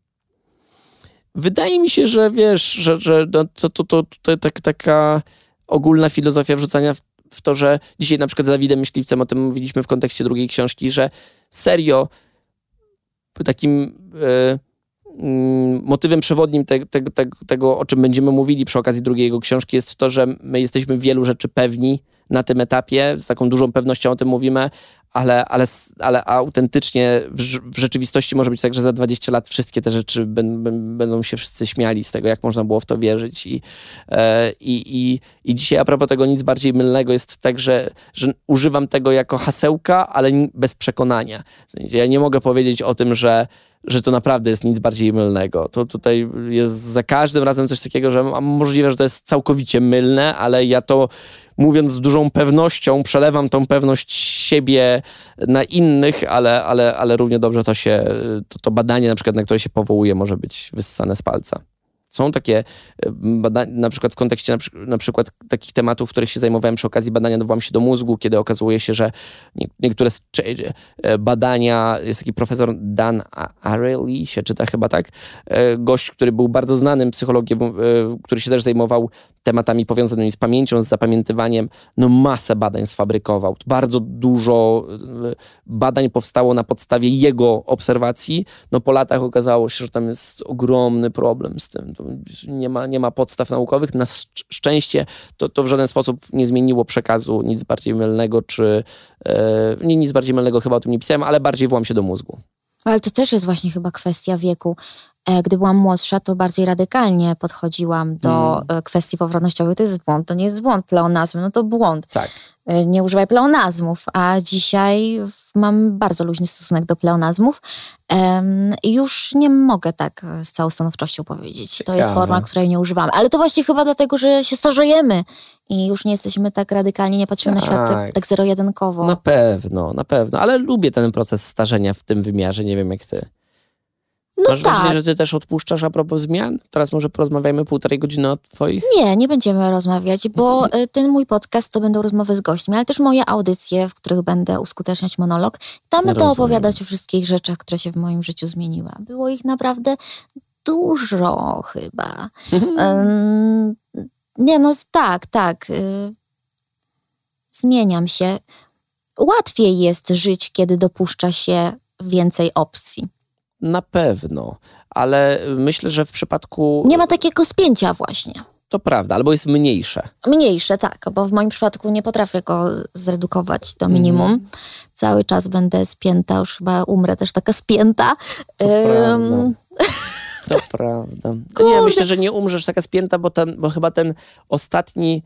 Wydaje mi się, że wiesz, że, że no, to, to, to, to tak, taka ogólna filozofia wrzucania w w to, że dzisiaj na przykład z Dawidem Myśliwcem, o tym mówiliśmy w kontekście drugiej książki, że serio takim e, m, motywem przewodnim te, te, te, tego, o czym będziemy mówili przy okazji drugiej jego książki, jest to, że my jesteśmy wielu rzeczy pewni na tym etapie, z taką dużą pewnością o tym mówimy, ale, ale, ale autentycznie w, w rzeczywistości może być tak, że za dwadzieścia lat wszystkie te rzeczy ben, ben, będą się wszyscy śmiali z tego, jak można było w to wierzyć. I, e, i, i, i dzisiaj a propos tego nic bardziej mylnego jest tak, że, że używam tego jako hasełka, ale bez przekonania. Ja nie mogę powiedzieć o tym, że że to naprawdę jest nic bardziej mylnego. To tutaj jest za każdym razem coś takiego, że możliwe, że to jest całkowicie mylne, ale ja to mówiąc z dużą pewnością, przelewam tą pewność siebie na innych, ale, ale, ale równie dobrze to się, to, to badanie na przykład, na które się powołuje, może być wyssane z palca. Są takie badania, na przykład w kontekście na, przy, na przykład takich tematów, których się zajmowałem przy okazji badania Włam się do mózgu, kiedy okazuje się, że nie, niektóre z badania, jest taki profesor Dan Ariely, się czyta chyba tak, gość, który był bardzo znanym psychologiem, który się też zajmował tematami powiązanymi z pamięcią, z zapamiętywaniem, no masę badań sfabrykował. Bardzo dużo badań powstało na podstawie jego obserwacji. No po latach okazało się, że tam jest ogromny problem z tym. Nie ma, nie ma podstaw naukowych. Na szczęście to, to w żaden sposób nie zmieniło przekazu, nic bardziej mylnego, czy e, nie nic bardziej mylnego chyba o tym nie pisałem, ale bardziej włam się do mózgu. Ale to też jest właśnie chyba kwestia wieku. Gdy byłam młodsza, to bardziej radykalnie podchodziłam do hmm. kwestii powrotnościowych. To jest błąd, to nie jest błąd. Pleonazmy, no to błąd. Tak. Nie używaj pleonazmów. A dzisiaj mam bardzo luźny stosunek do pleonazmów i już nie mogę tak z całą stanowczością powiedzieć. Ciekawe. To jest forma, której nie używamy. Ale to właśnie chyba dlatego, że się starzejemy i już nie jesteśmy tak radykalnie, nie patrzymy tak. na świat tak, tak zero-jedynkowo. Na pewno, na pewno. Ale lubię ten proces starzenia w tym wymiarze. Nie wiem jak ty. No Masz tak. wrażenie, że ty też odpuszczasz a propos zmian? Teraz może porozmawiajmy półtorej godziny o twoich? Nie, nie będziemy rozmawiać, bo ten mój podcast to będą rozmowy z gośćmi, ale też moje audycje, w których będę uskuteczniać monolog. Tam będę opowiadać o wszystkich rzeczach, które się w moim życiu zmieniły. Było ich naprawdę dużo chyba. um, nie, no tak, tak. Y, zmieniam się. Łatwiej jest żyć, kiedy dopuszcza się więcej opcji. Na pewno, ale myślę, że w przypadku... Nie ma takiego spięcia właśnie. To prawda, albo jest mniejsze. Mniejsze, tak, bo w moim przypadku nie potrafię go zredukować do minimum. Mm. Cały czas będę spięta, już chyba umrę też taka spięta. To um... prawda. To prawda. Nie, myślę, że nie umrzesz taka spięta, bo, ten, bo chyba ten ostatni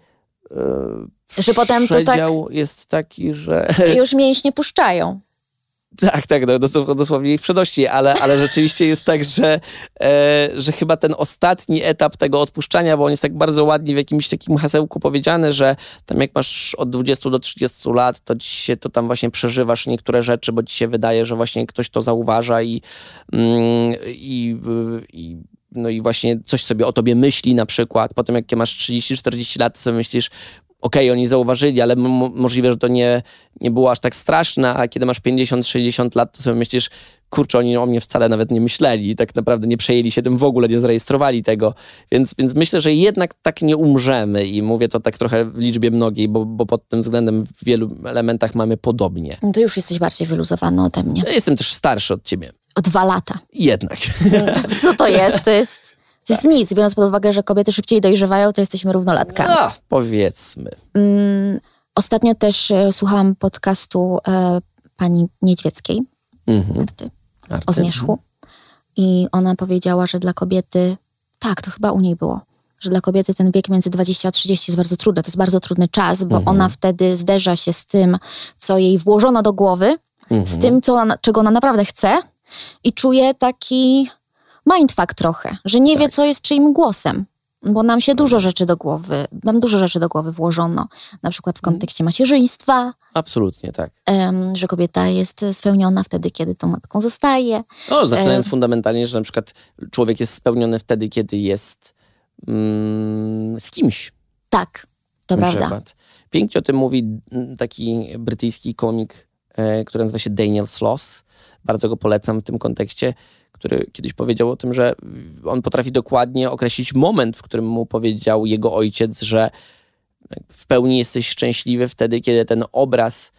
yy, że potem to tak jest taki, że... Już mięśnie puszczają. Tak, tak, no, dosł- dosłownie ich przenosi, ale, ale rzeczywiście jest tak, że, e, że chyba ten ostatni etap tego odpuszczania, bo on jest tak bardzo ładnie w jakimś takim hasełku powiedziane, że tam jak masz od dwudziestu do trzydziestu lat, to ci się to tam właśnie przeżywasz niektóre rzeczy, bo ci się wydaje, że właśnie ktoś to zauważa i, mm, i, i no i właśnie coś sobie o tobie myśli na przykład. Potem jak masz trzydzieści czterdzieści lat, to sobie myślisz, okej, okay, oni zauważyli, ale m- możliwe, że to nie, nie było aż tak straszne, a kiedy masz pięćdziesiąt sześćdziesiąt lat, to sobie myślisz, kurczę, oni o mnie wcale nawet nie myśleli, tak naprawdę nie przejęli się tym w ogóle, nie zarejestrowali tego, więc, więc myślę, że jednak tak nie umrzemy i mówię to tak trochę w liczbie mnogiej, bo, bo pod tym względem w wielu elementach mamy podobnie. No to już jesteś bardziej wyluzowany ode mnie. Ja jestem też starszy od ciebie. O dwa lata. Jednak. Co to jest? To jest... To jest nic, biorąc pod uwagę, że kobiety szybciej dojrzewają, to jesteśmy równolatkami. No, powiedzmy. Um, ostatnio też e, słuchałam podcastu e, pani Niedźwieckiej, mm-hmm. Marty, Marty, o zmierzchu. Mm-hmm. I ona powiedziała, że dla kobiety, tak, to chyba u niej było, że dla kobiety ten wiek między dwadzieścia a trzydzieści jest bardzo trudny. To jest bardzo trudny czas, bo mm-hmm. ona wtedy zderza się z tym, co jej włożono do głowy, mm-hmm. z tym, co ona, czego ona naprawdę chce i czuje taki... mindfuck trochę, że nie tak. wie, co jest czyim głosem, bo nam się dużo rzeczy do głowy, nam dużo rzeczy do głowy włożono, na przykład w kontekście macierzyństwa. Absolutnie, tak. Um, że kobieta jest spełniona wtedy, kiedy tą matką zostaje. No, zaczynając um, fundamentalnie, że na przykład człowiek jest spełniony wtedy, kiedy jest mm, z kimś. Tak, to prawda. Przykład. Pięknie o tym mówi taki brytyjski komik, e, który nazywa się Daniel Sloss. Bardzo go polecam w tym kontekście, który kiedyś powiedział o tym, że on potrafi dokładnie określić moment, w którym mu powiedział jego ojciec, że w pełni jesteś szczęśliwy wtedy, kiedy ten obraz,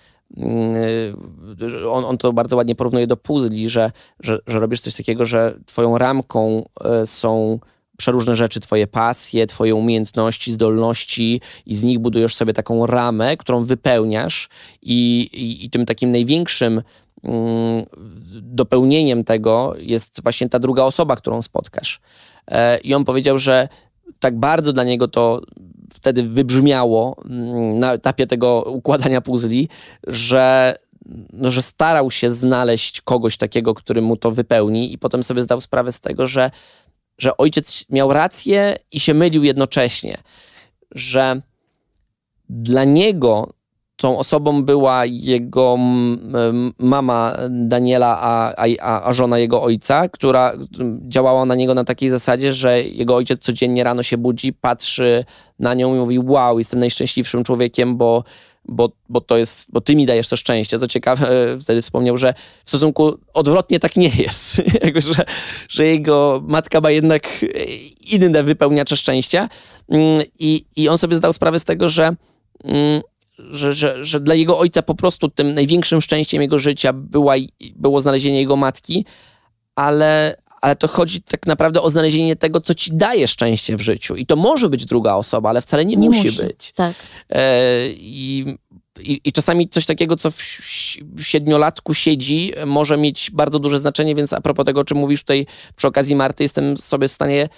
on, on to bardzo ładnie porównuje do puzli, że, że, że robisz coś takiego, że twoją ramką są przeróżne rzeczy, twoje pasje, twoje umiejętności, zdolności i z nich budujesz sobie taką ramę, którą wypełniasz i, i, i tym takim największym mm, dopełnieniem tego jest właśnie ta druga osoba, którą spotkasz. E, I on powiedział, że tak bardzo dla niego to wtedy wybrzmiało mm, na etapie tego układania puzli, że no, że starał się znaleźć kogoś takiego, który mu to wypełni i potem sobie zdał sprawę z tego, że że ojciec miał rację i się mylił jednocześnie, że dla niego tą osobą była jego mama Daniela, a, a, a żona jego ojca, która działała na niego na takiej zasadzie, że jego ojciec codziennie rano się budzi, patrzy na nią i mówi: wow, jestem najszczęśliwszym człowiekiem, bo Bo, bo to jest, bo ty mi dajesz to szczęście. Co ciekawe, wtedy wspomniał, że w stosunku odwrotnie tak nie jest. Jakby, że, że jego matka ma jednak inne wypełniacze szczęścia. I, i on sobie zdał sprawę z tego, że, że, że, że dla jego ojca po prostu tym największym szczęściem jego życia była, było znalezienie jego matki, ale, ale to chodzi tak naprawdę o znalezienie tego, co ci daje szczęście w życiu. I to może być druga osoba, ale wcale nie, nie musi, musi być. Tak. E, i, i, I czasami coś takiego, co w, w siedmiolatku siedzi, może mieć bardzo duże znaczenie, więc a propos tego, o czym mówisz tutaj przy okazji Marty, jestem sobie w stanie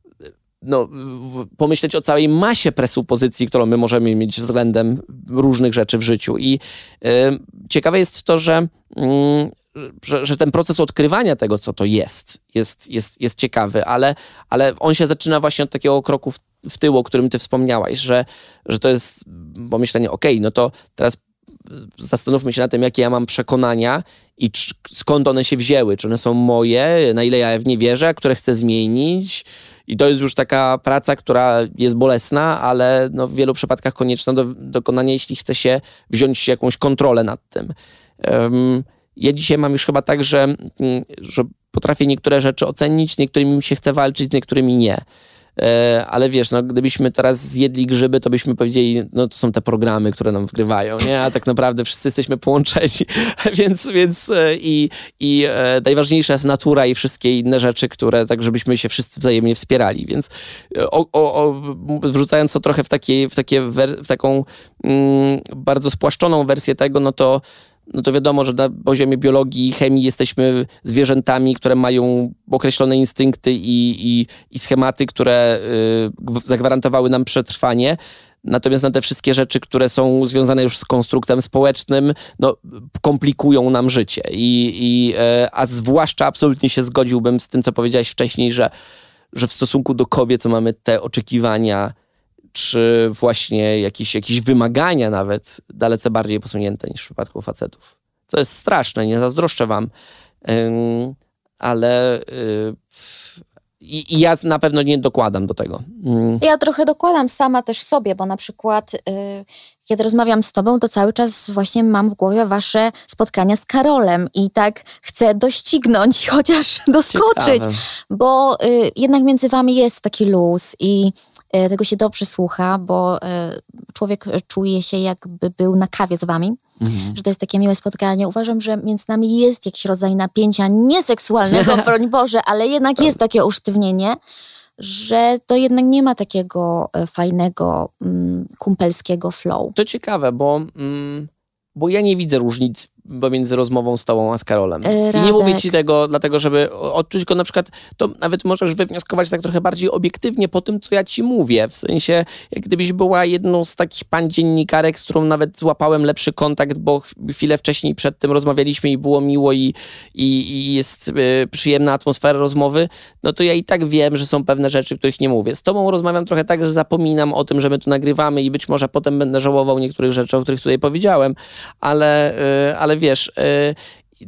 no, pomyśleć o całej masie presupozycji, którą my możemy mieć względem różnych rzeczy w życiu. I e, ciekawe jest to, że mm, Że, że ten proces odkrywania tego, co to jest, jest, jest, jest ciekawy, ale, ale on się zaczyna właśnie od takiego kroku w, w tył, o którym ty wspomniałaś, że, że to jest pomyślenie, okej, okay, no to teraz zastanówmy się na tym, jakie ja mam przekonania i czy, skąd one się wzięły, czy one są moje, na ile ja w nie wierzę, które chcę zmienić. I to jest już taka praca, która jest bolesna, ale no w wielu przypadkach konieczna do dokonania, jeśli chce się wziąć jakąś kontrolę nad tym. Um, Ja dzisiaj mam już chyba tak, że, że potrafię niektóre rzeczy ocenić, z niektórymi mi się chce walczyć, z niektórymi nie. E, ale wiesz, no, gdybyśmy teraz zjedli grzyby, to byśmy powiedzieli, no to są te programy, które nam wgrywają, nie? A tak naprawdę wszyscy jesteśmy połączeni, więc, więc e, i, i e, najważniejsza jest natura i wszystkie inne rzeczy, które tak, żebyśmy się wszyscy wzajemnie wspierali, więc o, o, o, wrzucając to trochę w, takie, w, takie wer- w taką mm, bardzo spłaszczoną wersję tego, no to no to wiadomo, że na poziomie biologii i chemii jesteśmy zwierzętami, które mają określone instynkty i, i, i schematy, które y, zagwarantowały nam przetrwanie. Natomiast na te wszystkie rzeczy, które są związane już z konstruktem społecznym, no, komplikują nam życie. I, i, y, a zwłaszcza absolutnie się zgodziłbym z tym, co powiedziałaś wcześniej, że, że w stosunku do kobiet mamy te oczekiwania, czy właśnie jakieś, jakieś wymagania nawet dalece bardziej posunięte niż w przypadku facetów. Co jest straszne, nie zazdroszczę wam, ym, ale yy, i ja na pewno nie dokładam do tego. Ym. Ja trochę dokładam sama też sobie, bo na przykład yy, kiedy rozmawiam z tobą, to cały czas właśnie mam w głowie wasze spotkania z Karolem i tak chcę doścignąć, chociaż doskoczyć, Ciekawe. Bo yy, jednak między wami jest taki luz i tego się dobrze słucha, bo człowiek czuje się, jakby był na kawie z wami, mhm. że to jest takie miłe spotkanie. Uważam, że między nami jest jakiś rodzaj napięcia, nie seksualnego, broń Boże, ale jednak jest takie usztywnienie, że to jednak nie ma takiego fajnego, kumpelskiego flow. To ciekawe, bo... Mm... Bo ja nie widzę różnic pomiędzy rozmową z tobą a z Karolem. Radek. I nie mówię ci tego dlatego, żeby odczuć, tylko na przykład to nawet możesz wywnioskować tak trochę bardziej obiektywnie po tym, co ja ci mówię. W sensie, jak gdybyś była jedną z takich pań dziennikarek, z którą nawet złapałem lepszy kontakt, bo chwilę wcześniej przed tym rozmawialiśmy i było miło i, i, i jest y, przyjemna atmosfera rozmowy, no to ja i tak wiem, że są pewne rzeczy, których nie mówię. Z tobą rozmawiam trochę tak, że zapominam o tym, że my tu nagrywamy i być może potem będę żałował niektórych rzeczy, o których tutaj powiedziałem, ale, y, ale wiesz, y,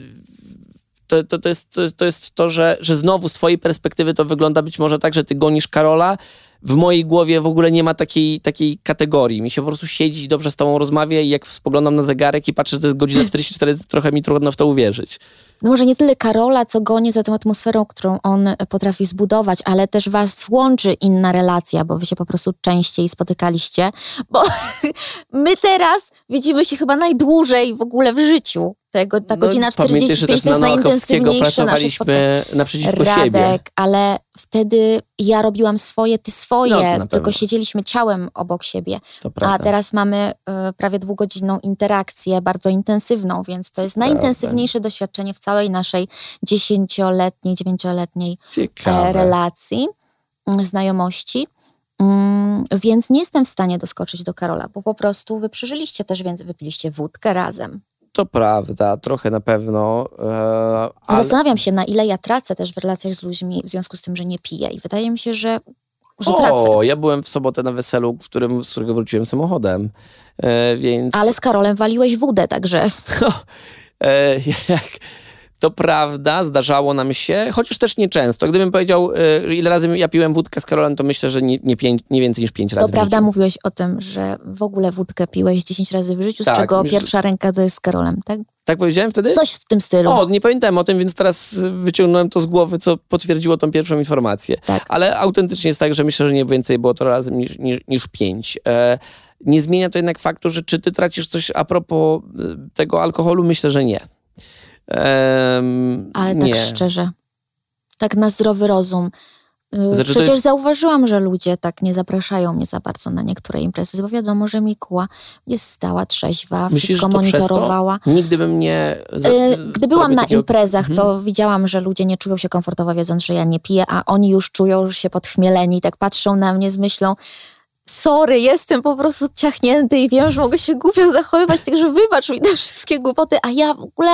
to, to, to, jest, to, to jest to, że, że znowu z twojej perspektywy to wygląda być może tak, że ty gonisz Karola, w mojej głowie w ogóle nie ma takiej, takiej kategorii. Mi się po prostu siedzi i dobrze z tobą rozmawia i jak spoglądam na zegarek i patrzę, że to jest godzina czterdzieści cztery, trochę mi trudno w to uwierzyć. No może nie tyle Karola, co gonię za tą atmosferą, którą on potrafi zbudować, ale też was łączy inna relacja, bo wy się po prostu częściej spotykaliście, bo my teraz widzimy się chyba najdłużej w ogóle w życiu. Tego, ta godzina no, czterdzieści pięć to jest najintensywniejsze nasze spotkanie. Naprzeciwko Radek, siebie. ale wtedy ja robiłam swoje, ty swoje, No, tylko siedzieliśmy ciałem obok siebie. To prawda. A teraz mamy y, prawie dwugodzinną interakcję, bardzo intensywną, więc to jest najintensywniejsze doświadczenie w całej naszej dziesięcioletniej, dziewięcioletniej e, relacji, y, znajomości. Mm, więc nie jestem w stanie doskoczyć do Karola, bo po prostu wy przeżyliście też, więc wypiliście wódkę razem. To prawda, trochę na pewno. E, ale... Zastanawiam się, na ile ja tracę też w relacjach z ludźmi w związku z tym, że nie piję. I wydaje mi się, że, że o, tracę. O, ja byłem w sobotę na weselu, w którym, z którego wróciłem samochodem, e, więc... Ale z Karolem waliłeś wódę, także... e, jak... To prawda, zdarzało nam się, chociaż też nieczęsto. Gdybym powiedział, y, ile razy ja piłem wódkę z Karolem, to myślę, że nie, nie, pięć, nie więcej niż pięć razy. To prawda, życiu. Mówiłeś o tym, że w ogóle wódkę piłeś dziesięć razy w życiu, tak, z czego myślę, pierwsza ręka to jest z Karolem, tak? Tak powiedziałem wtedy? Coś w tym stylu. O, nie pamiętałem o tym, więc teraz wyciągnąłem to z głowy, co potwierdziło tą pierwszą informację. Tak. Ale autentycznie jest tak, że myślę, że nie więcej było to razem niż, niż, niż pięć. E, nie zmienia to jednak faktu, że czy ty tracisz coś a propos tego alkoholu? Myślę, że nie. Um, Ale tak nie. szczerze, tak na zdrowy rozum. Znaczy, Przecież jest... zauważyłam, że ludzie tak nie zapraszają mnie za bardzo na niektóre imprezy, bo wiadomo, że Mikuła jest stała, trzeźwa, Myślisz, wszystko że to monitorowała. Przez to? Nigdy bym nie... Za... Gdy byłam na takiego... imprezach, to mhm. widziałam, że ludzie nie czują się komfortowo, wiedząc, że ja nie piję, a oni już czują, że się podchmieleni, tak patrzą na mnie z myślą: sorry, jestem po prostu ciachnięty i wiem, że mogę się głupio zachowywać, także wybacz mi te wszystkie głupoty, a ja w ogóle...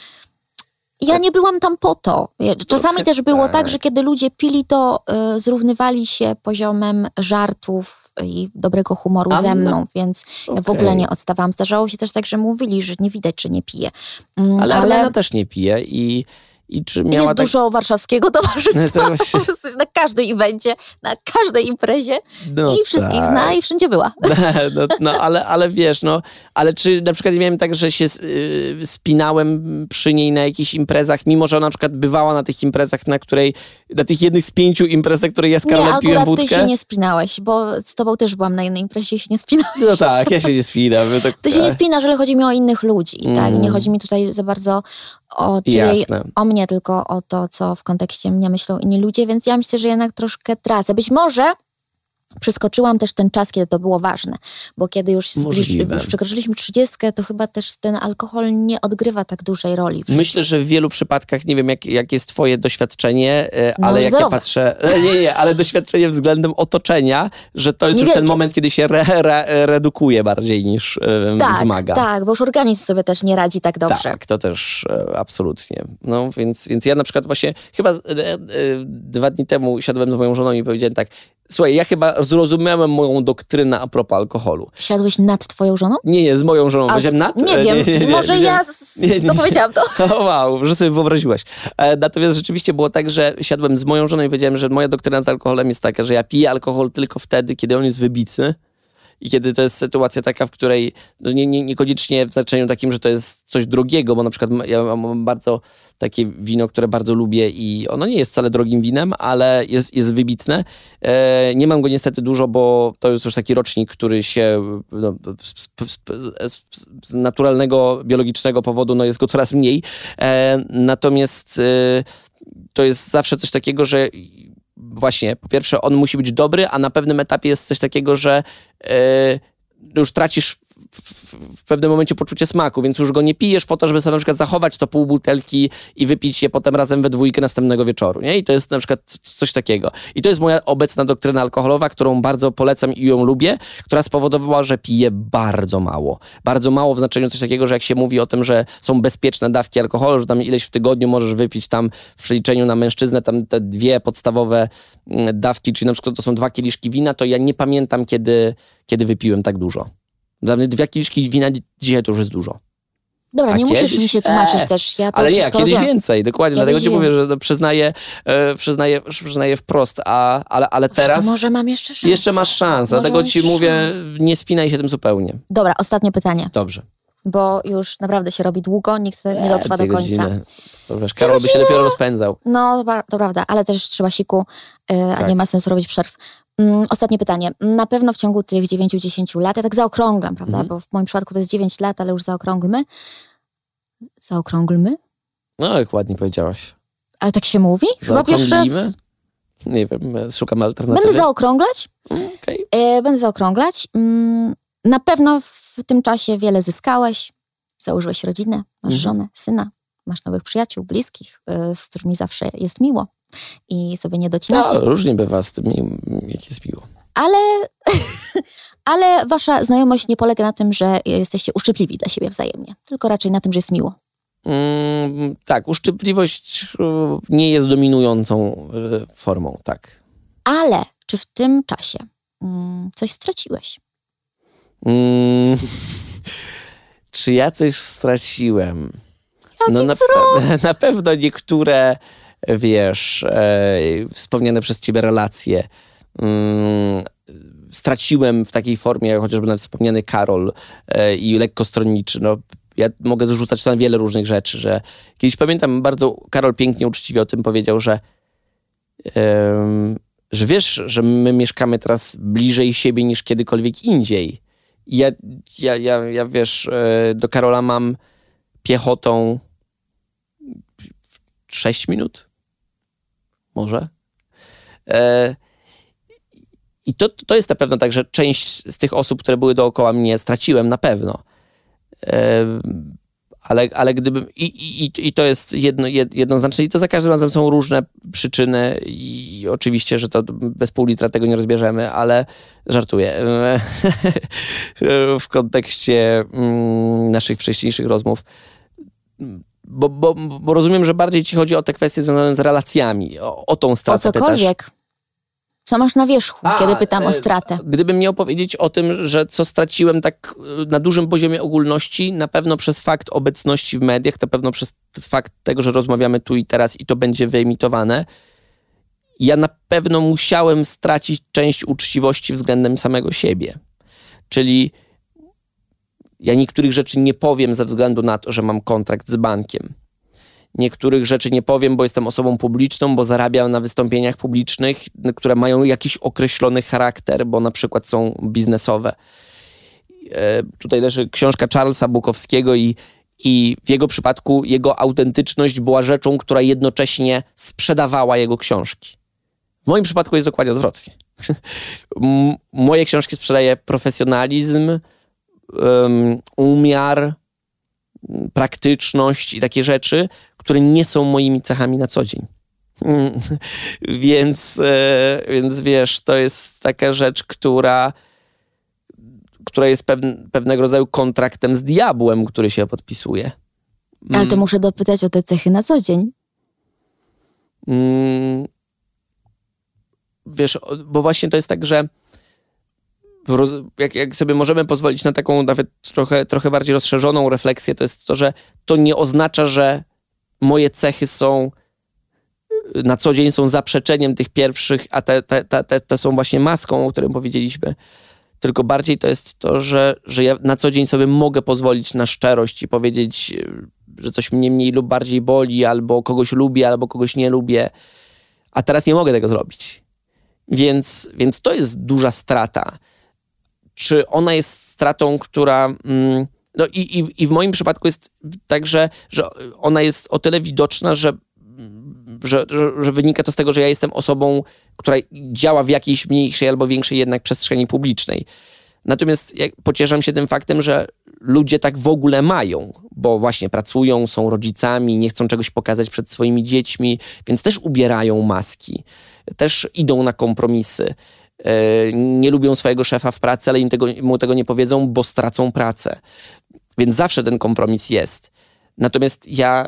Ja nie byłam tam po to. Czasami Trochę też było tak. tak, że kiedy ludzie pili, to y, zrównywali się poziomem żartów i dobrego humoru A, ze mną, no. więc Okay. ja w ogóle nie odstawałam. Zdarzało się też tak, że mówili, że nie widać, czy nie piję. Mm, ale ale Arlena też nie pije i, i czy miała jest tak... dużo warszawskiego towarzystwa, No właśnie... po prostu jest na każdej evencie, na każdej imprezie no i wszystkich tak. zna i wszędzie była. No, no ale, ale wiesz, no, ale czy na przykład miałem tak, że się y, spinałem przy niej na jakichś imprezach, mimo że ona na przykład bywała na tych imprezach, na której, na tych jednych z pięciu imprez, na której ja z Karolem Nie, piłem akurat wódkę? ty się nie spinałeś, bo z tobą też byłam na jednej imprezie i się nie spinałeś. No tak, ja się nie spinam. To, To się nie spinasz, ale chodzi mi o innych ludzi, Mm. tak? Nie chodzi mi tutaj za bardzo o ciebie, Jasne. o mnie, tylko o to, co w kontekście mnie myślą inni ludzie, więc ja myślę, że jednak troszkę tracę. Być może przeskoczyłam też ten czas, kiedy to było ważne, bo kiedy już, Możliwe. już przekroczyliśmy trzydziestkę, to chyba też ten alkohol nie odgrywa tak dużej roli w życiu. Myślę, że w wielu przypadkach, nie wiem jak, jak jest twoje doświadczenie, e, No, ale jak zerowe. ja patrzę, e, nie, nie, ale doświadczenie względem otoczenia, że to jest Niewielkie. już ten moment, kiedy się re, re, redukuje bardziej niż e, tak, wzmaga. Tak, bo już organizm sobie też nie radzi tak dobrze. Tak, to też e, absolutnie. No więc, więc ja na przykład właśnie chyba e, e, dwa dni temu siadłem z moją żoną i powiedziałem tak: słuchaj, ja chyba zrozumiałem moją doktrynę a propos alkoholu. Siadłeś nad twoją żoną? Nie, nie, z moją żoną. A Powiedziałem nad? Nie E, wiem, nie, nie, nie, może nie, ja z... nie, nie, nie. to powiedziałam to. O, wow, że sobie wyobraziłaś. E, natomiast rzeczywiście było tak, że siadłem z moją żoną i powiedziałem, że moja doktryna z alkoholem jest taka, że ja piję alkohol tylko wtedy, kiedy on jest wybitny. I kiedy to jest sytuacja taka, w której no nie, nie, niekoniecznie w znaczeniu takim, że to jest coś drogiego, bo na przykład ja mam bardzo takie wino, które bardzo lubię i ono nie jest wcale drogim winem, ale jest, jest wybitne. E, nie mam go niestety dużo, bo to jest już taki rocznik, który się no, z, z, z, z naturalnego, biologicznego powodu no jest go coraz mniej. E, natomiast e, to jest zawsze coś takiego, że właśnie, po pierwsze, on musi być dobry, a na pewnym etapie jest coś takiego, że yy, już tracisz w, w, w pewnym momencie poczucie smaku, więc już go nie pijesz po to, żeby sobie na przykład zachować to pół butelki i wypić je potem razem we dwójkę następnego wieczoru, nie? I to jest na przykład coś takiego. I to jest moja obecna doktryna alkoholowa, którą bardzo polecam i ją lubię, która spowodowała, że piję bardzo mało. Bardzo mało w znaczeniu coś takiego, że jak się mówi o tym, że są bezpieczne dawki alkoholu, że tam ileś w tygodniu możesz wypić tam w przeliczeniu na mężczyznę tam te dwie podstawowe dawki, czyli na przykład to są dwa kieliszki wina, to ja nie pamiętam, kiedy, kiedy wypiłem tak dużo. Dla mnie dwie kieliszki wina dzisiaj to już jest dużo. Dobra, A nie kiedyś? musisz mi się tłumaczyć Eee, też. Ja to ale nie, wszystko kiedyś rozumiem. więcej, dokładnie. Kiedyś Dlatego ci mówię, więcej. że przyznaję, e, przyznaję, przyznaję wprost, a, ale, ale teraz... To może mam jeszcze szansę. Jeszcze masz szansę, Może dlatego mam ci jeszcze mówię, szans. nie spinaj się tym zupełnie. Dobra, ostatnie pytanie, Dobrze. bo już naprawdę się robi długo, nikt nie dotrwa do Dwie końca. godziny. To wiesz, Karol by się dopiero rozpędzał. No, to, to prawda, ale też trzeba siku, yy, a Tak. nie ma sensu robić przerw. Mm, ostatnie pytanie. Na pewno w ciągu tych dziewięć do dziesięciu lat, ja tak zaokrąglam, prawda, Mhm. bo w moim przypadku to jest dziewięć lat, ale już zaokrąglmy. Zaokrąglmy? No, jak ładnie powiedziałaś. Ale tak się mówi? Chyba pierwszy raz. Zaokrąglimy? Nie wiem, szukam alternatywy. Będę zaokrąglać. Mm, okej. E, będę zaokrąglać. Mm, na pewno w tym czasie wiele zyskałeś. Założyłeś rodzinę, masz Mhm. żonę, syna, masz nowych przyjaciół, bliskich, y, z którymi zawsze jest miło. I sobie nie docinacie. No, różnie bywa z tym, jak jest miło. Ale, ale wasza znajomość nie polega na tym, że jesteście uszczypliwi dla siebie wzajemnie. Tylko raczej na tym, że jest miło. Mm, tak, uszczypliwość e, nie jest dominującą e, formą, tak. Ale czy w tym czasie mm, coś straciłeś? Mm, czy ja coś straciłem? Jaki na, wzrok! na pewno niektóre, wiesz, e, wspomniane przez ciebie relacje mm, straciłem w takiej formie, jak chociażby nawet wspomniany Karol e, i lekko stronniczy. No, ja mogę zrzucać na wiele różnych rzeczy, że kiedyś pamiętam bardzo, Karol pięknie, uczciwie o tym powiedział, że em, że wiesz, że my mieszkamy teraz bliżej siebie niż kiedykolwiek indziej. I ja, ja, ja, ja wiesz, e, do Karola mam piechotą sześć minut? Może? E, I to, to jest na pewno tak, że część z tych osób, które były dookoła mnie, straciłem na pewno. E, ale, ale gdybym... I, i, i to jest jedno, jed, jednoznaczne. I to za każdym razem są różne przyczyny i oczywiście, że to bez pół litra tego nie rozbierzemy, ale żartuję. W kontekście mm, naszych wcześniejszych rozmów. Bo, bo, bo rozumiem, że bardziej ci chodzi o te kwestie związane z relacjami, o, o tą O stratę cokolwiek. pytasz. Co masz na wierzchu, A, kiedy pytam e, o stratę? Gdybym miał powiedzieć o tym, że co straciłem tak e, na dużym poziomie ogólności, na pewno przez fakt obecności w mediach, na pewno przez fakt tego, że rozmawiamy tu i teraz i to będzie wyemitowane, ja na pewno musiałem stracić część uczciwości względem samego siebie. Czyli ja niektórych rzeczy nie powiem ze względu na to, że mam kontrakt z bankiem. Niektórych rzeczy nie powiem, bo jestem osobą publiczną, bo zarabiam na wystąpieniach publicznych, które mają jakiś określony charakter, bo na przykład są biznesowe. E, tutaj leży książka Charlesa Bukowskiego i, i w jego przypadku jego autentyczność była rzeczą, która jednocześnie sprzedawała jego książki. W moim przypadku jest dokładnie odwrotnie. M- moje książki sprzedaje profesjonalizm, um, umiar, praktyczność i takie rzeczy, które nie są moimi cechami na co dzień. więc, e, więc wiesz, to jest taka rzecz, która, która jest pewn, pewnego rodzaju kontraktem z diabłem, który się podpisuje. Ale to muszę dopytać o te cechy na co dzień. Mm, wiesz, bo właśnie to jest tak, że roz, jak, jak sobie możemy pozwolić na taką nawet trochę, trochę bardziej rozszerzoną refleksję, to jest to, że to nie oznacza, że moje cechy są na co dzień są zaprzeczeniem tych pierwszych, a te, te, te, te są właśnie maską, o którym powiedzieliśmy. Tylko bardziej to jest to, że, że ja na co dzień sobie mogę pozwolić na szczerość i powiedzieć, że coś mnie mniej lub bardziej boli, albo kogoś lubię, albo kogoś nie lubię. A teraz nie mogę tego zrobić. Więc, więc to jest duża strata. Czy ona jest stratą, która... Mm, no i, i, i w moim przypadku jest tak, że, że ona jest o tyle widoczna, że, że, że, że wynika to z tego, że ja jestem osobą, która działa w jakiejś mniejszej albo większej jednak przestrzeni publicznej. Natomiast ja pocieszam się tym faktem, że ludzie tak w ogóle mają, bo właśnie pracują, są rodzicami, nie chcą czegoś pokazać przed swoimi dziećmi, więc też ubierają maski, też idą na kompromisy. Nie lubią swojego szefa w pracy, ale im tego, mu tego nie powiedzą, bo stracą pracę. Więc zawsze ten kompromis jest. Natomiast ja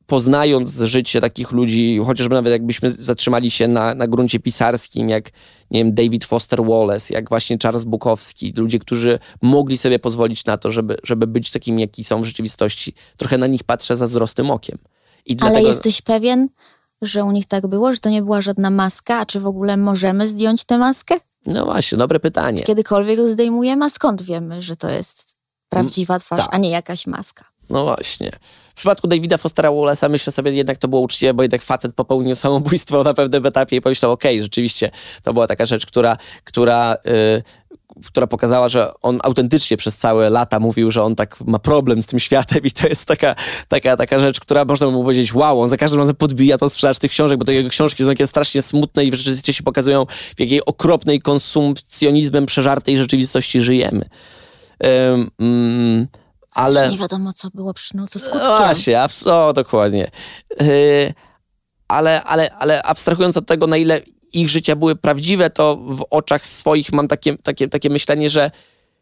poznając życie takich ludzi, chociażby nawet jakbyśmy zatrzymali się na, na gruncie pisarskim, jak nie wiem, David Foster Wallace, jak właśnie Charles Bukowski, ludzie, którzy mogli sobie pozwolić na to, żeby, żeby być takimi, jaki są w rzeczywistości. Trochę na nich patrzę zazdrosnym okiem. I Ale dlatego... jesteś pewien, że u nich tak było, że to nie była żadna maska, a czy w ogóle możemy zdjąć tę maskę? No właśnie, dobre pytanie. Czy kiedykolwiek ją zdejmujemy, a skąd wiemy, że to jest prawdziwa twarz, tak. a nie jakaś maska? No właśnie. W przypadku Davida Fostera Wallace'a myślę sobie, jednak to było uczciwe, bo jednak facet popełnił samobójstwo na pewnym etapie i pomyślał, okej, okay, rzeczywiście to była taka rzecz, która, która, yy, która pokazała, że on autentycznie przez całe lata mówił, że on tak ma problem z tym światem i to jest taka, taka, taka rzecz, która można by mu powiedzieć, wow, on za każdym razem podbija tą sprzedaż tych książek, bo te jego książki są takie strasznie smutne i w rzeczywistości pokazują, w jakiej okropnej konsumpcjonizmem przeżartej rzeczywistości żyjemy. Yy, mm, Ale nie wiadomo, co było przyczyną, co skutkiem. Właśnie, abs- o, dokładnie. Yy, ale, ale, ale abstrahując od tego, na ile ich życia były prawdziwe, to w oczach swoich mam takie, takie, takie myślenie, że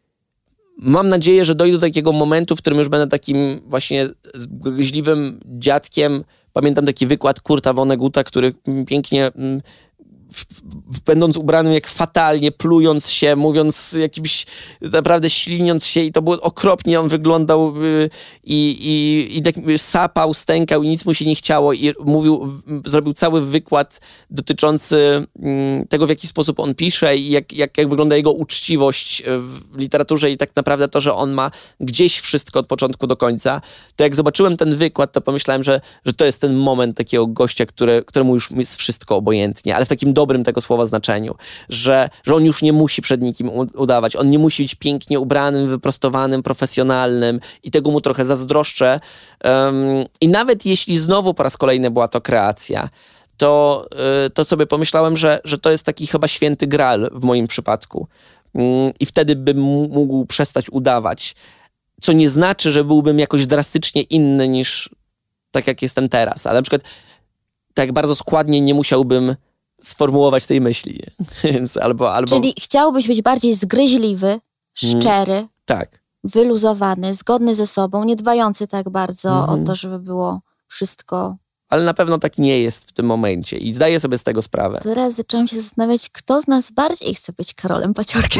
mam nadzieję, że dojdę do takiego momentu, w którym już będę takim właśnie zgryźliwym dziadkiem. Pamiętam taki wykład Kurta Vonneguta, który pięknie... będąc ubranym jak fatalnie, plując się, mówiąc jakimś, naprawdę śliniąc się i to było okropnie, on wyglądał yy, i, i, i tak sapał, stękał i nic mu się nie chciało i mówił, w, zrobił cały wykład dotyczący yy, tego, w jaki sposób on pisze i jak, jak, jak wygląda jego uczciwość w literaturze i tak naprawdę to, że on ma gdzieś wszystko od początku do końca. To jak zobaczyłem ten wykład, to pomyślałem, że, że to jest ten moment takiego gościa, który, któremu już jest wszystko obojętnie, ale w takim dobrym tego słowa znaczeniu, że, że on już nie musi przed nikim udawać, on nie musi być pięknie ubranym, wyprostowanym, profesjonalnym i tego mu trochę zazdroszczę. Um, I nawet jeśli znowu po raz kolejny była to kreacja, to, y, to sobie pomyślałem, że, że to jest taki chyba święty gral w moim przypadku. Um, I wtedy bym mógł przestać udawać, co nie znaczy, że byłbym jakoś drastycznie inny niż tak, jak jestem teraz, ale na przykład tak bardzo składnie nie musiałbym sformułować tej myśli. Więc albo, albo... Czyli chciałbyś być bardziej zgryźliwy, szczery, mm, tak. wyluzowany, zgodny ze sobą, nie dbający tak bardzo Mhm. o to, żeby było wszystko... Ale na pewno tak nie jest w tym momencie i zdaję sobie z tego sprawę. Teraz zaczęłam się zastanawiać, kto z nas bardziej chce być Karolem Paciorkiem.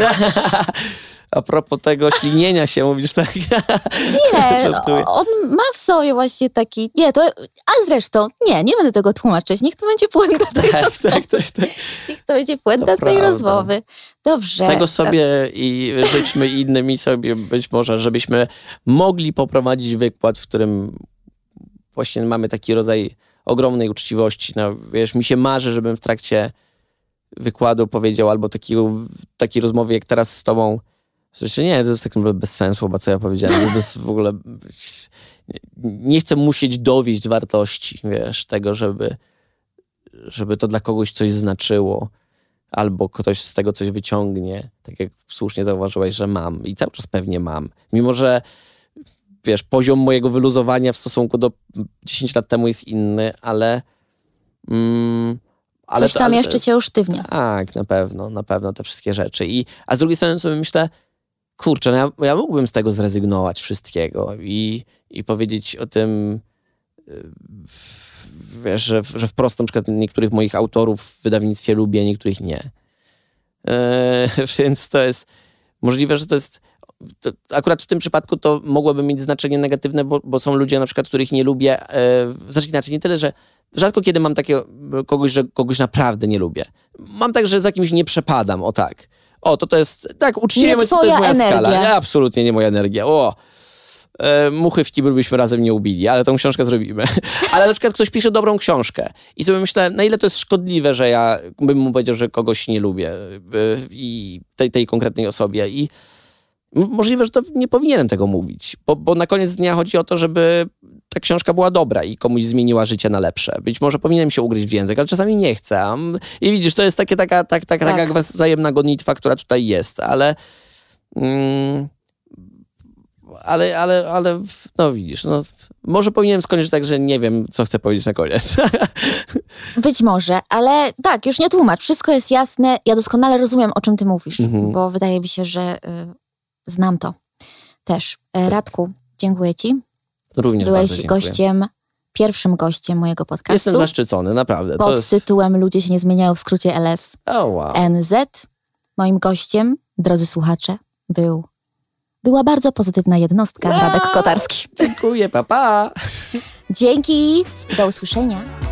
A propos tego ślinienia się, mówisz tak? Nie, on ma w sobie właśnie taki... Nie, to... A zresztą, nie, nie będę tego tłumaczyć. Niech to będzie puenta tej tak, rozmowy. tak, tak, tak. Niech to będzie puenta To tej prawda. rozmowy. Dobrze. Tego sobie i życzmy innym i sobie być może, żebyśmy mogli poprowadzić wykład, w którym właśnie mamy taki rodzaj ogromnej uczciwości. No, wiesz, mi się marzy, żebym w trakcie wykładu powiedział albo takiego, takiej rozmowy jak teraz z tobą. W sensie, nie, to jest tak naprawdę bez sensu, chyba co ja powiedziałem. Bez w ogóle... Nie chcę musieć dowieść wartości, wiesz, tego, żeby, żeby to dla kogoś coś znaczyło. Albo ktoś z tego coś wyciągnie. Tak jak słusznie zauważyłeś, że mam. I cały czas pewnie mam. Mimo, że wiesz, poziom mojego wyluzowania w stosunku do dziesięć lat temu jest inny, ale... Mm, ale Coś to, tam ale jeszcze jest, cię usztywnia. Tak, na pewno, na pewno te wszystkie rzeczy. I, a z drugiej strony sobie myślę, kurczę, no ja, ja mógłbym z tego zrezygnować wszystkiego i, i powiedzieć o tym, wiesz, że, że wprost na przykład niektórych moich autorów w wydawnictwie lubię, niektórych nie. Eee, więc to jest możliwe, że to jest to, akurat w tym przypadku to mogłoby mieć znaczenie negatywne, bo, bo są ludzie na przykład, których nie lubię. E, znaczy inaczej, nie tyle, że rzadko kiedy mam takiego kogoś, że kogoś naprawdę nie lubię. Mam tak, że za kimś nie przepadam, o tak. O, to to jest, tak, uczciwie mówiąc, to jest moja energia. skala. Nie, absolutnie nie moja energia. O, e, muchy w kibel byśmy razem nie ubili, ale tą książkę zrobimy. Ale na przykład ktoś pisze dobrą książkę i sobie myślę, na ile to jest szkodliwe, że ja bym mu powiedział, że kogoś nie lubię e, i tej, tej konkretnej osobie i możliwe, że to nie powinienem tego mówić, bo, bo na koniec dnia chodzi o to, żeby ta książka była dobra i komuś zmieniła życie na lepsze. Być może powinienem się ugryźć w język, ale czasami nie chcę. I widzisz, to jest takie, taka, tak, taka, tak. taka wzajemna gonitwa, która tutaj jest, ale... Mm, ale, ale, ale, no widzisz, no, może powinienem skończyć tak, że nie wiem, co chcę powiedzieć na koniec. Być może, ale tak, już nie tłumacz. Wszystko jest jasne. Ja doskonale rozumiem, o czym ty mówisz, Mhm. bo wydaje mi się, że y, znam to też. E, Radku, dziękuję ci. Również Byłeś bardzo dziękuję. gościem pierwszym gościem mojego podcastu. Jestem zaszczycony, naprawdę. Pod to jest... tytułem Ludzie się nie zmieniają, w skrócie L S oh, wow. N Z. Moim gościem, drodzy słuchacze, był, była bardzo pozytywna jednostka, A, Radek Kotarski. Dziękuję, pa, pa. Dzięki, do usłyszenia.